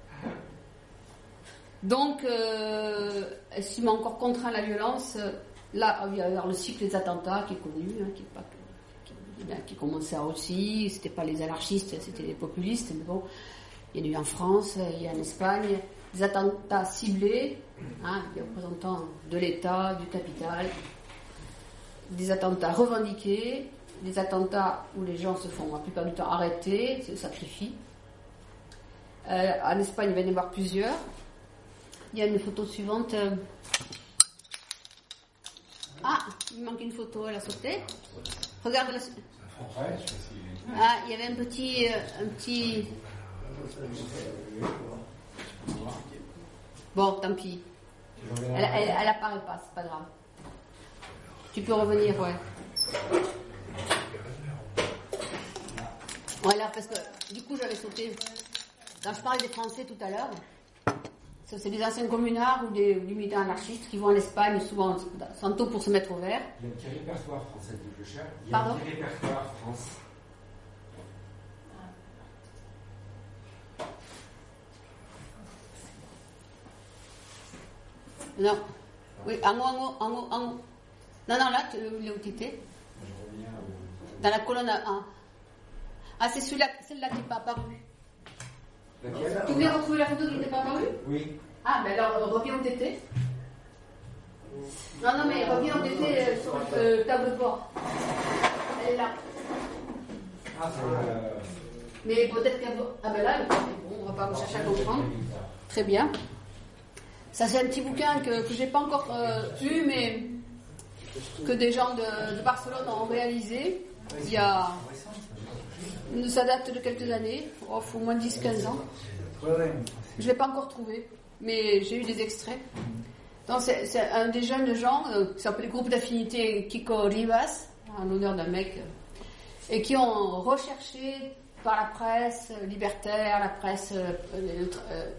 Donc, euh, estimant encore contraint la violence, là, il y a le cycle des attentats qui est connu, hein, qui est pas qui, qui commençait à aussi, c'était pas les anarchistes, c'était les populistes, mais bon, il y en a eu en France, il y a en Espagne, des attentats ciblés, hein, des représentants de l'État, du capital, des attentats revendiqués, des attentats où les gens se font la plupart du temps arrêter, se sacrifient. Euh, en Espagne, il va y en avoir plusieurs. Il y a une photo suivante. Ah, il manque une photo, elle a sauté. Regarde la... Ah, il y avait un petit... Un petit... Bon, tant pis. Elle, elle, elle apparaît pas, c'est pas grave. Tu peux revenir, ouais. Voilà, parce que du coup j'avais sauté. Quand je parlais des Français tout à l'heure, ça, c'est des anciens communards ou des, des militants anarchistes qui vont en Espagne souvent tantôt pour se mettre au vert. Il y a un petit répertoire français du plus cher. Il y a Pardon? un petit répertoire France. Non. Oui, en haut, en haut, en haut, en haut. Non, non, là, tu, là où tu étais. Je reviens au... Dans la colonne un. Ah, c'est celui-là, celle-là qui n'est pas apparue. Laquelle? Tu voulais retrouver la photo qui n'était pas apparue? Oui. Ah, ben alors, reviens où tu étais. Non, non, mais reviens où tu étais sur le euh, tableau de bord. Elle est là. Ah, c'est... Euh... Mais peut-être qu'elle... Ah ben là, bon, on va pas vous chercher à comprendre. Très bien. Ça, c'est un petit bouquin que, que je n'ai pas encore euh, lu, mais que des gens de, de Barcelone ont réalisé. Il y a... Ça date de quelques années, oh, au moins dix quinze ans. Je ne l'ai pas encore trouvé, mais j'ai eu des extraits. Donc, c'est, c'est un des jeunes gens euh, qui s'appelle le groupe d'affinité Kiko Rivas, en l'honneur d'un mec, euh, et qui ont recherché par la presse libertaire, la presse... Euh, euh, euh,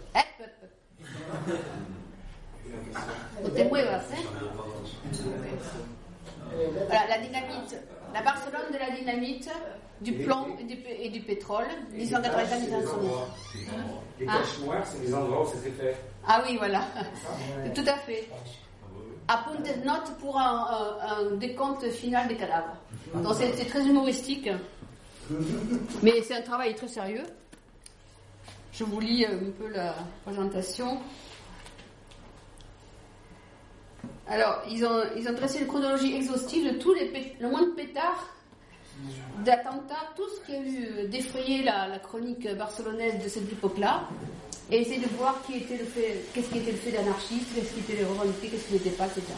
euh, Te muevas, ¿eh? Voilà, la dynamite, la Barcelone de la dynamite, du plomb et du, et du pétrole, dix-huit cent quatre-vingt-quatre dix-neuf cent soixante-dix. Les Hein? taches noires, c'est les endroits où ça s'est fait. Ah oui, voilà, tout à fait. Appointed note pour un, un, un décompte final des cadavres. Donc c'est, c'est très humoristique, mais c'est un travail très sérieux. Je vous lis un peu la présentation. Alors, ils ont, ils ont dressé une chronologie exhaustive de tous les pét- le moins de pétards, d'attentats, tout ce qui a eu défrayé la, la chronique barcelonaise de cette époque-là, et essayer de voir qui était le fait, qu'est-ce qui était le fait d'anarchistes, qu'est-ce qui était les revendiqués, qu'est-ce qui n'était pas, et cetera.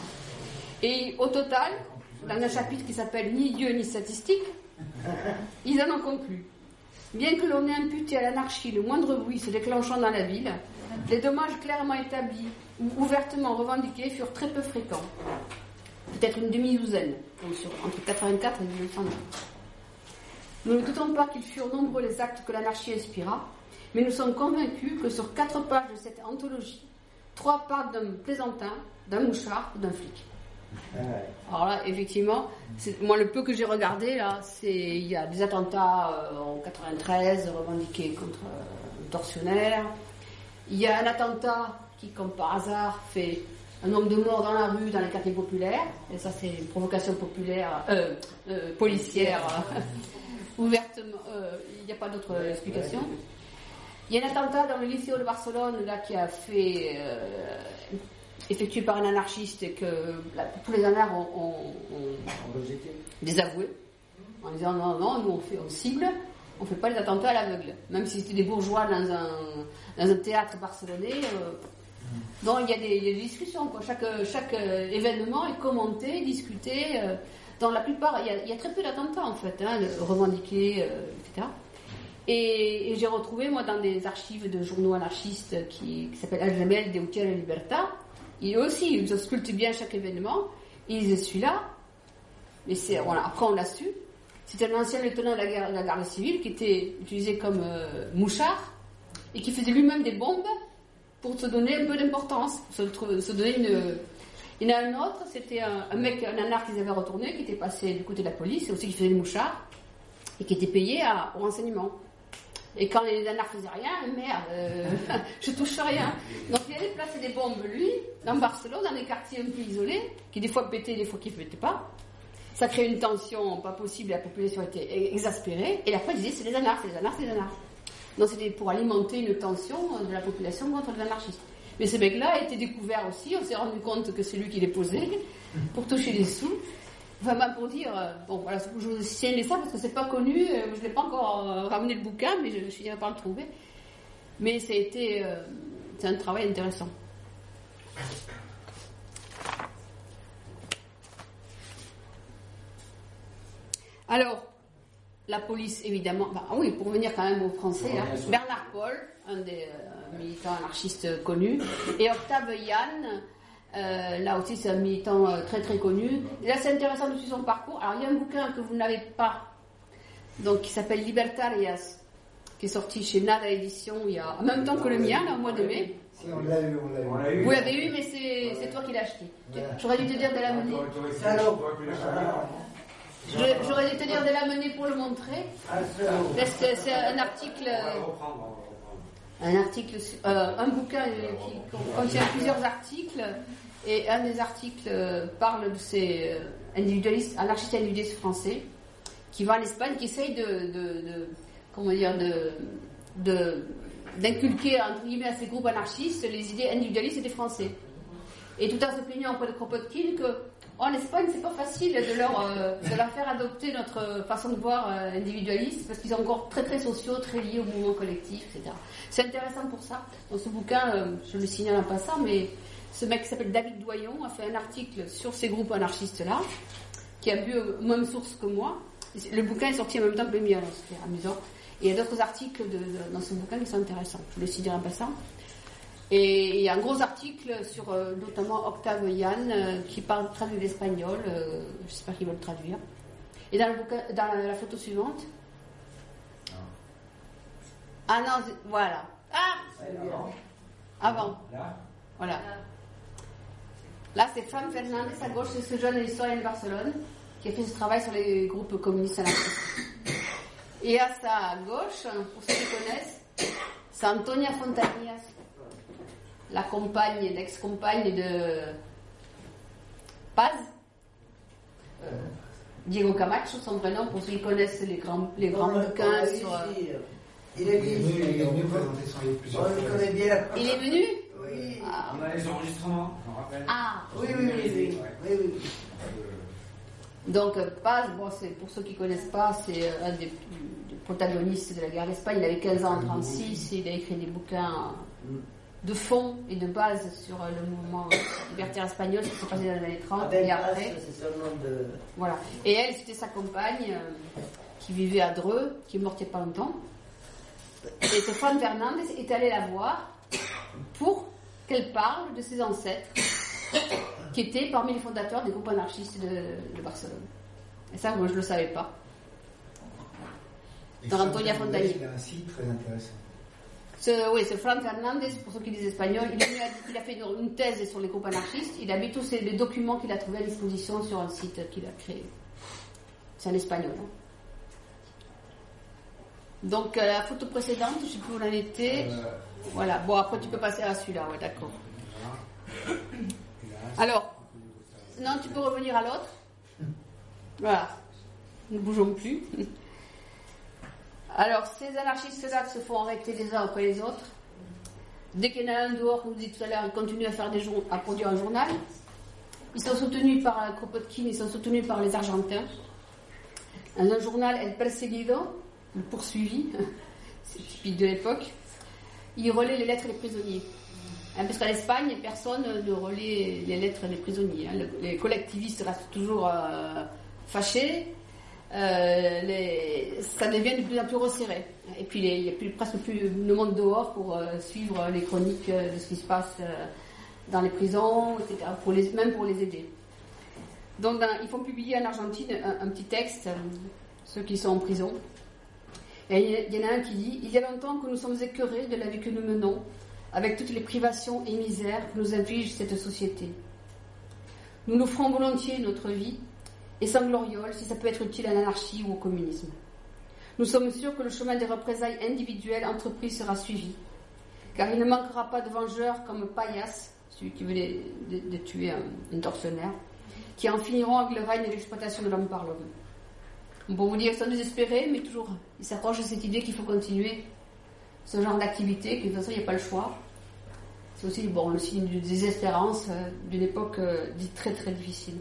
Et au total, dans un chapitre qui s'appelle Ni Dieu ni statistique, ils en ont conclu. Bien que l'on ait imputé à l'anarchie le moindre bruit se déclenchant dans la ville, les dommages clairement établis ou ouvertement revendiqués furent très peu fréquents. Peut-être une demi-douzaine, entre quatre-vingt-quatre et mille neuf cent neuf. Nous ne doutons pas qu'ils furent nombreux les actes que l'anarchie inspira, mais nous sommes convaincus que sur quatre pages de cette anthologie, trois parlent d'un plaisantin, d'un mouchard ou d'un flic. Alors là, effectivement, c'est, moi le peu que j'ai regardé là, c'est il y a des attentats euh, en quatre-vingt-treize revendiqués contre euh, un tortionnaire. Il y a un attentat qui, comme par hasard, fait un nombre de morts dans la rue, dans les quartiers populaires. Et ça, c'est une provocation populaire, euh, euh, policière, euh, ouvertement. Euh, il n'y a pas d'autre explication. Il y a un attentat dans le lycée de Barcelone là qui a fait. Euh, effectué par un anarchiste et que là, tous les anards ont, ont, ont désavoué en disant non, non, nous on, fait, on cible, on ne fait pas les attentats à l'aveugle, même si c'était des bourgeois dans un, dans un théâtre barcelonais. Euh, donc il y, a des, il y a des discussions, quoi. Chaque, chaque euh, événement est commenté, discuté. Euh, dans la plupart, il y, a, il y a très peu d'attentats en fait, hein, revendiqués, euh, et cetera. Et, et j'ai retrouvé, moi, dans des archives de journaux anarchistes qui, qui s'appellent El Rebelde de Utiel et Libertad. Et eux aussi, ils auscultent bien chaque événement. Ils disaient celui-là, mais c'est, voilà, après on l'a su, c'était un ancien lieutenant de la, guerre, de la garde civile qui était utilisé comme euh, mouchard et qui faisait lui-même des bombes pour se donner un peu d'importance, se, se donner une. Il y en a un autre, c'était un, un mec, un anarch qu'ils avaient retourné, qui était passé du côté de la police, et aussi qui faisait le mouchard, et qui était payé à, au renseignement. Et quand les anards faisaient rien, merde, euh, je touche rien. Donc il allait placer des bombes, lui, dans Barcelone, dans des quartiers un peu isolés, qui des fois pétaient, des fois qui ne pétaient pas. Ça créait une tension pas possible, la population était exaspérée. Et après, il disait, c'est les anards, c'est les anards, c'est les anards. Donc c'était pour alimenter une tension de la population contre les anarchistes. Mais ce mec-là a été découvert aussi, on s'est rendu compte que c'est lui qui les posait, pour toucher des sous. Enfin, ben pour dire, bon, voilà, je vous signale ça parce que c'est pas connu, je n'ai pas encore ramené le bouquin, mais je, je finirai par le trouver. Mais ça a été, euh, c'est un travail intéressant. Alors, la police, évidemment, bah, oui, pour venir quand même aux Français, là, Bernard Paul, un des euh, militants anarchistes connus, et Octave Yann. Euh, là aussi, c'est un militant euh, très très connu. Et là, c'est intéressant de suivre son parcours. Alors, il y a un bouquin que vous n'avez pas, donc qui s'appelle Libertarias, qui est sorti chez Nada Édition il y a en même temps que le mien, là, au mois de mai. Si, on l'a eu, on l'a eu. Vous l'avez eu, mais c'est, c'est toi qui l'as acheté. Ouais. J'aurais dû te dire de l'amener. J'aurais dû te dire de l'amener pour le montrer. Parce que c'est un article. Un article, euh, un bouquin qui contient plusieurs articles, et un des articles euh, parle de ces euh, individualistes, anarchistes individualistes français, qui vont en Espagne, qui essayent de, de, de comment dire, de, de, d'inculquer entre guillemets à ces groupes anarchistes les idées individualistes des Français. Et tout en se plaignant auprès de Kropotkin que en Espagne c'est pas facile de leur, euh, de leur faire adopter notre façon de voir euh, individualiste, parce qu'ils sont encore très très sociaux, très liés au mouvement collectif, et cetera. C'est intéressant pour ça. Dans ce bouquin, euh, je le signale en passant, mais ce mec qui s'appelle David Doyon a fait un article sur ces groupes anarchistes-là, qui a vu aux mêmes sources que moi. Le bouquin est sorti en même temps que le mien, c'était amusant. Et il y a d'autres articles de, de, dans ce bouquin qui sont intéressants. Je le signale en passant. Et il y a un gros article sur euh, notamment Octave Yann euh, qui parle traduit l'espagnol. Euh, j'espère qu'il va le traduire. Et dans, le bouquin, dans la, la photo suivante. Ah non, c'est, voilà. Ah avant. Avant. Voilà. Là, c'est Fran Fernandez, à gauche, c'est ce jeune historien de Barcelone qui a fait ce travail sur les groupes communistes anarchistes. Et à sa gauche, pour ceux qui connaissent, c'est Antonia Fontanillas, la compagne, l'ex-compagne de Paz, euh, Diego Camacho, son vrai nom, pour ceux qui connaissent les grands, les grands bouquins sur... Il est venu, il est venu présenter son livre plusieurs fois. On le connaît bien. Il est venu? Oui. Ah. On a les enregistrements, j'en rappelle. Ah, Oui, oui, oui, oui. oui, oui. Donc Paz, bon, c'est, pour ceux qui ne connaissent pas, c'est un des, des protagonistes de la guerre d'Espagne. Il avait quinze ans en trente-six, il a écrit des bouquins de fond et de base sur le mouvement libertaire espagnol, ce qui s'est passé dans les années trente. Abel et après, Paz, c'est son nom de... voilà. Et elle, c'était sa compagne euh, qui vivait à Dreux, qui est morte il n'y a pas longtemps. Et ce Fran Fernandez est allé la voir pour qu'elle parle de ses ancêtres qui étaient parmi les fondateurs des groupes anarchistes de, de Barcelone. Et ça, moi, je ne le savais pas. Et Dans Fran Antonia Fernandez, Fontanillas. il a un site très intéressant. Ce, oui, ce Fran Fernandez, pour ceux qui disent espagnol, il a, il a fait une, une thèse sur les groupes anarchistes. Il a mis tous ces, les documents qu'il a trouvés à disposition sur un site qu'il a créé. C'est un espagnol. Hein. Donc, euh, la photo précédente, je ne sais plus où on en était. Euh... Voilà. Bon, après, tu peux passer à celui-là. Ouais, d'accord. Alors, non, tu peux revenir à l'autre. Voilà. Ne bougeons plus. Alors, ces anarchistes-là se font arrêter les uns après les autres. Dès qu'il y en a un dehors, comme vous dites tout à l'heure, ils continuent à faire des jour- à produire un journal. Ils sont soutenus par Kropotkin, ils sont soutenus par les Argentins. Dans un journal, El Perseguido, le poursuivi, c'est typique de l'époque, il relaie les lettres des prisonniers. Hein, parce qu'en Espagne, personne ne relaie les lettres des prisonniers. Hein. Le, les collectivistes restent toujours euh, fâchés. Euh, les, ça devient de plus en plus resserré. Et puis les, il n'y a plus, presque plus de monde dehors pour euh, suivre les chroniques euh, de ce qui se passe euh, dans les prisons, et cetera. Pour les, même pour les aider. Donc dans, ils font publier en Argentine un, un petit texte, euh, ceux qui sont en prison. Et il y en a un qui dit « Il y a longtemps que nous sommes écœurés de la vie que nous menons, avec toutes les privations et misères que nous inflige cette société. Nous nous ferons volontiers notre vie, et sans gloriole si ça peut être utile à l'anarchie ou au communisme. Nous sommes sûrs que le chemin des représailles individuelles entreprises sera suivi, car il ne manquera pas de vengeurs comme Payas, celui qui venait de, de, de tuer un, un tortionnaire, qui en finiront avec le règne et l'exploitation de l'homme par l'homme. » On peut vous dire qu'ils sont désespérés, mais toujours, ils s'accrochent à cette idée qu'il faut continuer ce genre d'activité, que de toute façon, il n'y a pas le choix. C'est aussi bon, le signe de désespérance euh, d'une époque euh, dite très très difficile.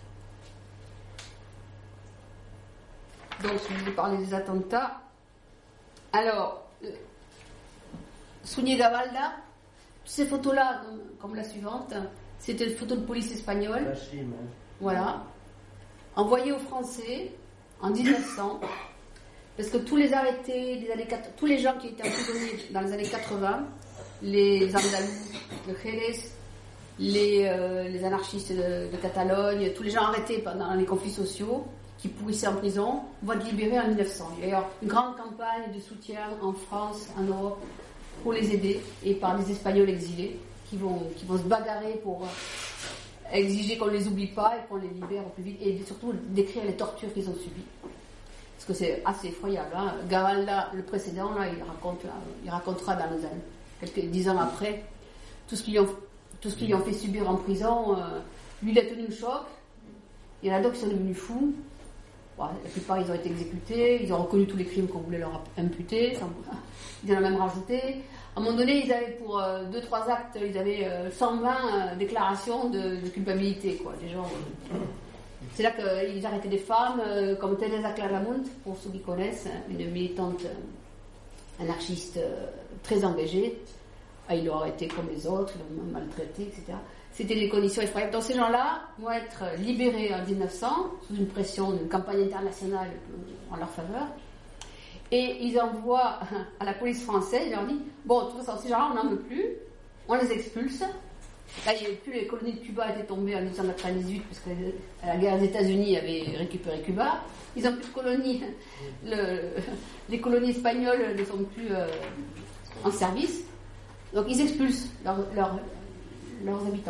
Donc, je vous ai parlé des attentats. Alors, euh, Suñé Gavalda, toutes ces photos-là, comme, comme la suivante, c'était une photo de police espagnole. Voilà. Envoyée aux Français en dix-neuf cents, parce que tous les arrêtés des années quatre, tous les gens qui étaient emprisonnés dans les années quatre-vingts, les Andalous de Jerez, les, euh, les anarchistes de, de Catalogne, tous les gens arrêtés pendant les conflits sociaux, qui pourrissaient en prison, vont être libérés en mille neuf cents. Il y a d'ailleurs une grande campagne de soutien en France, en Europe, pour les aider, et par des Espagnols exilés, qui vont, qui vont se bagarrer pour euh, exiger qu'on ne les oublie pas et qu'on les libère au plus vite, et surtout décrire les tortures qu'ils ont subies. Parce que c'est assez effroyable. Hein. Gavalda, le précédent, là, il, raconte, il racontera dans les années, quelques dix ans après, tout ce qu'ils ont, tout ce qu'ils ont fait subir en prison. Euh, lui, il a tenu le choc. Il y en a d'autres qui sont devenus fous. Bon, la plupart, ils ont été exécutés. Ils ont reconnu tous les crimes qu'on voulait leur imputer. Ils en ont même rajouté. À un moment donné, ils avaient pour euh, deux trois actes, ils avaient euh, cent vingt euh, déclarations de, de culpabilité, quoi. Des gens. Euh, c'est là qu'ils arrêtaient des femmes euh, comme Teresa Claramunt, pour ceux qui connaissent, une militante euh, anarchiste euh, très engagée. Ah, ils l'ont arrêtée comme les autres, ils l'ont maltraitée, et cetera. C'était des conditions effroyables. Donc ces gens-là vont être libérés en dix-neuf cents, sous une pression d'une campagne internationale en leur faveur. Et ils envoient à la police française, ils leur disent « Bon, de toute façon, ces gens-là, on n'en veut plus, on les expulse. » Là, il n'y avait plus les colonies de Cuba étaient tombées en dix-neuf cent quatre-vingt-dix-huit, parce que la guerre des États-Unis avait récupéré Cuba. Ils n'ont plus de colonies. Le, les colonies espagnoles ne sont plus euh, en service. Donc ils expulsent leur, leur, leurs habitants.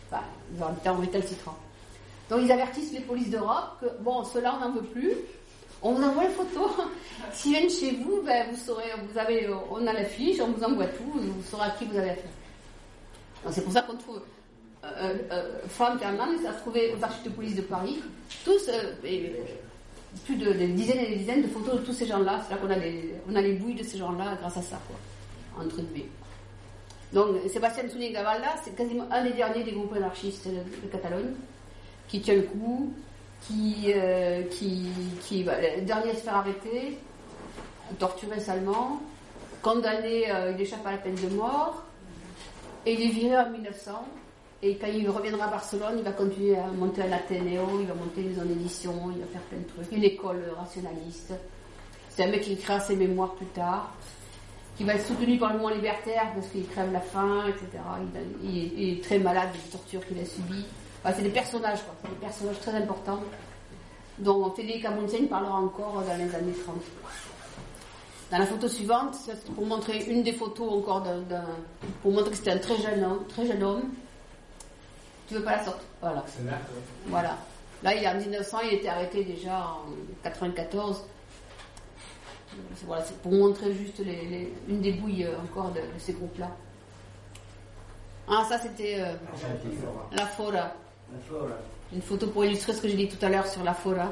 Enfin, ils ont été en récalcitrant. Donc ils avertissent les polices d'Europe que, bon, ceux-là, on n'en veut plus. On vous envoie les photos. S'ils viennent chez vous, ben, vous saurez, vous avez, on a la fiche, on vous envoie tout, vous saurez à qui vous avez affaire. Donc, c'est pour ça qu'on trouve euh, euh, femmes, carrément, ça a trouvé aux archives de police de Paris, tous, euh, et, plus de des dizaines et des dizaines de photos de tous ces gens-là. C'est là qu'on a les, on a les bouilles de ces gens-là grâce à ça, quoi, entre guillemets. Donc, Sébastien Soulier-Gavalda, c'est quasiment un des derniers des groupes anarchistes de, de Catalogne, qui tient le coup, qui, euh, qui, qui bah, le dernier à se faire arrêter, torturé salement, condamné, euh, il échappe à la peine de mort, et il est viré en mille neuf cents, et quand il reviendra à Barcelone, il va continuer à monter un Athénéo, il va monter une maison d'édition, il va faire plein de trucs, une école rationaliste. C'est un mec qui écrira ses mémoires plus tard, qui va être soutenu par le mouvement libertaire parce qu'il crève la faim, et cetera. Il, il, il est très malade des tortures qu'il a subies. Enfin, c'est des personnages, quoi. C'est des personnages très importants dont Frédéric Amundsen parlera encore dans les années trente. Dans la photo suivante, c'est pour montrer une des photos encore d'un, d'un pour montrer que c'était un très jeune homme, très jeune homme. Tu veux pas la sortir? Voilà. C'est là, ouais. Voilà. Là, il est en dix-neuf cents, il était arrêté déjà en quatre-vingt-quatorze. Voilà, c'est pour montrer juste les, les, une des bouilles encore de, de ces groupes-là. Ah, ça c'était euh, la Fora. La Fora. Une photo pour illustrer ce que j'ai dit tout à l'heure sur la Fora.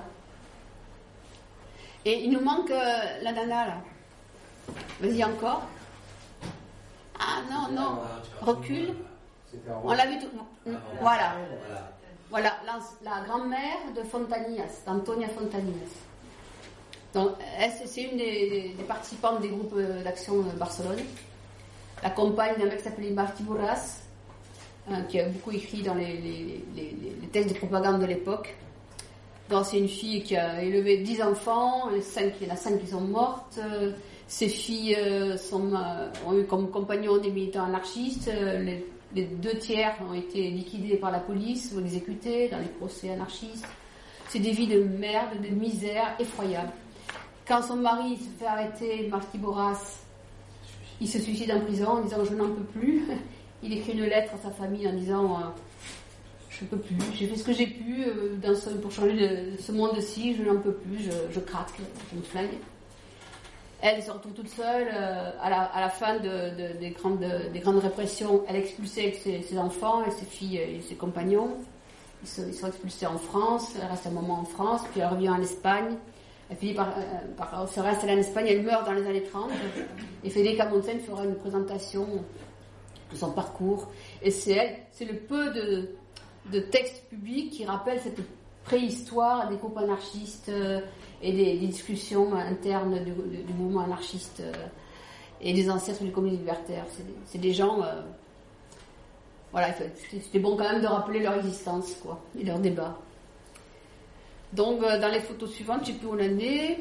Et il nous manque euh, la nana là. Vas-y encore. Ah non, non. Recule. On l'a vu tout. Voilà. Voilà, la, la grand-mère de Fontanillas, d'Antonia Fontanillas. Donc, elle, c'est une des, des participantes des groupes d'action de Barcelone. La compagne d'un mec qui s'appelait Martí Borràs, hein, qui a beaucoup écrit dans les, les, les, les textes de propagande de l'époque. Donc, c'est une fille qui a élevé dix enfants, les cinq, il y en a cinq qui sont mortes. Ces filles euh, sont, euh, ont eu comme compagnons des militants anarchistes. Les, les deux tiers ont été liquidés par la police ou exécutés dans les procès anarchistes. C'est des vies de merde, de misère effroyables. Quand son mari se fait arrêter, Martí Borràs, il se suicide en prison en disant « je n'en peux plus ». Il écrit une lettre à sa famille en disant euh, « je ne peux plus, j'ai fait ce que j'ai pu euh, dans ce, pour changer de, ce monde-ci, je n'en peux plus, je, je craque, je me flingue ». Elle se retrouve toute seule euh, à, la, à la fin de, de, des, grandes, de, des grandes répressions. Elle est expulsée avec ses, ses enfants et ses filles et ses compagnons. Ils sont, ils sont expulsés en France, elle reste un moment en France, puis elle revient en Espagne. Elle finit par, euh, par se réinstaller en Espagne, elle meurt dans les années trente. Et Frédéric Amundsen fera une présentation de son parcours. Et c'est elle, c'est le peu de, de textes publics qui rappellent cette préhistoire des groupes anarchistes euh, et des, des discussions internes du, du, du mouvement anarchiste euh, et des ancêtres du communisme libertaire. C'est, c'est des gens... Euh, voilà, c'était bon quand même de rappeler leur existence, quoi, et leur débat. Donc, euh, dans les photos suivantes, je ne sais plus où on en est.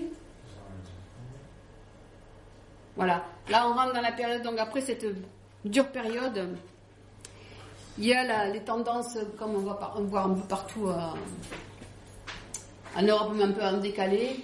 Voilà. Là, on rentre dans la période, donc après cette dure période, il y a la, les tendances, comme on va, par, on voit un peu partout, euh, en Europe, mais un peu en décalé.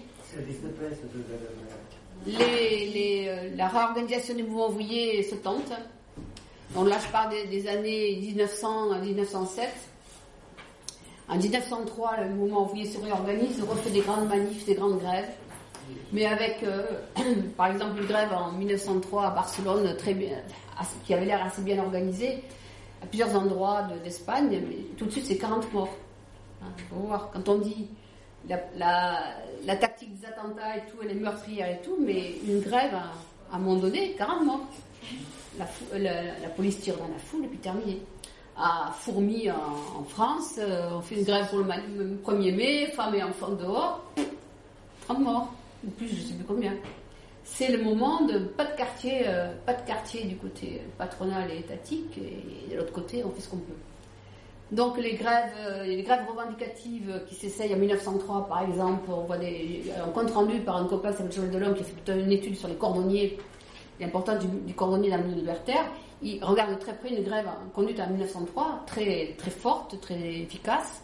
Les, les, euh, la réorganisation du mouvement ouvrier se tente. Donc là, je parle des, des années dix-neuf cents à dix-neuf cent sept. En dix-neuf cent trois, le mouvement ouvrier se réorganise, refait des grandes manifs, des grandes grèves. Mais avec, euh, par exemple, une grève en mille neuf cent trois à Barcelone, très bien, qui avait l'air assez bien organisée, à plusieurs endroits de, d'Espagne, mais tout de suite, c'est quarante morts. Hein, faut voir, quand on dit la, la, la tactique des attentats et tout, elle est meurtrière et tout, mais une grève, à, à un moment donné, quarante morts. La, la, la police tire dans la foule et puis terminé. À Fourmi en, en France, euh, on fait une grève pour le, man, le premier mai, femmes et enfants dehors, trente morts, ou plus, je ne sais plus combien. C'est le moment de pas de quartier, euh, pas de quartier du côté patronal et étatique, et de l'autre côté, on fait ce qu'on peut. Donc les grèves, euh, les grèves revendicatives qui s'essayent en mille neuf cent trois, par exemple, on voit des, un compte rendu par un copain qui s'appelle Joël Delhomme qui a fait plutôt une étude sur les cordonniers, l'importance du, du cordonnier dans le milieu libertaire. Il regarde de très près une grève conduite en mille neuf cent trois, très, très forte, très efficace.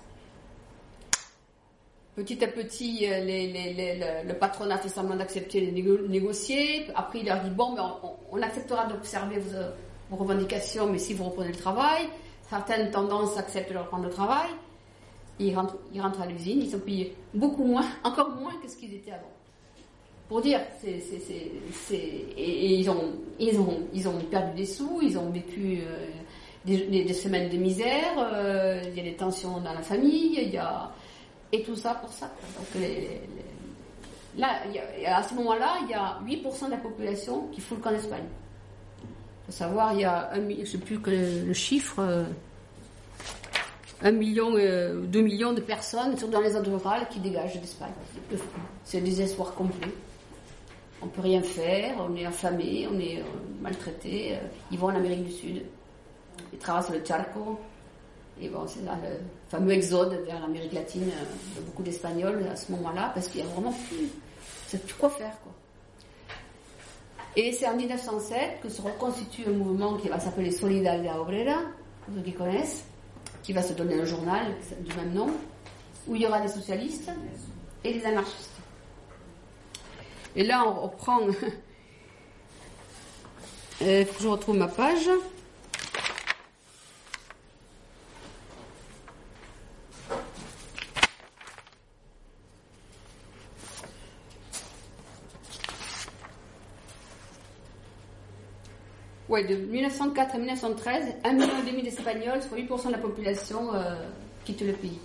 Petit à petit, les, les, les, le, le patronat fait semblant d'accepter les négo- négocier. Après, il leur dit, bon, ben, on, on acceptera d'observer vos, vos revendications, mais si vous reprenez le travail. certaines tendances acceptent de reprendre le travail, ils rentrent, ils rentrent à l'usine, ils sont payés beaucoup moins, encore moins que ce qu'ils étaient avant. Pour dire, c'est, c'est, c'est, c'est, et, et ils, ont, ils, ont, ils ont perdu des sous, ils ont vécu euh, des, des, des semaines de misère, euh, il y a des tensions dans la famille, il y a, et tout ça pour ça. Donc les, les, là, il y a, à ce moment-là, il y a huit pour cent de la population qui fout le camp d'Espagne. Il faut savoir, il y a, un, je ne sais plus que le, le chiffre, euh, un million, euh, deux millions de personnes, surtout dans les zones rurales, qui dégagent d'Espagne. C'est le désespoir complet. On ne peut rien faire, on est affamé, on est euh, maltraité. Euh, ils vont en Amérique du Sud, ils traversent le Charco, et bon, c'est là le fameux exode vers l'Amérique latine euh, de beaucoup d'Espagnols à ce moment-là, parce qu'il n'y a vraiment plus, c'est plus quoi faire, quoi. Et c'est en dix-neuf cent sept que se reconstitue un mouvement qui va s'appeler Solidaridad Obrera, pour ceux qui connaissent, qui va se donner un journal du même nom, où il y aura des socialistes et des anarchistes. Et là, on reprend... Il euh, faut que je retrouve ma page. Ouais, de mille neuf cent quatre à mille neuf cent treize, un million et demi d'Espagnols, soit huit pour cent de la population, euh, quitte le pays.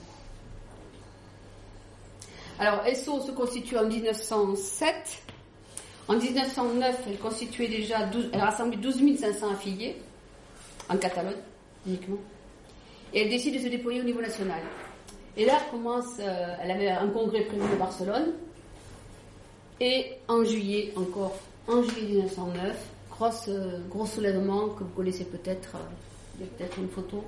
Alors, E S O se constitue en dix-neuf cent sept. En dix-neuf cent neuf, elle constituait déjà douze, elle rassemblait douze mille cinq cents affiliés, en Catalogne uniquement. Et elle décide de se déployer au niveau national. Et là, commence, euh, elle avait un congrès prévu à Barcelone. Et en juillet, encore, en juillet dix-neuf cent neuf, grosse, euh, gros soulèvement que vous connaissez peut-être, euh, il y a peut-être une photo.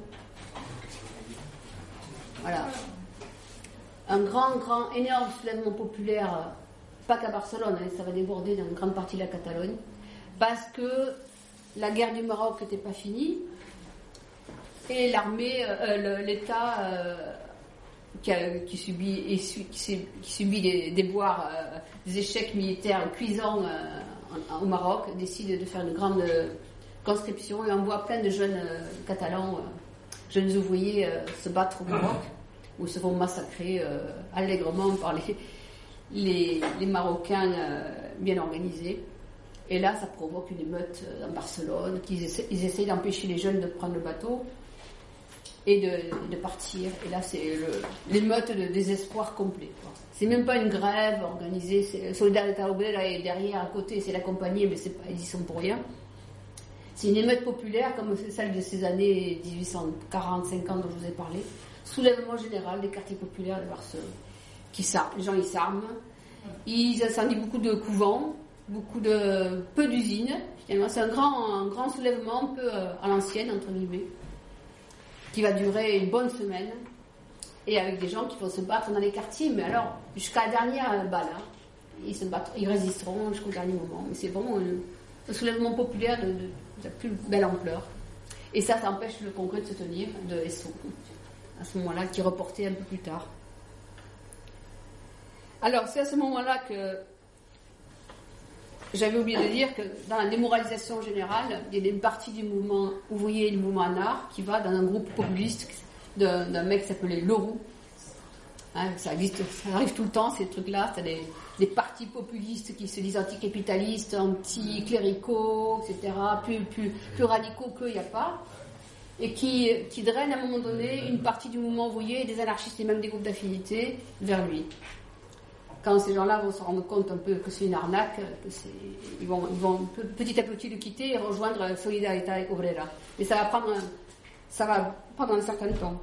Voilà. Un grand, grand, énorme soulèvement populaire, euh, pas qu'à Barcelone, hein, ça va déborder dans une grande partie de la Catalogne, parce que la guerre du Maroc n'était pas finie, et l'armée, euh, le, l'État euh, qui, a, qui subit, et su, qui, qui subit des déboires, euh, des échecs militaires cuisants euh, en, au Maroc, décide de faire une grande conscription et envoie plein de jeunes euh, catalans, euh, jeunes ouvriers euh, se battre au Maroc, où ils se font massacrer euh, allègrement par les, les, les Marocains euh, bien organisés. Et là, ça provoque une émeute dans Barcelone, qu'ils essaient, ils essayent d'empêcher les jeunes de prendre le bateau et de, de partir. Et là, c'est le, l'émeute de désespoir complet, quoi. C'est même pas une grève organisée. C'est, Solidaridad Obrera est derrière, à côté, c'est la compagnie, mais c'est pas, ils y sont pour rien. C'est une émeute populaire, comme celle de ces années dix-huit cent quarante cinquante dont je vous ai parlé. Soulèvement général des quartiers populaires de Barcelone. Qui s'arment, les gens ils s'arment, ils incendient beaucoup de couvents, beaucoup de peu d'usines. Finalement, c'est un grand, un grand soulèvement, un peu à l'ancienne entre guillemets, qui va durer une bonne semaine, et avec des gens qui vont se battre dans les quartiers. Mais alors, jusqu'à la dernière balle, hein, ils se battent, ils résisteront jusqu'au dernier moment. Mais c'est vraiment un, un soulèvement populaire de, de, de la plus belle ampleur. Et ça, ça empêche le congrès de se tenir de E S O à ce moment-là, qui est reporté un peu plus tard. Alors, c'est à ce moment-là que j'avais oublié de dire que dans la démoralisation générale, il y a une partie du mouvement ouvrier et du mouvement anard qui va dans un groupe populiste d'un, d'un mec qui s'appelait Leroux. Hein, ça existe, ça arrive tout le temps, ces trucs-là. C'est des, des partis populistes qui se disent anticapitalistes, anti-cléricaux, et cetera, plus, plus, plus radicaux qu'eux, il n'y a pas. Et qui, qui drainent à un moment donné une partie du mouvement ouvrier et des anarchistes et même des groupes d'affinité vers lui. Quand ces gens-là vont se rendre compte un peu que c'est une arnaque, que c'est, ils, vont, ils vont petit à petit le quitter et rejoindre Solidaridad Obrera. Mais ça va prendre un, ça va prendre un certain temps.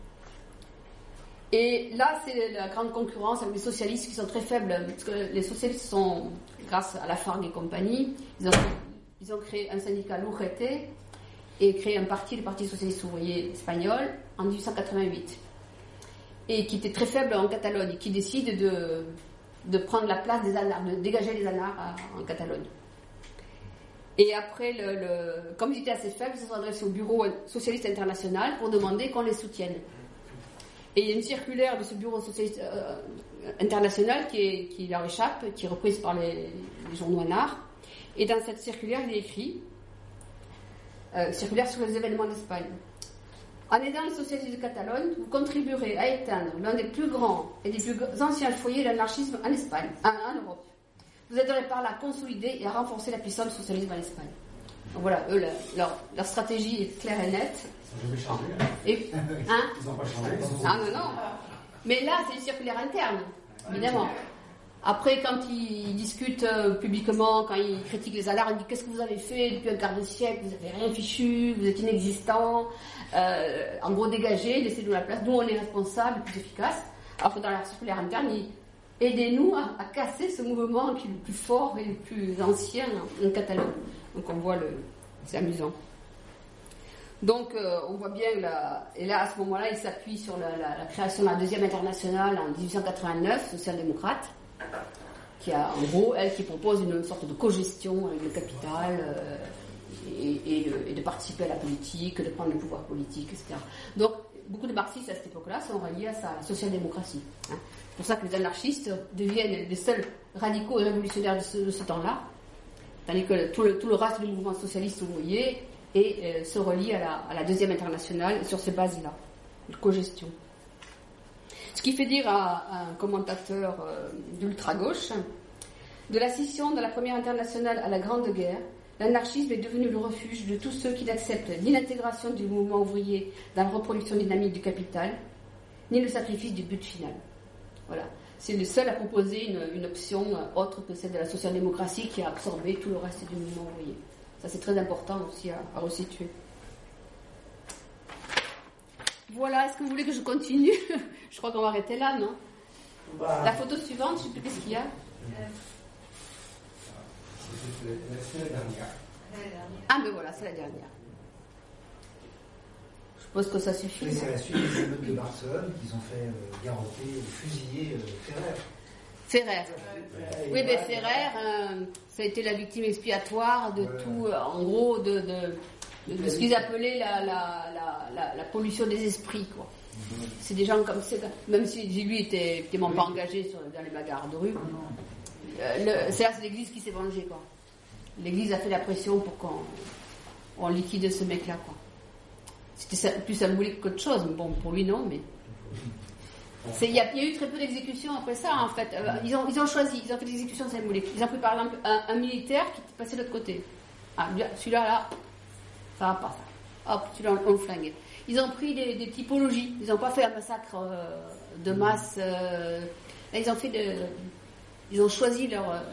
Et là, c'est la grande concurrence avec les socialistes qui sont très faibles, parce que les socialistes sont, grâce à la Fargue et compagnie, ils ont, ils ont créé un syndicat, l'U G T, et créé un parti, le Parti Socialiste Ouvrier Espagnol, en dix-huit cent quatre-vingt-huit. Et qui était très faible en Catalogne, et qui décide de, de prendre la place des anards, de dégager les anards à, en Catalogne. Et après, le, le, comme ils étaient assez faibles, ils se sont adressés au Bureau Socialiste International pour demander qu'on les soutienne. Et il y a une circulaire de ce Bureau Socialiste euh, International qui, est, qui leur échappe, qui est reprise par les, les journaux anards. Et dans cette circulaire, il est écrit, euh, circulaire sur les événements d'Espagne. En aidant les socialistes de Catalogne, vous contribuerez à éteindre l'un des plus grands et des plus anciens foyers de l'anarchisme en Espagne, en, en Europe. Vous aiderez par là à consolider et à renforcer la puissance du socialisme en Espagne. Donc voilà, eux, leur, leur stratégie est claire et nette. Ils n'ont jamais changé. Hein. Et, hein Ils n'ont pas changé. Ils sont... Ah non, non. Mais là, c'est une circulaire interne, évidemment. Après, quand ils discutent euh, publiquement, quand ils critiquent les alarmes, ils disent qu'est-ce que vous avez fait depuis un quart de siècle, vous n'avez rien fichu, vous êtes inexistant, euh, en gros dégagez, laissez-nous la place, nous on est responsables, plus efficaces. Alors que dans la circulaire interne, ils aidez-nous à, à casser ce mouvement qui est le plus fort et le plus ancien en, en Catalogne. Donc on voit le... c'est amusant. Donc euh, on voit bien, la, et là à ce moment-là, il s'appuie sur la, la, la création de la deuxième internationale en dix-huit cent quatre-vingt-neuf, social-démocrate, qui a en gros, elle, qui propose une sorte de cogestion avec le capital euh, et, et, et de participer à la politique, de prendre le pouvoir politique, et cetera. Donc beaucoup de marxistes à cette époque-là sont reliés à sa social-démocratie. Hein. C'est pour ça que les anarchistes deviennent les seuls radicaux et révolutionnaires de ce, de ce temps-là, tandis que tout le, tout le reste du mouvement socialiste, vous voyez, et euh, se relie à la, à la deuxième internationale sur ces bases-là, de cogestion. Ce qui fait dire à, à un commentateur euh, d'ultra-gauche, de la scission de la première internationale à la Grande Guerre, l'anarchisme est devenu le refuge de tous ceux qui n'acceptent ni l'intégration du mouvement ouvrier dans la reproduction dynamique du capital, ni le sacrifice du but final. Voilà. C'est le seul à proposer une, une option autre que celle de la social-démocratie qui a absorbé tout le reste du mouvement ouvrier. Ça, c'est très important aussi à, à resituer. Voilà, est-ce que vous voulez que je continue? Je crois qu'on va arrêter là, non? Bah. La photo suivante, je ne sais plus qu'est-ce qu'il y a. Euh. C'est la dernière. Ah, mais voilà, c'est la dernière. Je suppose que ça suffit. Oui, c'est la suite des émeutes de Barcelone qu'ils ont fait euh, garrotter, fusiller euh, Ferrer. Ferrer. Ouais. Oui, mais Ferrer, euh, ça a été la victime expiatoire de ouais. tout, euh, en gros, de, de, de, de ce qu'ils appelaient la, la, la, la, la pollution des esprits, quoi. Mm-hmm. C'est des gens comme ça, même si lui était évidemment oui. pas engagé sur, dans les bagarres de rue. Euh, le, c'est là, c'est l'Église qui s'est vengée, quoi. L'Église a fait la pression pour qu'on on liquide ce mec-là, quoi. C'était plus symbolique qu'autre chose, bon, pour lui non, mais il y, y a eu très peu d'exécutions après ça, en fait. Euh, ils, ont, ils ont choisi, ils ont fait des exécutions symboliques. Ils ont pris par exemple un, un militaire qui est passé de l'autre côté. Ah, celui-là, là, ça va pas, ça. Hop, celui-là, on, on le flingue. Ils ont pris des, des typologies. Ils n'ont pas fait un massacre euh, de masse. Euh, là, ils ont fait de, ils ont choisi leurs euh,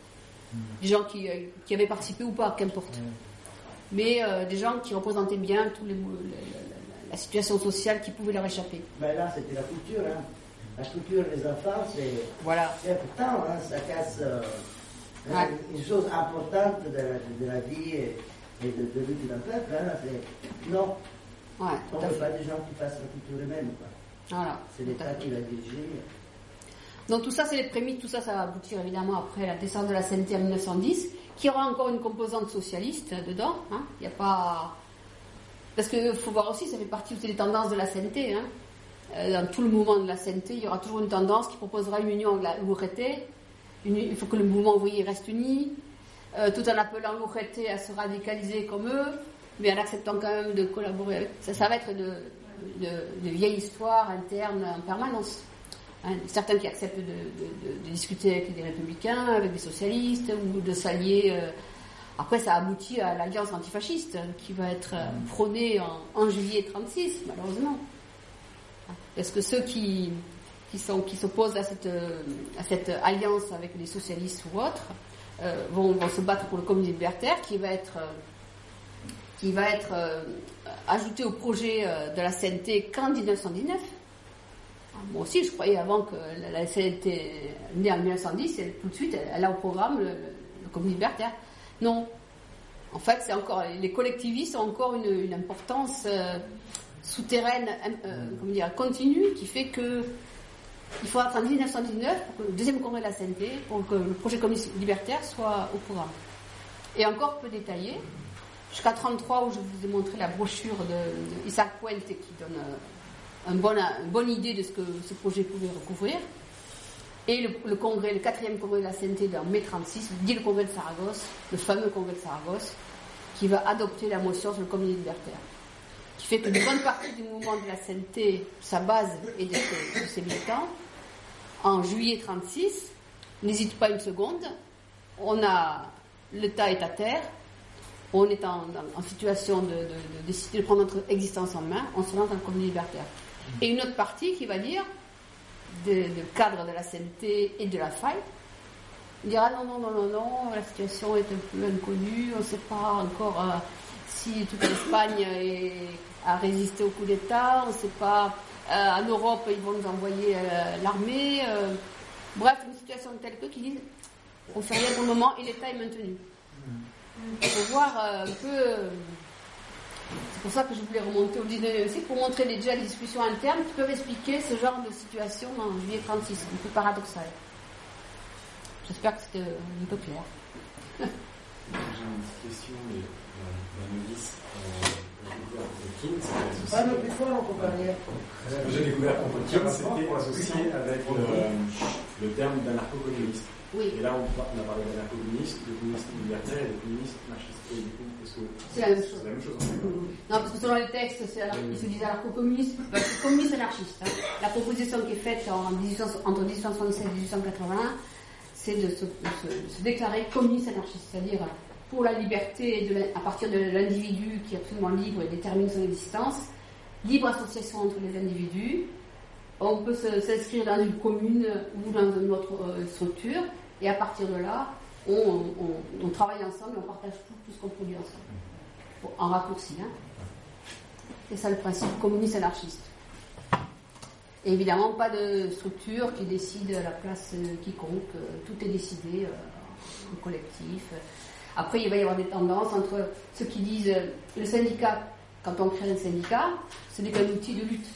des gens qui, euh, qui avaient participé ou pas, qu'importe. Mais euh, des gens qui représentaient bien tous les, le, le, la, la situation sociale qui pouvait leur échapper. Ben là, c'était la culture. Hein. La culture des enfants, c'est, voilà. c'est important. Hein. Ça casse euh, ouais. une chose importante de la, de la vie et, et de, de vie d'un peuple. Hein. C'est, non, ouais, on ne veut pas des gens qui fassent la culture eux-mêmes. Quoi. Voilà. C'est l'État qui l'a dirigé. Donc tout ça, c'est les prémices. Tout ça, ça va aboutir évidemment après la descente de la C N T en dix-neuf cent dix, qui aura encore une composante socialiste dedans. Hein. Il n'y a pas... Parce qu'il faut voir aussi, ça fait partie aussi des tendances de la C N T. Hein. Dans tout le mouvement de la C N T, il y aura toujours une tendance qui proposera une union avec l'U R T. Une... Il faut que le mouvement ouvrier reste uni, euh, tout en appelant l'U R T à se radicaliser comme eux, mais en acceptant quand même de collaborer avec... Ça, ça va être de, de, de vieilles histoires internes en permanence. Hein, certains qui acceptent de, de, de, de discuter avec des républicains, avec des socialistes, ou de s'allier. Euh... Après, ça aboutit à l'alliance antifasciste qui va être euh, prônée en, en juillet trente-six, malheureusement. Parce que ceux qui, qui, sont, qui s'opposent à cette, à cette alliance avec les socialistes ou autres euh, vont, vont se battre pour le communisme libertaire qui va être, euh, qui va être euh, ajouté au projet euh, de la C N T qu'en dix-neuf cent dix-neuf. Moi aussi, je croyais avant que la C N T née en dix-neuf cent dix, elle, tout de suite, elle, elle a au programme le, le communisme libertaire. Non. En fait, c'est encore, les collectivistes ont encore une, une importance euh, souterraine, euh, comment dire, continue, qui fait que il faut attendre dix-neuf cent dix-neuf pour que le deuxième congrès de la C N T, pour que le projet communiste libertaire soit au programme. Et encore peu détaillé, jusqu'à trente-trois où je vous ai montré la brochure de, de Isaac Puente qui donne euh, un bon, une bonne idée de ce que ce projet pouvait recouvrir. Et le, le congrès, le quatrième congrès de la C N T en mai trente-six, dit le congrès de Saragosse, le fameux congrès de Saragosse, qui va adopter la motion sur le communisme libertaire. qui fait que une bonne partie du mouvement de la C N T, sa base est de ses, de ses militants. En juillet trente-six, n'hésite pas une seconde, on a, l'État est à terre, on est en, en situation de, de, de décider de prendre notre existence en main, on se lance dans le communisme libertaire. Et une autre partie qui va dire, de, de cadre de la C N T et de la F A I, dira non, non, non, non, non, la situation est un peu inconnue, on ne sait pas encore euh, si toute l'Espagne est, a résisté au coup d'État, on ne sait pas, euh, en Europe ils vont nous envoyer euh, l'armée, euh, bref, une situation telle que qui disent on ne fait rien pour le moment et l'État est maintenu. Il faut voir euh, un peu, euh, c'est pour ça que je voulais remonter au dix-neuvième siècle, pour montrer déjà les discussions internes qui peuvent expliquer ce genre de situation en juillet trente-six, un peu paradoxal. J'espère que c'était un peu clair. J'ai une petite question, mais la novice, euh, j'ai découvert Kropotkin, Pas le plus fort, on peut parler. J'ai découvert Kropotkin, c'était associé avec le, le terme d'anarcho-communiste. Oui. Et là, on, on a parlé d'anarcho-communiste, de communiste libertaire et de communiste anarchiste. Et du coup, est-ce que c'est la même chose. C'est la même chose. Non, parce que selon les textes, c'est alors, ils se disent anarcho-communiste, parce que communiste anarchiste. Hein. La proposition qui est faite en dix-huit cents, entre dix-huit cent soixante-sept et dix-huit cent quatre-vingt-un, c'est de se, de se, se déclarer communiste anarchiste, c'est-à-dire pour la liberté de la, à partir de l'individu qui est absolument libre et détermine son existence, libre association entre les individus, on peut se, s'inscrire dans une commune ou dans une autre euh, structure, et à partir de là, on, on, on travaille ensemble et on partage tout, tout ce qu'on produit ensemble. Bon, en raccourci, hein. C'est ça le principe communiste anarchiste. Et évidemment, pas de structure qui décide à la place de quiconque. Tout est décidé euh, en collectif. Après, il va y avoir des tendances entre ceux qui disent euh, le syndicat, quand on crée un syndicat, ce n'est qu'un outil de lutte.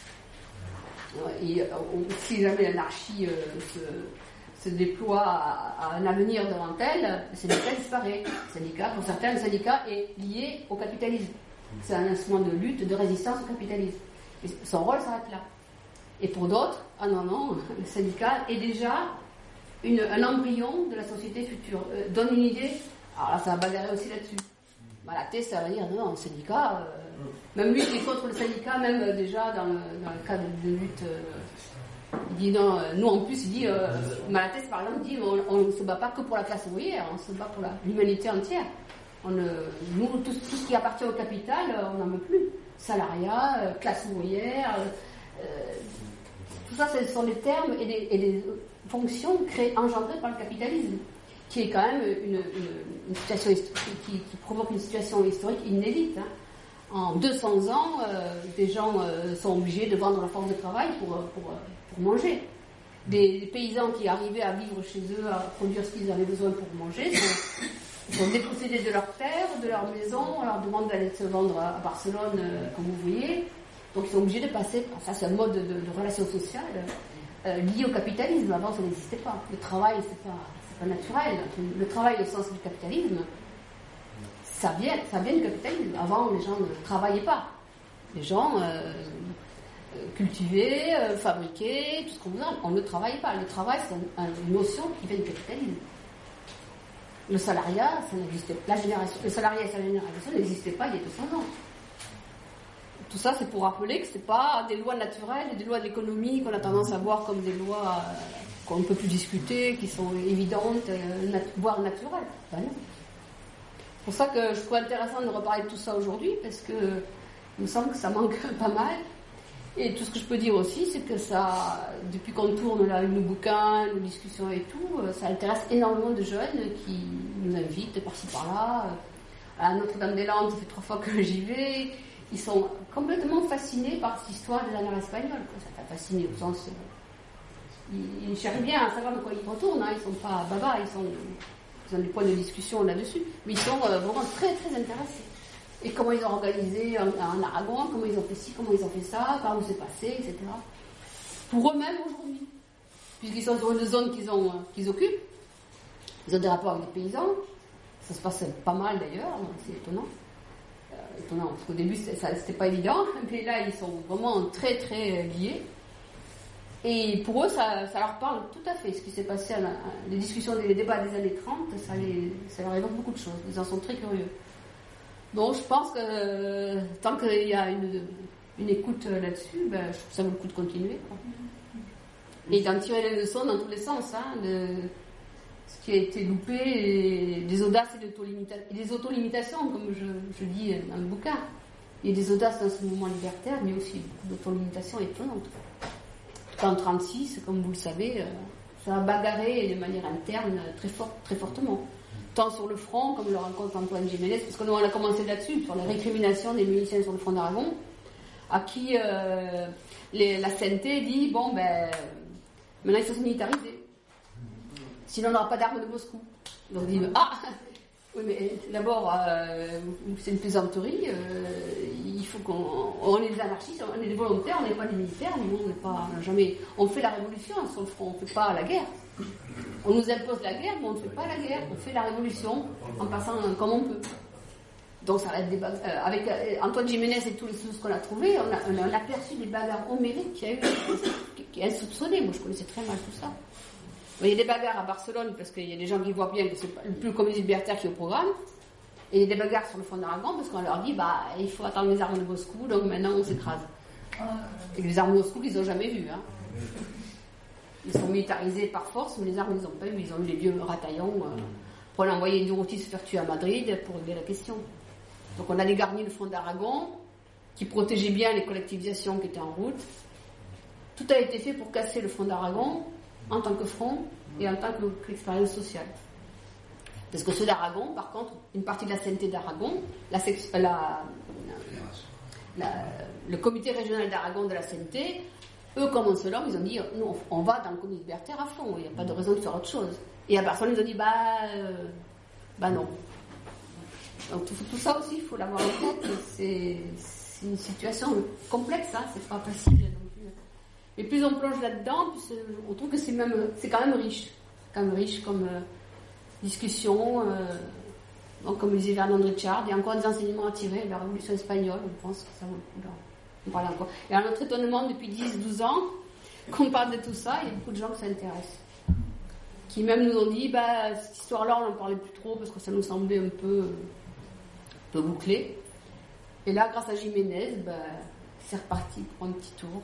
Et on, si jamais l'anarchie euh, se, se déploie à, à un avenir devant elle, le syndicat disparaît. Le syndicat, pour certains, le syndicat est lié au capitalisme. C'est un instrument de lutte, de résistance au capitalisme. Et son rôle s'arrête là. Et pour d'autres, ah non, non, le syndicat est déjà une, un embryon de la société future. Euh, donne une idée, alors là, ça va bagarrer aussi là-dessus. Malaté, ça va dire, non, non, le syndicat, euh, même lui qui est contre le syndicat, même euh, déjà dans le, dans le cadre de lutte, euh, il dit non, euh, nous en plus, il dit, euh, Malaté, par exemple, dit, on ne se bat pas que pour la classe ouvrière, on se bat pour la, l'humanité entière. On, euh, nous, tout, tout ce qui appartient au capital, euh, on n'en veut plus. Salariat, euh, classe ouvrière, euh, tout ça, ce sont des termes et des, et des fonctions créées, engendrées par le capitalisme, qui est quand même une, une, une situation qui, qui provoque une situation historique inédite. Hein. En deux cents ans, euh, des gens euh, sont obligés de vendre leur force de travail pour, pour, pour manger. Des, des paysans qui arrivaient à vivre chez eux, à produire ce qu'ils avaient besoin pour manger, sont, sont dépossédés de leurs terres, de leur maison, on leur demande d'aller se vendre à, à Barcelone, euh, comme vous voyez. Donc ils sont obligés de passer, enfin c'est un mode de, de relation sociale euh, lié au capitalisme. Avant ça n'existait pas. Le travail c'est pas, c'est pas naturel. Le travail au sens du capitalisme, ça vient, ça vient du capitalisme. Avant les gens ne travaillaient pas. Les gens euh, cultivaient, euh, fabriquaient, tout ce qu'on veut, on ne travaillait pas. Le travail c'est un, une notion qui vient du capitalisme. Le salariat, ça n'existait pas. La génération, le salariat et sa génération n'existaient pas il y a deux cents ans. Tout ça, c'est pour rappeler que ce n'est pas des lois naturelles, des lois de l'économie qu'on a tendance à voir comme des lois euh, qu'on ne peut plus discuter, qui sont évidentes, euh, nat- voire naturelles. Ben non. C'est pour ça que je trouve intéressant de reparler de tout ça aujourd'hui, parce que il me semble que ça manque pas mal. Et tout ce que je peux dire aussi, c'est que ça, depuis qu'on tourne là, nos bouquins, nos discussions et tout, ça intéresse énormément de jeunes qui nous invitent par-ci par-là. À Notre-Dame-des-Landes, ça fait trois fois que j'y vais. Ils sont complètement fascinés par cette histoire des années espagnoles. Ça t'a fasciné au sens... Euh, ils, ils cherchent bien à savoir de quoi ils retournent. Hein. Ils sont pas babas, ils, sont, ils ont des points de discussion là-dessus. Mais ils sont euh, vraiment très très intéressés. Et comment ils ont organisé en, en Aragon, comment ils ont fait ci, comment ils ont fait ça, par où c'est passé, et cetera. Pour eux-mêmes aujourd'hui. Puisqu'ils sont sur une zone qu'ils, ont, qu'ils occupent. Ils ont des rapports avec des paysans. Ça se passe pas mal d'ailleurs, donc c'est étonnant. Étonnant, parce qu'au début ça, c'était pas évident, mais là ils sont vraiment très très liés. Et pour eux, ça, ça leur parle tout à fait. Ce qui s'est passé, à la, à les discussions, les débats des années trente, ça, les, ça leur évoque beaucoup de choses. Ils en sont très curieux. Bon, je pense que euh, tant qu'il y a une, une écoute là-dessus, ben, je trouve que ça vaut le coup de continuer, quoi. Et d'en tirer les leçons dans tous les sens, hein, de ce qui a été loupé, et des audaces et des auto-limitations, comme je, je dis dans le bouquin. Il y a des audaces dans ce mouvement libertaire, mais aussi beaucoup d'auto-limitations étonnantes. En trente-six, comme vous le savez, ça a bagarré de manière interne très, fort, très fortement. Tant sur le front, comme le raconte Antoine Jiménez, parce qu'on a commencé là-dessus, sur les récriminations des miliciens sur le front d'Aragon, à qui euh, les, la C N T dit, bon, ben, maintenant il faut se militariser. Sinon on n'aura pas d'armes de Moscou. Donc on dit, ah, oui, mais d'abord, euh, c'est une plaisanterie, euh, il faut qu'on on est des anarchistes, on est des volontaires, on n'est pas des militaires, nous, on n'est pas, on jamais, on fait la révolution sur le front, on ne fait pas la guerre. On nous impose la guerre, mais on ne fait pas la guerre, on fait la révolution en passant comme on peut. Donc ça va être des bagarres. Euh, avec euh, Antoine Jiménez et tous les sources qu'on a trouvés, on a, on a aperçu des bagarres homériques qu'il y a eu, qui, qui est insoupçonné. Moi je connaissais très mal tout ça. Il y a des bagarres à Barcelone parce qu'il y a des gens qui voient bien que c'est le plus communiste libertaire qui est au programme. Et il y a des bagarres sur le front d'Aragon parce qu'on leur dit bah il faut attendre les armes de Moscou, donc maintenant on s'écrase. Et les armes de Moscou qu'ils n'ont jamais vues. Hein. Ils sont militarisés par force, mais les armes ils n'ont pas eu. Ils ont eu les vieux rataillons euh, pour aller envoyer Durruti se faire tuer à Madrid pour régler la question. Donc on a dégarni le front d'Aragon qui protégeait bien les collectivisations qui étaient en route. Tout a été fait pour casser le front d'Aragon en tant que front et en tant qu'expérience sociale. Parce que ceux d'Aragon, par contre, une partie de la C N T d'Aragon, la, la, la, le comité régional d'Aragon de la C N T, eux, comme on se l'homme, ils ont dit, nous, on va dans le comité libertaire à fond, il n'y a pas de raison de faire autre chose. Et à Barcelone, ils ont dit, bah, euh, bah non. Donc tout, tout ça aussi, il faut l'avoir en tête, c'est, c'est une situation complexe, hein, c'est pas facile non plus. Mais plus on plonge là-dedans, plus on trouve que c'est même, c'est quand même riche, c'est quand même riche comme euh, discussion. Euh, donc comme le disait Vernon Richard, il y a encore des enseignements à tirer de la Révolution espagnole, on pense que ça vaut le coup d'en parler encore. Et à notre étonnement, depuis dix douze ans, qu'on parle de tout ça, il y a beaucoup de gens qui s'intéressent. Qui même nous ont dit, bah, cette histoire-là, on n'en parlait plus trop parce que ça nous semblait un peu, un peu bouclé. Et là, grâce à Jiménez, bah, c'est reparti pour un petit tour.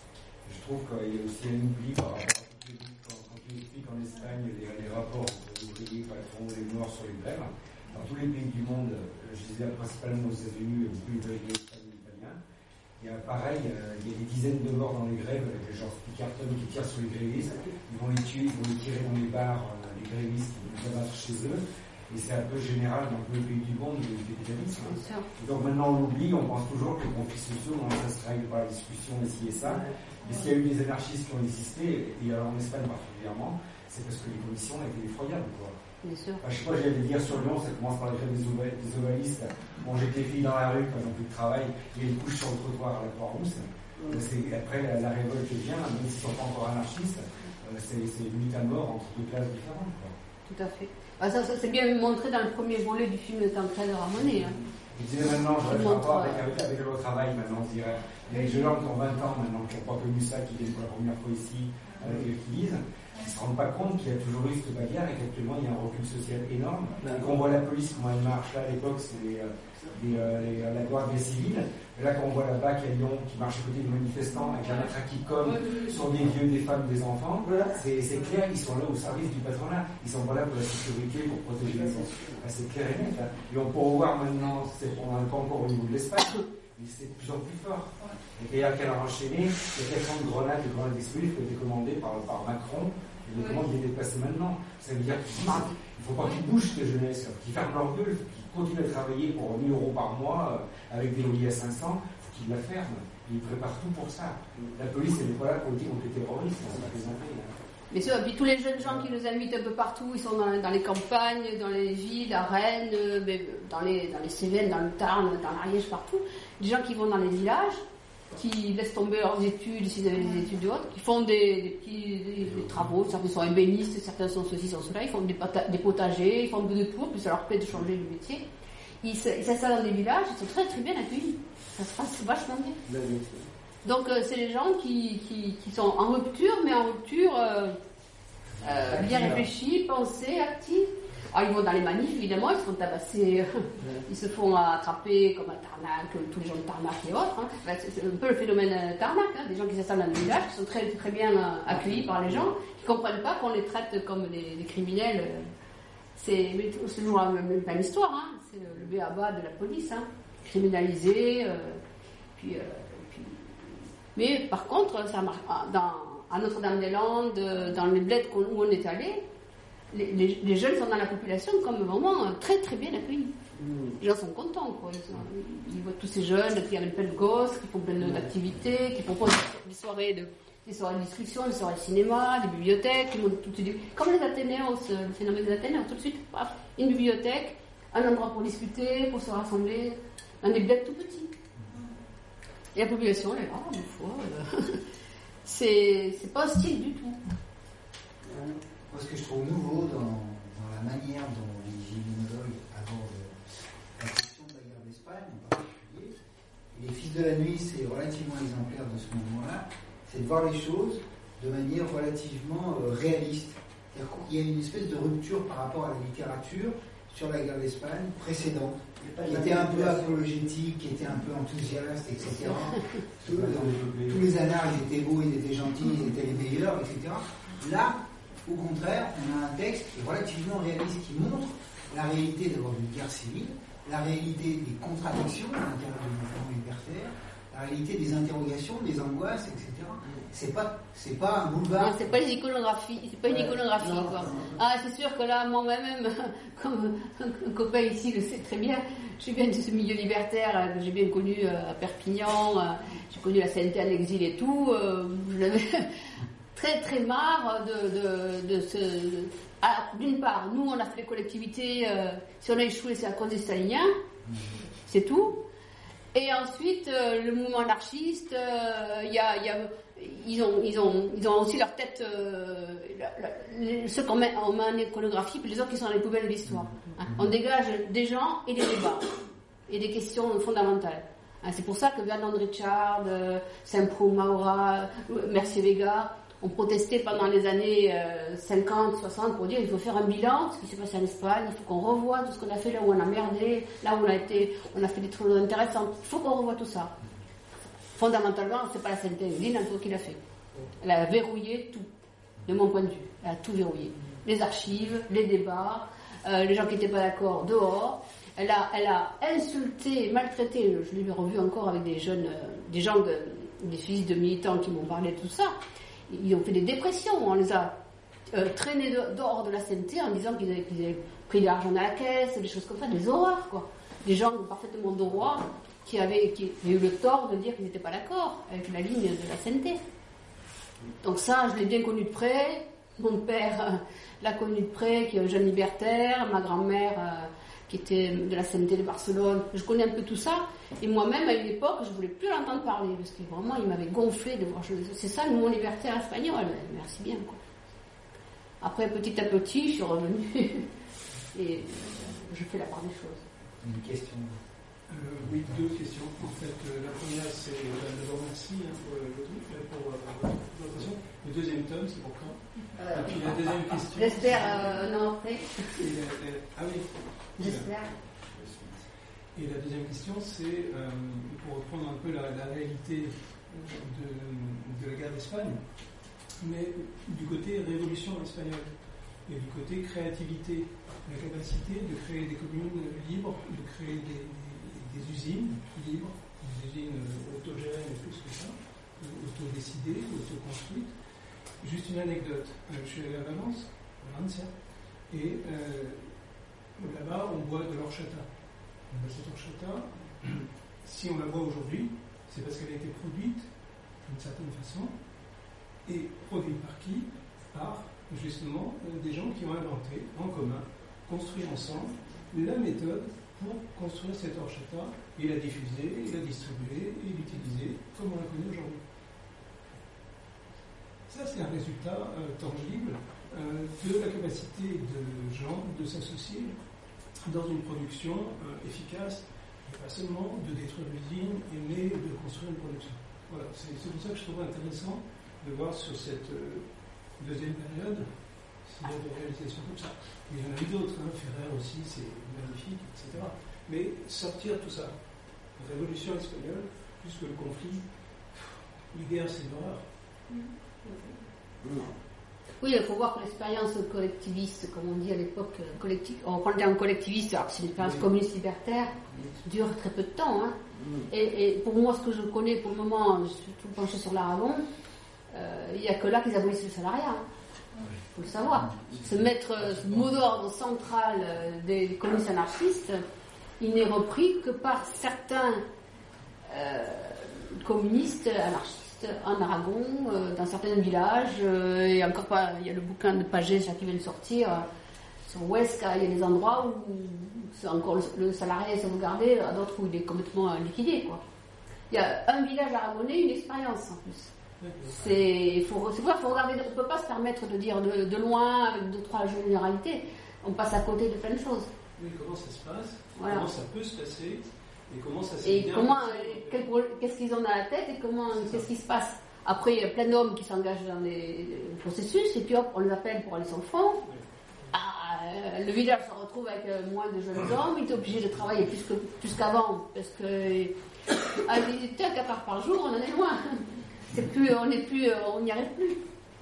Je trouve qu'il y a aussi un oubli par rapport à tout les quand, quand tu expliques en Espagne les, les rapports entre les ouvriers, patrons, les morts sur les grèves. Dans tous les pays du monde, je disais principalement aux États-Unis, au plus de l'Espagne et l'italien, il y a pareil, il y a des dizaines de morts dans les grèves avec les gens Picarton qui tirent sur les grévistes. Ils vont les tuer, ils vont les tirer dans les bars, les grévistes, ils vont les abattre chez eux. Et c'est un peu général dans tous les pays du monde du capitalisme. Et donc maintenant on l'oublie, on pense toujours que les conflits sociaux, ça se règle par la discussion, ici et ça. Mais s'il y a eu des anarchistes qui ont existé, et alors en Espagne particulièrement, c'est parce que les conditions étaient effroyables, quoi. Bien sûr. Enfin, je sais pas, j'allais dire sur Lyon, ça commence par la grève des, ova- des ovalistes. Bon, j'étais fille dans la rue, quand ils n'ont plus de travail, il y a une couche sur le trottoir à la Croix-Rousse. Mm. C'est, après, la, la révolte vient, même s'ils ne sont pas encore anarchistes, euh, c'est, c'est une lutte à mort entre deux classes différentes, quoi. Tout à fait. Ah, ça, ça c'est bien montré dans le premier volet du film de Tancred de Ramonet. Hein. Je disais maintenant, je vais rapport avec, avec, avec le travail maintenant, je dirais. Il y a des jeunes qui ont vingt ans maintenant, qui n'ont pas connu ça, qui viennent pour la première fois ici, avec euh, qui lisent. Ils ne se rendent pas compte qu'il y a toujours eu cette bagarre et qu'actuellement il y a un recul social énorme. Et qu'on voit la police, comment elle marche, là à l'époque c'est les, les, les, la Guardia civile. Et là quand on voit la B A C à Lyon qui marche à côté des manifestants avec un maître qui comme sur des vieux, des femmes, des enfants, c'est, c'est clair, ils sont là au service du patronat. Ils sont pas là pour la sécurité, pour protéger les gens. C'est clair et net. Hein. Et on peut voir maintenant, c'est, on n'en est pas encore au niveau de l'espace, mais c'est de plus en plus fort. Et d'ailleurs qu'elle a enchaîné, il y a quatre cents de grenades, de grenades explosives qui ont été commandées par, par Macron. Et les commandes qui étaient passées maintenant. Ça veut dire qu'il ne faut pas qu'ils bougent cette jeunesse, qu'ils ferment leur gueule, qu'ils continuent à travailler pour mille euros par mois euh, avec des loyers à cinq cents, il faut qu'ils la ferment. Ils préparent tout pour ça. La police, elle n'est pas là pour dire qu'on est terroristes, on s'en fait monter. Bien sûr, et puis tous les jeunes gens qui nous invitent un peu partout, ils sont dans, dans les campagnes, dans les villes, à Rennes, dans les, dans les Cévennes, dans le Tarn, dans l'Ariège, partout. Des gens qui vont dans les villages, qui laissent tomber leurs études, s'ils avaient des études de haute, qui font des, des petits des, des travaux, certains sont ébénistes, certains sont ceci, sont cela, ils font des, pota- des potagers, ils font un peu de tout, puis ça leur plaît de changer de métier. Ils, ils s'installent dans des villages, ils sont très très bien accueillis. Ça se passe vachement bien. Donc euh, c'est les gens qui, qui, qui sont en rupture, mais en rupture euh, euh, bien réfléchie, pensée, active. Alors, ils vont dans les manifs, évidemment, ils se font tabasser, euh, ils se font attraper comme à Tarnac, tous les gens de Tarnac et autres. Hein. Enfin, c'est un peu le phénomène Tarnac, hein, des gens qui s'installent dans le village, qui sont très, très bien euh, accueillis par les gens, qui ne comprennent pas qu'on les traite comme des, des criminels. Euh, c'est, c'est toujours la même, même histoire, hein. C'est le b a ba de la police, hein. Criminalisé, euh, puis, euh, puis... Mais par contre, ça marche dans, à Notre-Dame-des-Landes, dans les bleds où on est allé. Les, les, les jeunes sont dans la population comme vraiment très très bien accueillis. Mmh. Les gens sont contents, quoi. Ils, sont, ils voient tous ces jeunes qui amènent plein de gosses, qui font plein mmh. d'activités, qui proposent des soirées de, des soirées de discussion, des soirées de cinéma, des bibliothèques, tout, tout, tout, comme les Athénéos, le phénomène des Athénéos, tout de suite, paf, une bibliothèque, un endroit pour discuter, pour se rassembler, un des bleds tout petits. Et la population, elle est là, une fois. Euh, c'est, c'est pas hostile du tout. Moi, ce que je trouve nouveau dans, dans la manière dont les gynécologues abordent la question de la guerre d'Espagne en particulier, et les Fils de la Nuit, c'est relativement exemplaire de ce moment-là, c'est de voir les choses de manière relativement euh, réaliste. C'est-à-dire qu'il y a une espèce de rupture par rapport à la littérature sur la guerre d'Espagne précédente, qui était un peu apologétique, qui était un peu enthousiaste, et cetera. Tous, tous les anards, ils étaient beaux, ils étaient gentils, ils étaient les meilleurs, et cetera. Là, au contraire, on a un texte qui est relativement réaliste, qui montre la réalité d'abord d'une guerre civile, la réalité des contradictions à l'intérieur du mouvement libertaire, la réalité des interrogations, des angoisses, et cetera. C'est pas, c'est pas un boulevard. Non, c'est pas les iconographies, c'est pas une iconographie, euh, quoi. Ah, c'est sûr que là, moi-même, comme un copain ici le sait très bien, je viens de ce milieu libertaire que j'ai bien connu à Perpignan, j'ai connu la sainteté en exil et tout, euh, j'avais très très marre de, de, de ce... Alors, d'une part, nous, on a fait les collectivités, euh, si on a échoué, c'est à cause des staliniens, c'est tout. Et ensuite, euh, le mouvement anarchiste, euh, y a, y a, ils, ont, ils, ont, ils ont aussi leur tête, euh, la, la, les, ceux qu'on met, on met en iconographie, puis les autres qui sont dans les poubelles de l'histoire. Hein. On dégage des gens et des débats, et des questions fondamentales. Hein, c'est pour ça que Vernon Richard, euh, Saint-Prou, Maura, Mercier-Vega ont protesté pendant les années euh, cinquante, soixante pour dire il faut faire un bilan de ce qui s'est passé en Espagne, il faut qu'on revoie tout ce qu'on a fait là où on a merdé, là où on a été, on a fait des choses intéressantes, il faut qu'on revoie tout ça. Fondamentalement, c'est pas la Sainte Hélène qui l'a fait. Elle a verrouillé tout, de mon point de vue. Elle a tout verrouillé. Les archives, les débats, euh, les gens qui n'étaient pas d'accord dehors. Elle a, elle a insulté, maltraité, je l'ai revu encore avec des jeunes, euh, des gens, de, des fils de militants qui m'ont parlé de tout ça. Ils ont fait des dépressions, on les a euh, traînés dehors de la C N T en disant qu'ils avaient, qu'ils avaient pris de l'argent dans la caisse, des choses comme ça, des horreurs, quoi. Des gens parfaitement droits qui avaient, qui avaient eu le tort de dire qu'ils n'étaient pas d'accord avec la ligne de la C N T. Donc ça, je l'ai bien connu de près. Mon père euh, l'a connu de près, qui est un jeune libertaire, ma grand-mère euh, qui était de la C N T de Barcelone. Je connais un peu tout ça. Et moi-même, à une époque, je ne voulais plus l'entendre parler, parce que vraiment, il m'avait gonflé de voir. C'est ça le mot libertaire espagnol. Merci bien, quoi. Après, petit à petit, je suis revenue et je fais la part des choses. Une question. Euh, oui, deux questions. En fait, euh, la première, c'est euh, d'abord merci hein, pour le truc, pour euh, votre présentation. Le deuxième tome, c'est pour quand euh, Et puis la deuxième question. J'espère, euh, non, après. Et la, la, ah oui. J'espère. Et la deuxième question, c'est euh, pour reprendre un peu la, la réalité de, de la guerre d'Espagne, mais du côté révolution espagnole et du côté créativité, la capacité de créer des communes libres, de créer des, des, des usines libres, des usines autogènes et plus que ça, autodécidées, autoconstruites. Juste une anecdote, je suis allé à Valence, à Valencia, et euh, là-bas on boit de l'horchata. Cette horchata, si on la voit aujourd'hui, c'est parce qu'elle a été produite d'une certaine façon, et produite par qui? Par justement des gens qui ont inventé en commun, construit ensemble, la méthode pour construire cette horchata et la diffuser, et la distribuer, et l'utiliser comme on la connaît aujourd'hui. Ça, c'est un résultat euh, tangible euh, de la capacité de gens de s'associer dans une production euh, efficace, et pas seulement de détruire l'usine, mais de construire une production. Voilà, c'est, c'est pour ça que je trouve intéressant de voir sur cette euh, deuxième période s'il y a des réalisations comme ça. Mais il y en a eu d'autres, hein. Ferrer aussi, c'est magnifique, et cetera. Mais sortir tout ça, la révolution espagnole, plus que le conflit, les guerres, c'est une horreur. Oui, il faut voir que l'expérience collectiviste, comme on dit à l'époque, collectif, on prend le terme collectiviste, alors que c'est une expérience oui. communiste libertaire, dure très peu de temps. Hein. Mm. Et, et pour moi, ce que je connais pour le moment, je suis tout penché sur l'Aragon, euh, il n'y a que là qu'ils abolissent le salariat. Il hein. faut le savoir. Se mettre ce mot d'ordre central des communistes anarchistes, il n'est repris que par certains euh, communistes anarchistes en Aragon, euh, dans certains villages, euh, et encore pas, il y a le bouquin de Pagès qui vient de sortir, euh, sur Huesca, il y a des endroits où c'est encore le, le salarié est sauvegardé, à d'autres où il est complètement liquidé, quoi. Il y a un village aragonais, une expérience en plus. C'est, il faut, c'est pour ça qu'il faut regarder, on ne peut pas se permettre de dire de, de loin, avec deux, trois généralités, on passe à côté de plein de choses. Oui, comment ça se passe, voilà. Comment ça peut se passer. Et comment ça et comment, quel, qu'est-ce qu'ils ont dans la tête et comment, qu'est-ce qui se passe. Après, il y a plein d'hommes qui s'engagent dans des processus et puis hop, on les appelle pour aller sur le front. Oui. Ah, euh, le village se retrouve avec euh, moins de jeunes hommes, il est obligé de travailler plus, que, plus qu'avant parce que à dix-huit heures, quatre heures par jour, on en est loin. C'est plus, on n'est plus, on n'y arrive plus.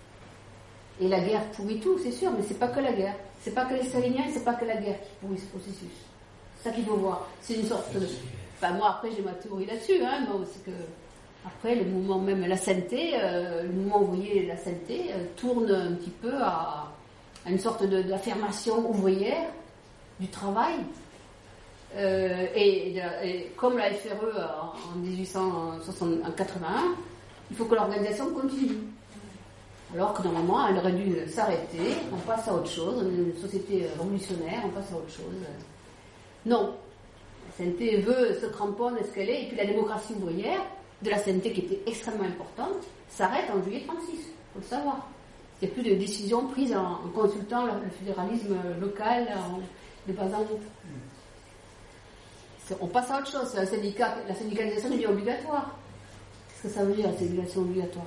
Et la guerre pourrit tout, c'est sûr, mais c'est pas que la guerre. C'est pas que les staliniens, c'est pas que la guerre qui pourrit ce processus. C'est ça qu'il faut voir. C'est une sorte de... Enfin, moi, après, j'ai ma théorie là-dessus. Hein, moi, c'est que, après, le mouvement, même la sainteté, euh, le mouvement ouvrier de la sainteté euh, tourne un petit peu à, à une sorte de, d'affirmation ouvrière du travail. Euh, et, et comme la F R E en, en dix-huit cent quatre-vingt-un, il faut que l'organisation continue. Alors que normalement, elle aurait dû s'arrêter, on passe à autre chose, une société révolutionnaire, on passe à autre chose. Non. La C N T veut se cramponne, est ce qu'elle est, et puis la démocratie ouvrière de la C N T qui était extrêmement importante s'arrête en juillet trente-six, il faut le savoir. Il n'y a plus de décisions prises en, en consultant le, le fédéralisme local en, de bas en haut. On passe à autre chose. La, syndicat, la syndicalisation devient obligatoire. Qu'est-ce que ça veut dire, la syndicalisation obligatoire?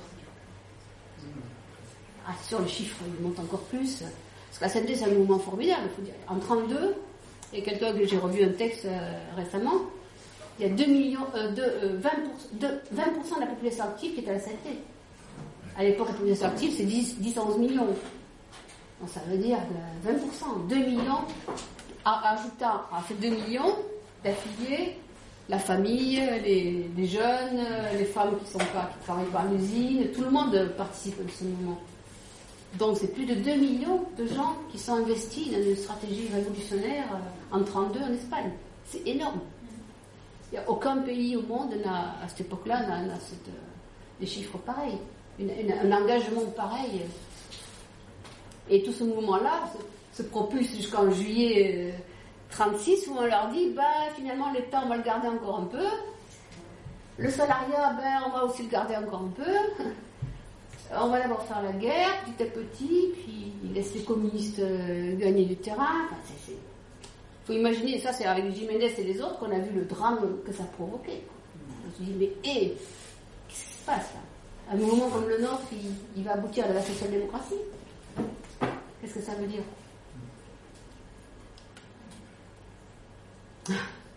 Ah, sur les chiffres, ils montent encore plus. Parce que la C N T, c'est un mouvement formidable, il faut dire. En trente-deux, et quelqu'un que j'ai revu un texte euh, récemment, il y a deux millions, euh, de, euh, vingt pour cent, de, vingt pour cent de la population active qui est à la C N T. À l'époque, la population active, c'est dix à onze millions. Donc ça veut dire que vingt pour cent, deux millions, ajoutant à ces deux millions d'affiliés, la famille, les, les jeunes, les femmes qui sont pas, qui travaillent pas à l'usine, tout le monde participe à ce mouvement. Donc c'est plus de deux millions de gens qui sont investis dans une stratégie révolutionnaire en trente-deux en Espagne. C'est énorme. Il n'y a aucun pays au monde n'a, à cette époque-là n'a, n'a cette, des chiffres pareils, une, une, un engagement pareil. Et tout ce mouvement-là se, se propulse jusqu'en juillet trente-six où on leur dit bah, finalement l'État on va le garder encore un peu, le salariat ben, on va aussi le garder encore un peu. On va d'abord faire la guerre, petit à petit, puis il laisse les communistes euh, gagner du terrain. Enfin, c'est, c'est... faut imaginer, ça c'est avec Jiménez et les autres qu'on a vu le drame que ça provoquait. On se dit, mais hé, qu'est-ce qui se passe là? Un mouvement comme le nôtre, il, il va aboutir à la social-démocratie. Qu'est-ce que ça veut dire? Quand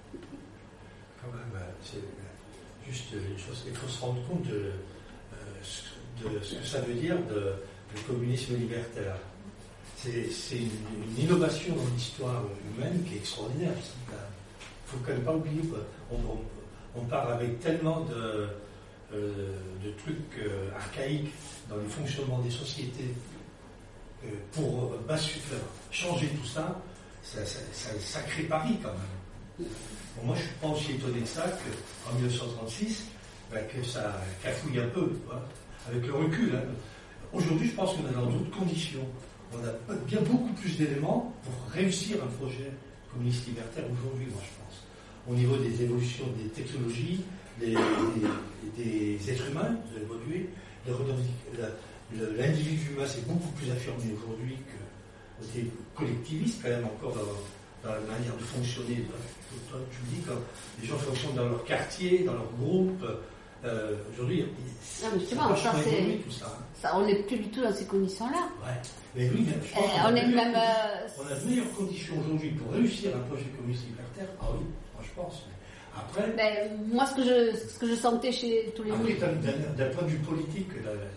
même, c'est juste une chose, il faut se rendre compte de... de ce que ça veut dire de, de communisme libertaire. C'est, c'est une, une innovation dans l'histoire humaine qui est extraordinaire. Il ne faut quand même pas oublier qu'on on, on part avec tellement de, euh, de trucs euh, archaïques dans le fonctionnement des sociétés. Euh, pour euh, faire changer tout ça, ça, ça, ça, ça crée Paris quand même. Bon, moi je ne suis pas aussi étonné de ça qu'en dix-neuf cent trente-six, ben, que ça cafouille un peu. Quoi. Avec le recul. Hein. Aujourd'hui, je pense qu'on est dans d'autres conditions. On a bien beaucoup plus d'éléments pour réussir un projet communiste libertaire aujourd'hui, moi je pense. Au niveau des évolutions des technologies, des, des, des êtres humains, ils ont évolué. L'individu humain s'est beaucoup plus affirmé aujourd'hui que côté collectiviste, quand même encore dans, dans la manière de fonctionner. Toi, tu me dis quand les gens fonctionnent dans leur quartier, dans leur groupe, Euh, aujourd'hui, non, mais justement, ça, ça c'est. Tout ça, hein. Ça, on n'est plus du tout dans ces conditions-là. Ouais. Mais oui, je pense euh, on, on, est même, euh... on a de meilleures conditions aujourd'hui pour réussir un projet communiste libertaire. Ah oui, moi je pense. Après. Ben, moi, ce que, je, ce que je sentais chez tous les. Après, d'un, d'un point de vue politique, la, la,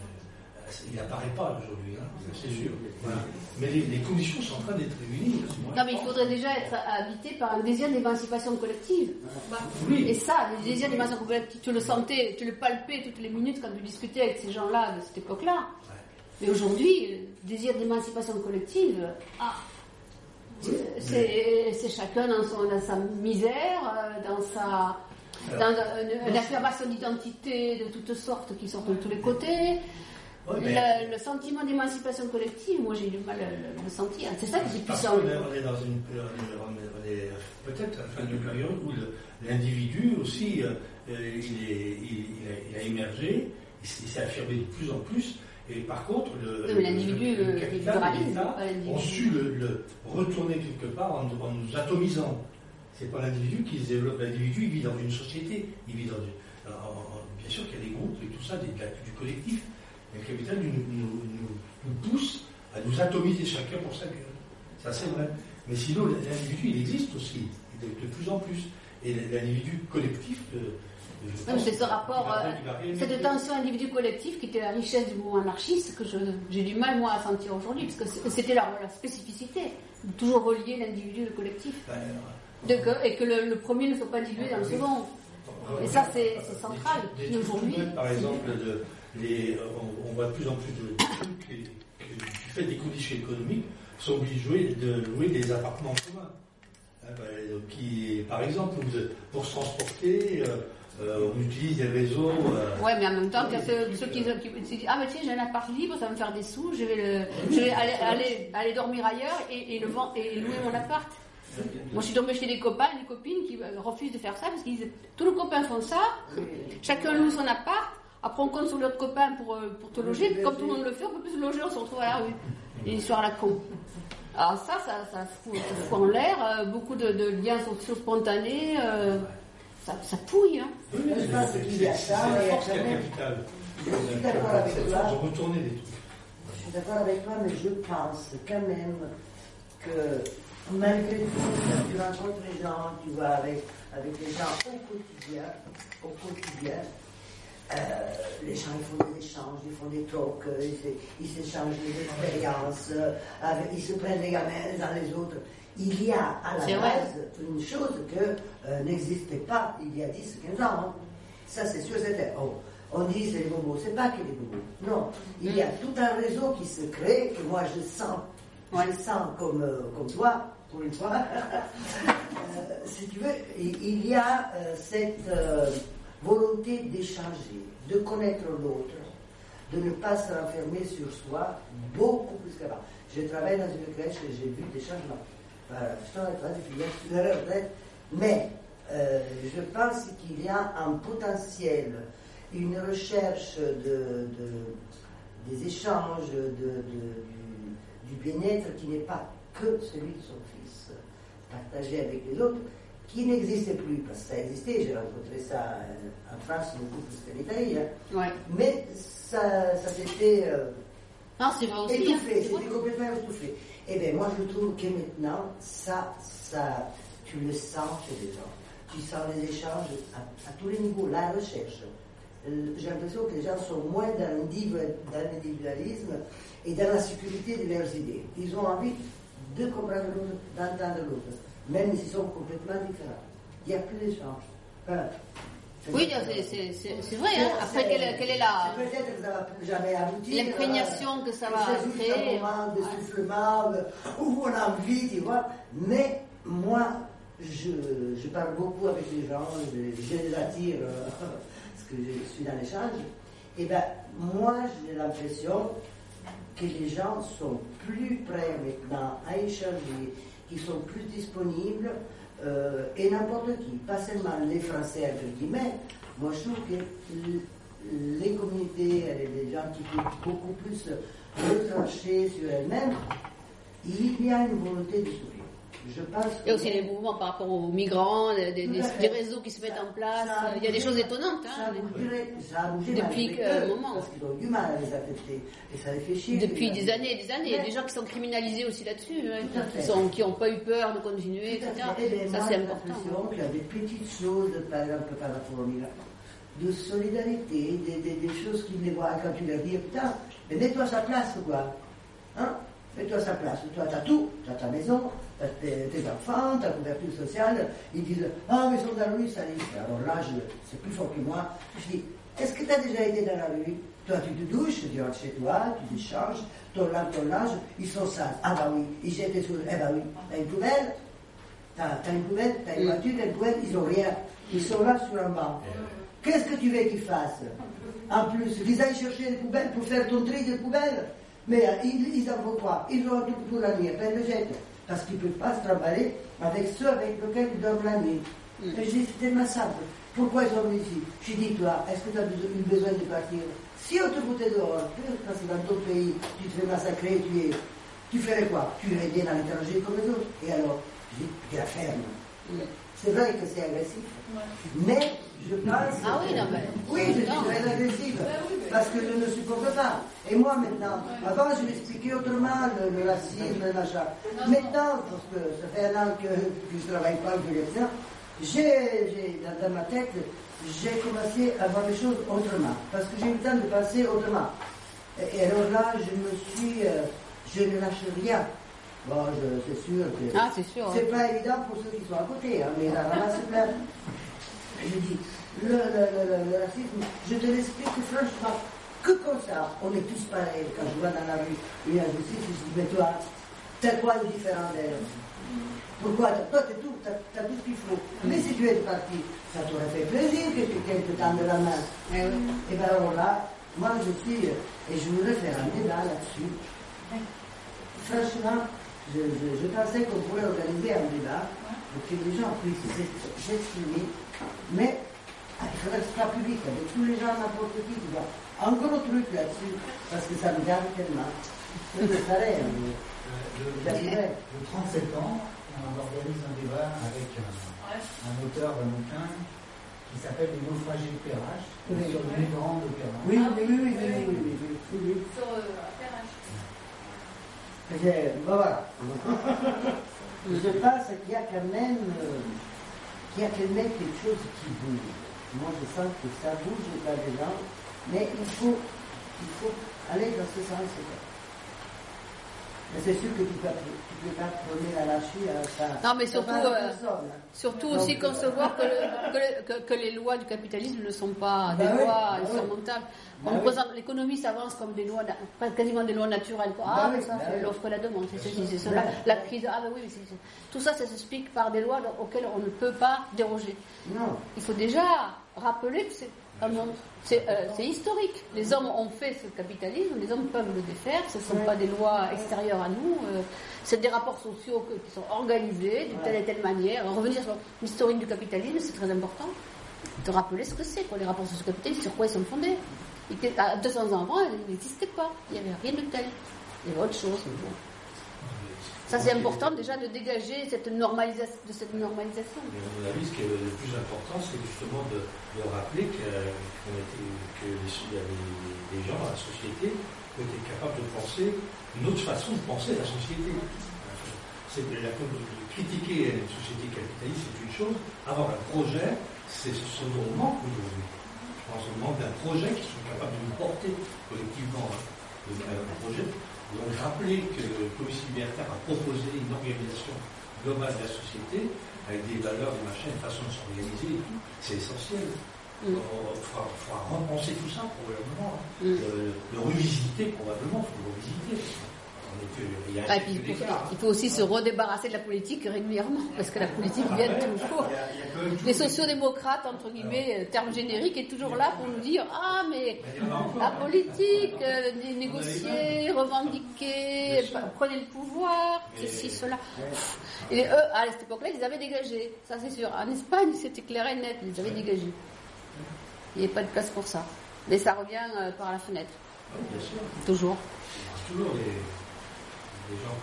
il n'apparaît pas aujourd'hui, hein, c'est sûr. Voilà. Mais les, les conditions sont en train d'être réunies. Non, mais il faudrait déjà être habité par un désir d'émancipation collective. Oui. Et ça, le désir d'émancipation collective, tu le sentais, tu le palpais toutes les minutes quand tu discutais avec ces gens-là de cette époque-là. Ouais. Mais aujourd'hui, le désir d'émancipation collective, ah, oui. c'est, c'est chacun dans, son, dans sa misère, dans sa. Dans une, une affirmation d'identité de toutes sortes qui sortent de tous les côtés. Oui, le, le sentiment d'émancipation collective, moi j'ai du mal à le, le sentir. C'est ça qui est puissant. On est, on est dans une on est, on est peut-être à la fin d'une période où le, l'individu aussi euh, il, est, il, il, a, il a émergé, il s'est affirmé de plus en plus. Et par contre, le, oui, mais l'individu, le, le capital et l'État ont su le, le retourner quelque part en, en nous atomisant. C'est pas l'individu qui se développe. L'individu, il vit dans une société, il vit dans une. Alors, bien sûr qu'il y a des groupes et tout ça, des, du collectif. Mais le capital nous, nous, nous, nous pousse à nous atomiser chacun pour sa gueule. Ça, c'est vrai. Mais sinon, l'individu, il existe aussi, de, de plus en plus. Et l'individu collectif. Euh, oui, c'est ce rapport, euh, cette tension individu-collectif qui était la richesse du mouvement anarchiste que je, j'ai du mal, moi, à sentir aujourd'hui, parce que c'était la, la spécificité, de toujours relier l'individu et le collectif. De que, et que le, le premier ne soit pas dilué dans le second. Et ça, c'est, c'est central. Et aujourd'hui, par exemple, de, les, on, on voit de plus en plus de trucs qui, du fait des conditions économiques, sont obligés de louer des appartements communs. Hein, qui, par exemple, pour se transporter, euh, on utilise des réseaux. Euh, oui, mais en même temps, il y a ceux, ceux qui, qui, qui disent ah, mais tiens, j'ai un appart libre, ça va me faire des sous, je vais, le, je vais aller, aller, aller dormir ailleurs et, et, le vend, et louer mon appart. Moi, je suis tombée chez des copains et des copines qui refusent de faire ça parce qu'ils disent tous les copains font ça, chacun loue son appart, après on compte sur l'autre copain pour, pour te loger, puis comme tout le monde le fait, on peut plus se loger, on se retrouve à la rue. Et l'histoire à la con. Alors ça, ça, ça, fout, ça fout en l'air, euh, beaucoup de, de liens sociaux spontanés, euh, ça, ça pouille. Hein. Oui, mais je pense qu'il y a ça, mais je suis d'accord avec toi. Je suis d'accord avec toi, mais je pense quand même que malgré tout, tu rencontres les gens, tu vois, avec, avec les gens au quotidien, au quotidien, euh, les gens ils font des échanges, ils font des talks, ils, ils s'échangent des expériences, euh, avec, ils se prennent les gamins les uns les autres. Il y a à la c'est base vrai. Une chose que euh, n'existait pas il y a dix quinze ans. Hein. Ça c'est sûr, c'était. Oh, on dit c'est les bobos, c'est pas que les bobos. Non, il y a tout un réseau qui se crée, que moi je sens, ouais. je sens comme, euh, comme toi. Pour une fois, euh, si tu veux, il, il y a euh, cette euh, volonté d'échanger, de connaître l'autre, de ne pas se renfermer sur soi, beaucoup plus qu'avant. Je travaille dans une crèche et j'ai vu des changements. Voilà, je suis en retraite, je suis en retraite, mais euh, je pense qu'il y a un potentiel, une recherche de, de, des échanges, de, de, du, du bien-être qui n'est pas que celui de son fils, partagé avec les autres, qui n'existait plus, parce que ça existait, j'ai rencontré ça en France beaucoup plus qu'en Italie, hein. Ouais. Mais ça, ça s'était euh, non, c'est vrai aussi, étouffé, hein. c'était complètement étouffé. Et bien moi je trouve que maintenant, ça, ça, tu le sens chez les gens, tu sens les échanges à, à tous les niveaux, la recherche. J'ai l'impression que les gens sont moins dans l'individualisme et dans la sécurité de leurs idées. Ils ont envie de comprendre l'autre, d'entendre l'autre, même s'ils sont complètement différents. Il n'y a plus d'échange. Enfin, oui, c'est, c'est, c'est, c'est vrai. Hein. Après, quelle, quelle est la. Peut-être que ça ne va plus jamais aboutir. L'imprégnation que ça va créer. C'est un moment de soufflement, où on a envie, tu vois. Mais moi, je, je parle beaucoup avec les gens, je, je les attire, euh, parce que je suis dans l'échange. Et bien, moi, j'ai l'impression que les gens sont plus prêts maintenant à échanger, qui sont plus disponibles, euh, et n'importe qui, pas seulement les Français, entre guillemets. Moi, je trouve que les communautés, les gens qui sont beaucoup plus retranchés sur elles-mêmes, il y a une volonté de s'ouvrir. je pense Il y a aussi les mouvements par rapport aux migrants, des, des, des réseaux qui se mettent en place. Ça Il y a des choses étonnantes. Ça Hein, a bougé, ça a bougé depuis un moment. Parce qu'ils ont du mal à les affecter. Et ça les fait chier. Depuis des années et des années. Il y a des gens qui sont criminalisés aussi là-dessus, hein, qui n'ont pas eu peur de continuer, et cetera. Ça, c'est important. J'ai l'impression qu'il y a des petites choses, par exemple, par rapport aux migrants, de solidarité, des, des, des choses qu'ils les voient quand tu leur dis, putain, mais mets-toi à sa place, quoi. Hein? Mets-toi à sa place. Toi, tu as tout. Tu as ta maison, tu as tes, tes enfants, ta couverture sociale. Ils disent, ah, mais ils sont dans la rue, ça les... Alors là, je, c'est plus fort que moi. Je dis, est-ce que tu as déjà été dans la rue? Toi, tu te douches, tu rentres chez toi, tu décharges, ton linge, ton linge, ils sont sales. Ah, bah oui, ils jettent des choses. Eh bah oui, t'as une poubelle, t'as, t'as une poubelle, t'as une voiture, t'as une poubelle, ils ont rien. Ils sont là sur un banc. Qu'est-ce que tu veux qu'ils fassent? En plus, ils aillent chercher des poubelles pour faire ton tri de poubelles. Mais euh, ils, ils en font quoi? Ils ont tout pour la nuit, plein de jettes. Parce qu'ils ne peuvent pas se trimballer avec ceux avec lesquels ils dorment la nuit. Mm. Et je dis, c'est tellement simple. Pourquoi ils sont venus ici? Je dis, toi, est-ce que tu as eu besoin de partir? Si on te foutait dehors, parce que dans ton pays, tu te fais massacrer, tu es. Tu ferais quoi? Tu irais bien à l'étranger comme les autres. Et alors, je dis, tu la fermes. Mm. C'est vrai que c'est agressif. Ouais. Mais je pense. Ah oui, non, mais. Oui, je suis très agressive. Parce que je ne supporte pas. Et moi maintenant, avant je l'expliquais autrement, le, le racisme, le machin. Maintenant, parce que ça fait un an que, que je ne travaille pas, que je fais ça, j'ai, j'ai, dans, dans ma tête, j'ai commencé à voir les choses autrement. Parce que j'ai eu le temps de penser autrement. Et, et alors là, je me suis. Euh, je ne lâche rien. Bon, je, c'est sûr que. Ah, c'est sûr. C'est hein. Pas évident pour ceux qui sont à côté, hein, mais la ramasse plein. Je dis, le, le, le, le racisme, je te l'explique franchement, que comme ça, on est tous pareils. Quand je vois dans la rue une injustice, je dis, mais toi, t'as quoi de différent d'elle? Pourquoi? Toi, t'as tout, t'as, t'as tout ce qu'il faut. Mais si tu es parti, ça t'aurait fait plaisir que quelqu'un te tende la main. Et, et bien alors là, moi je suis, et je voudrais faire un débat là-dessus. Franchement, je, je, je pensais qu'on pourrait organiser un débat pour que les gens puissent s'exprimer, mais il faudrait que ce soit public, avec tous les gens, n'importe qui, tu vois. Un gros truc là-dessus, parce que ça me garde tellement. Je le ferai, le trente septembre, on organise un débat avec un, un auteur d'un bouquin qui s'appelle Les naufragés de Perrache, oui. Sur les migrants de Perrache. Oui, oui, oui, oui, oui, oui, oui, oui, oui. Sur euh, Perrache. Ben voilà. Je pense qu'il y a quand même, euh, qu'il y a quand même quelque chose qui bouge. Moi, je sens que ça bouge pas dedans, mais il faut, il faut aller dans ce sens. Mais c'est sûr que tu ne peux, peux pas prôner l'anarchie à ça. Non, mais surtout, euh, surtout aussi concevoir que, le, que, le, que, que les lois du capitalisme ne sont pas des bah lois oui, insurmontables. Bah On bah présente oui. L'économie s'avance comme des lois, quasiment des lois naturelles. Quoi. Ah, bah mais ça, bah c'est oui. L'offre et la demande, c'est ceci, c'est cela. La crise, ah, ben oui, c'est, c'est, tout ça, ça s'explique par des lois auxquelles on ne peut pas déroger. Non. Il faut déjà rappeler que c'est un monde. C'est, euh, c'est historique. Les hommes ont fait ce capitalisme, les hommes peuvent le défaire, ce ne sont pas des lois extérieures à nous, euh, c'est des rapports sociaux que, qui sont organisés d'une telle et telle manière. Revenir sur l'historique du capitalisme, c'est très important, de rappeler ce que c'est, quoi, les rapports sociaux capitalistes, sur quoi ils sont fondés. Et à deux cents ans avant, ils n'existaient pas, il n'y avait rien de tel, il y avait autre chose. Bon. Ça, c'est important déjà de dégager cette normalisation, de cette normalisation. Mais à mon avis, ce qui est le plus important, c'est justement de, de rappeler que, qu'on était, que les, les gens dans la société étaient capables de penser une autre façon de penser la société. C'est la, critiquer une société capitaliste, c'est une chose. Avoir un projet, c'est ce dont on manque aujourd'hui. Je pense qu'on manque d'un projet qui soit capable de nous porter collectivement hein, un projet. Donc rappeler que le communisme libertaire a proposé une organisation globale de la société avec des valeurs, des machins, une façon de s'organiser et tout, c'est essentiel. Il mm. faudra, faudra repenser tout ça probablement, hein. mm. le, le revisiter probablement, il faut le revisiter. Il, y a ah, puis, il, faut, il faut aussi se redébarrasser de la politique régulièrement, parce que la politique vient toujours. Les sociodémocrates, entre guillemets, terme générique, est toujours là pour nous dire ah, mais la politique, euh, négocier, revendiquer, prenez le pouvoir, ceci, cela. Et eux, à cette époque-là, ils avaient dégagé, ça c'est sûr. En Espagne, c'était clair et net, ils avaient dégagé. Il n'y avait pas de place pour ça. Mais ça revient euh, par la fenêtre. Oui, bien sûr. Toujours. Toujours les. Les gens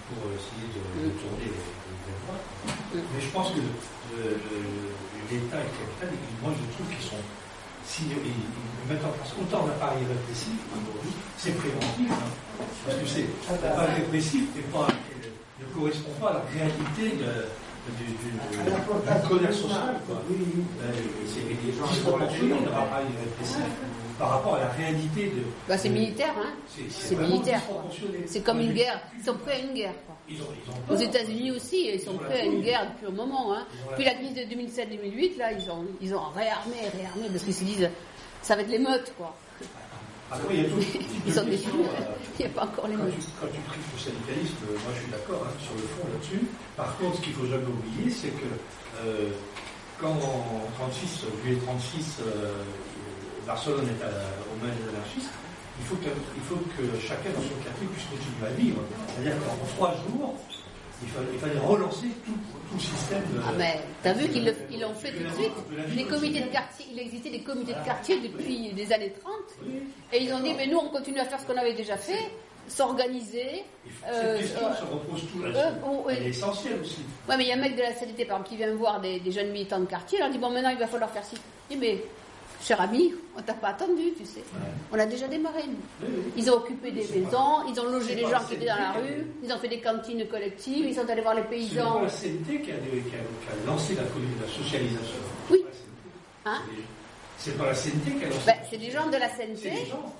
pour essayer de, de tourner les, les droits. Mais je pense que le, le, l'État et le capital, moi je trouve qu'ils sont, si ils, ils mettent en place autant d'appareils répressifs aujourd'hui, c'est préventif, hein, parce que c'est l'appareil répressif n'est pas, ne correspond pas à la réalité de, du, du, du, du colère sociale, quoi. Oui, oui. C'est disproportionné dans l'appareil répressif par rapport à la réalité de. Bah, c'est militaire, hein. C'est, c'est, c'est militaire. C'est comme une guerre. Ils sont prêts à une guerre, quoi. Ils ont, ils ont Aux États-Unis aussi, ils sont prêts à une guerre depuis un moment, hein. Puis la crise de deux mille sept deux mille huit, là, ils ont, ils ont réarmé, réarmé, parce qu'ils se disent, ça va être l'émeute, quoi. Après, il y a tout, ils sont déçus. Il n'y a pas encore les quand mots. tu, quand tu pries pour le syndicalisme, moi je suis d'accord hein, sur le fond là-dessus. Par contre, ce qu'il ne faut jamais oublier, c'est que euh, quand en trente-six, juillet trente-six, euh, Barcelone est à, aux mains des anarchistes, il faut, que, il faut que chacun dans son quartier puisse continuer à vivre. C'est-à-dire qu'en trois jours, il fallait, il fallait relancer tout, tout le système de... Ah mais t'as vu qu'ils le, ils l'ont fait tout de suite. Les comités de quartier, il existait des comités de quartier depuis les années trente, et ils ont dit, mais nous on continue à faire ce qu'on avait déjà fait, s'organiser. Cette euh, question euh, se repose tout là-dessus. Euh, oh, Elle est essentielle aussi. Ouais, mais il y a un mec de la C D T, par exemple, qui vient voir des, des jeunes militants de quartier, il leur dit, bon maintenant il va falloir faire ci. Je dis, mais... cher ami, on t'a pas attendu, tu sais. Ouais. On a déjà démarré, nous. Oui, oui. Ils ont occupé des maisons, pas, ils ont logé les gens qui étaient dans la rue, ils ont fait des cantines collectives, ils sont allés voir les paysans. C'est pas la C N T qui a, qui a, qui a lancé la, la socialisation. Oui. Hein? C'est pas la C N T qui a lancé. Ben, c'est des gens de la C N T,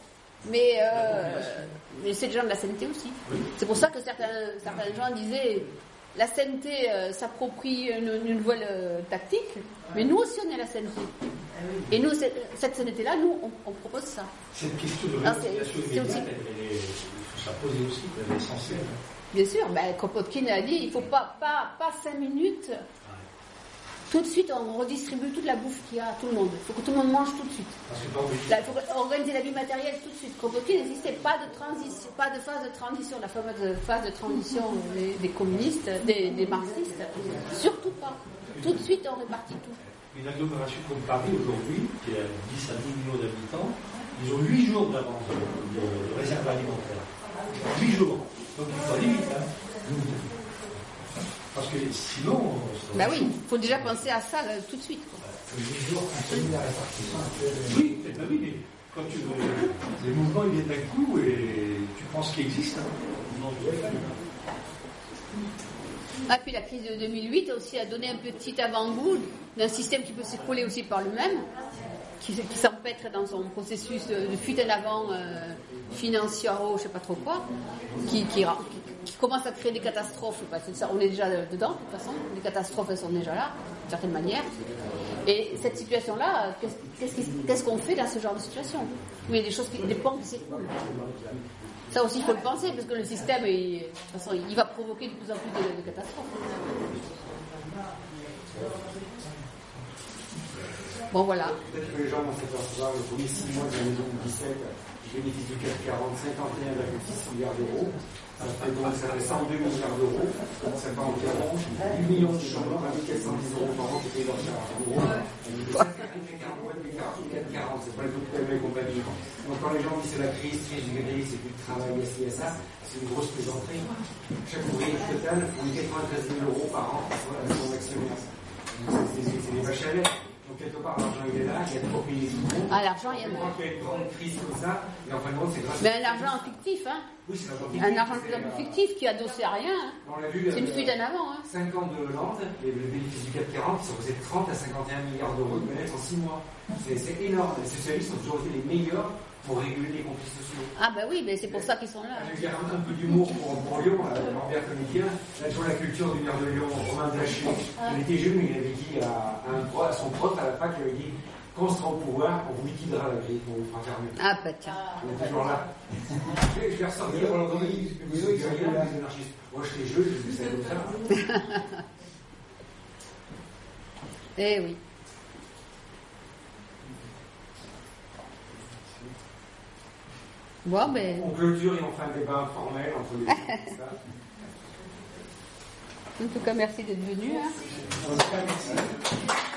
mais, euh, mais c'est des gens de la C N T aussi. Oui. C'est pour ça que certains, certains gens disaient... La C N T euh, s'approprie une, une nouvelle euh, tactique, mais nous aussi on est la C N T. Et nous, cette C N T-là, nous, on, on propose ça. Cette question de réalisation immédiate, aussi... il faut ça poser aussi, elle est essentielle. Bien sûr, ben, Kropotkin a dit, il ne faut pas, pas, pas cinq minutes. Tout de suite, on redistribue toute la bouffe qu'il y a à tout le monde. Il faut que tout le monde mange tout de suite. Là, il faut organiser la vie matérielle tout de suite. Kropotkin n'existait pas de transition, pas de phase de transition, la fameuse phase de transition des, des communistes, des, des marxistes. Surtout pas. Tout de suite, on répartit tout. Une agglomération comme Paris aujourd'hui, qui a dix à douze millions d'habitants, ils ont huit jours d'avance de, de, de réserve alimentaire. huit jours. Donc il faut aller vite. Hein. Parce que sinon... Bah oui, il faut déjà penser à ça là, tout de suite. huit jours, on la répartition actuelle. Oui, bah oui, mais quand tu veux... Les mouvements, ils viennent d'un coup et tu penses qu'ils existent. Hein. Non, Ah, puis la crise de deux mille huit aussi a donné un petit avant-goût d'un système qui peut s'écrouler aussi par lui-même, qui, qui s'empêtre dans son processus de, de fuite en avant euh, financière, je ne sais pas trop quoi, qui, qui, qui commence à créer des catastrophes. Parce que ça, on est déjà dedans, de toute façon. Les catastrophes, elles sont déjà là, d'une certaine manière. Et cette situation-là, qu'est-ce, qu'est-ce, qu'est-ce qu'on fait dans ce genre de situation où il y a des choses, qui, des ponts qui s'écroulent. Ça aussi, il faut le penser, parce que le système, il, de toute façon, il va provoquer de plus en plus de, de catastrophes. Bon, voilà. Peut-être que les gens vont s'apercevoir, le premier six mois de l'année deux mille dix-sept, je bénéficie du C A C quarante, cinquante et un virgule six milliards d'euros. Ça fait donc ça fait cent deux milliards d'euros. Ça fait environ huit millions de chambres, avec quatre cent dix euros par an qui payent leur charge. Ça fait quarante, c'est pas le tout de et compagnie. Donc quand les gens disent c'est la crise, crise du gris, c'est plus de travail, ici et ça, c'est une grosse plaisanterie. Chaque ouvrier total fournit quatre-vingt-treize mille euros par an à son actionnaire. C'est des vaches à lait. Donc quelque part l'argent il est là, il y a trop payé tout le monde. Ah, l'argent il y a. Quand il y a une grande crise comme ça, et en fin de compte c'est grâce. Mais un argent fictif, hein. Oui, c'est l'argent fictif. Un argent de plus en plus fictif qui est adossé à rien. Hein. On l'a vu. C'est une fuite en avant, hein. cinq ans de Hollande, les bénéfices du C A C quarante, ils sont passés de trente à cinquante et un milliards d'euros de bénéfices en six mois. C'est, c'est énorme. Les socialistes ont toujours été les meilleurs pour réguler les conflits sociaux. Ah ben oui, mais c'est pour ça qu'ils sont là. Je vais dire un, un peu d'humour pour, pour Lyon, Lambert comédien. Là, sur la culture du maire de Lyon, Romain Blaché. Ah. Il était jeune, il avait dit à, un, à son prof à la fac, il avait dit quand on sera au pouvoir, on vous liquidera la grille, on vous fera fermer. Ah bah tiens. On est toujours là. Je vais ressortir pendant qu'on dit, vous savez, il y a rien, les anarchistes. Moi, je fais jeu, je fais ça comme ça. Eh oui. Bon, ben... On clôture et on fait un débat informel entre les deux. Ça. En tout cas, merci d'être venu. Hein. En tout cas, merci.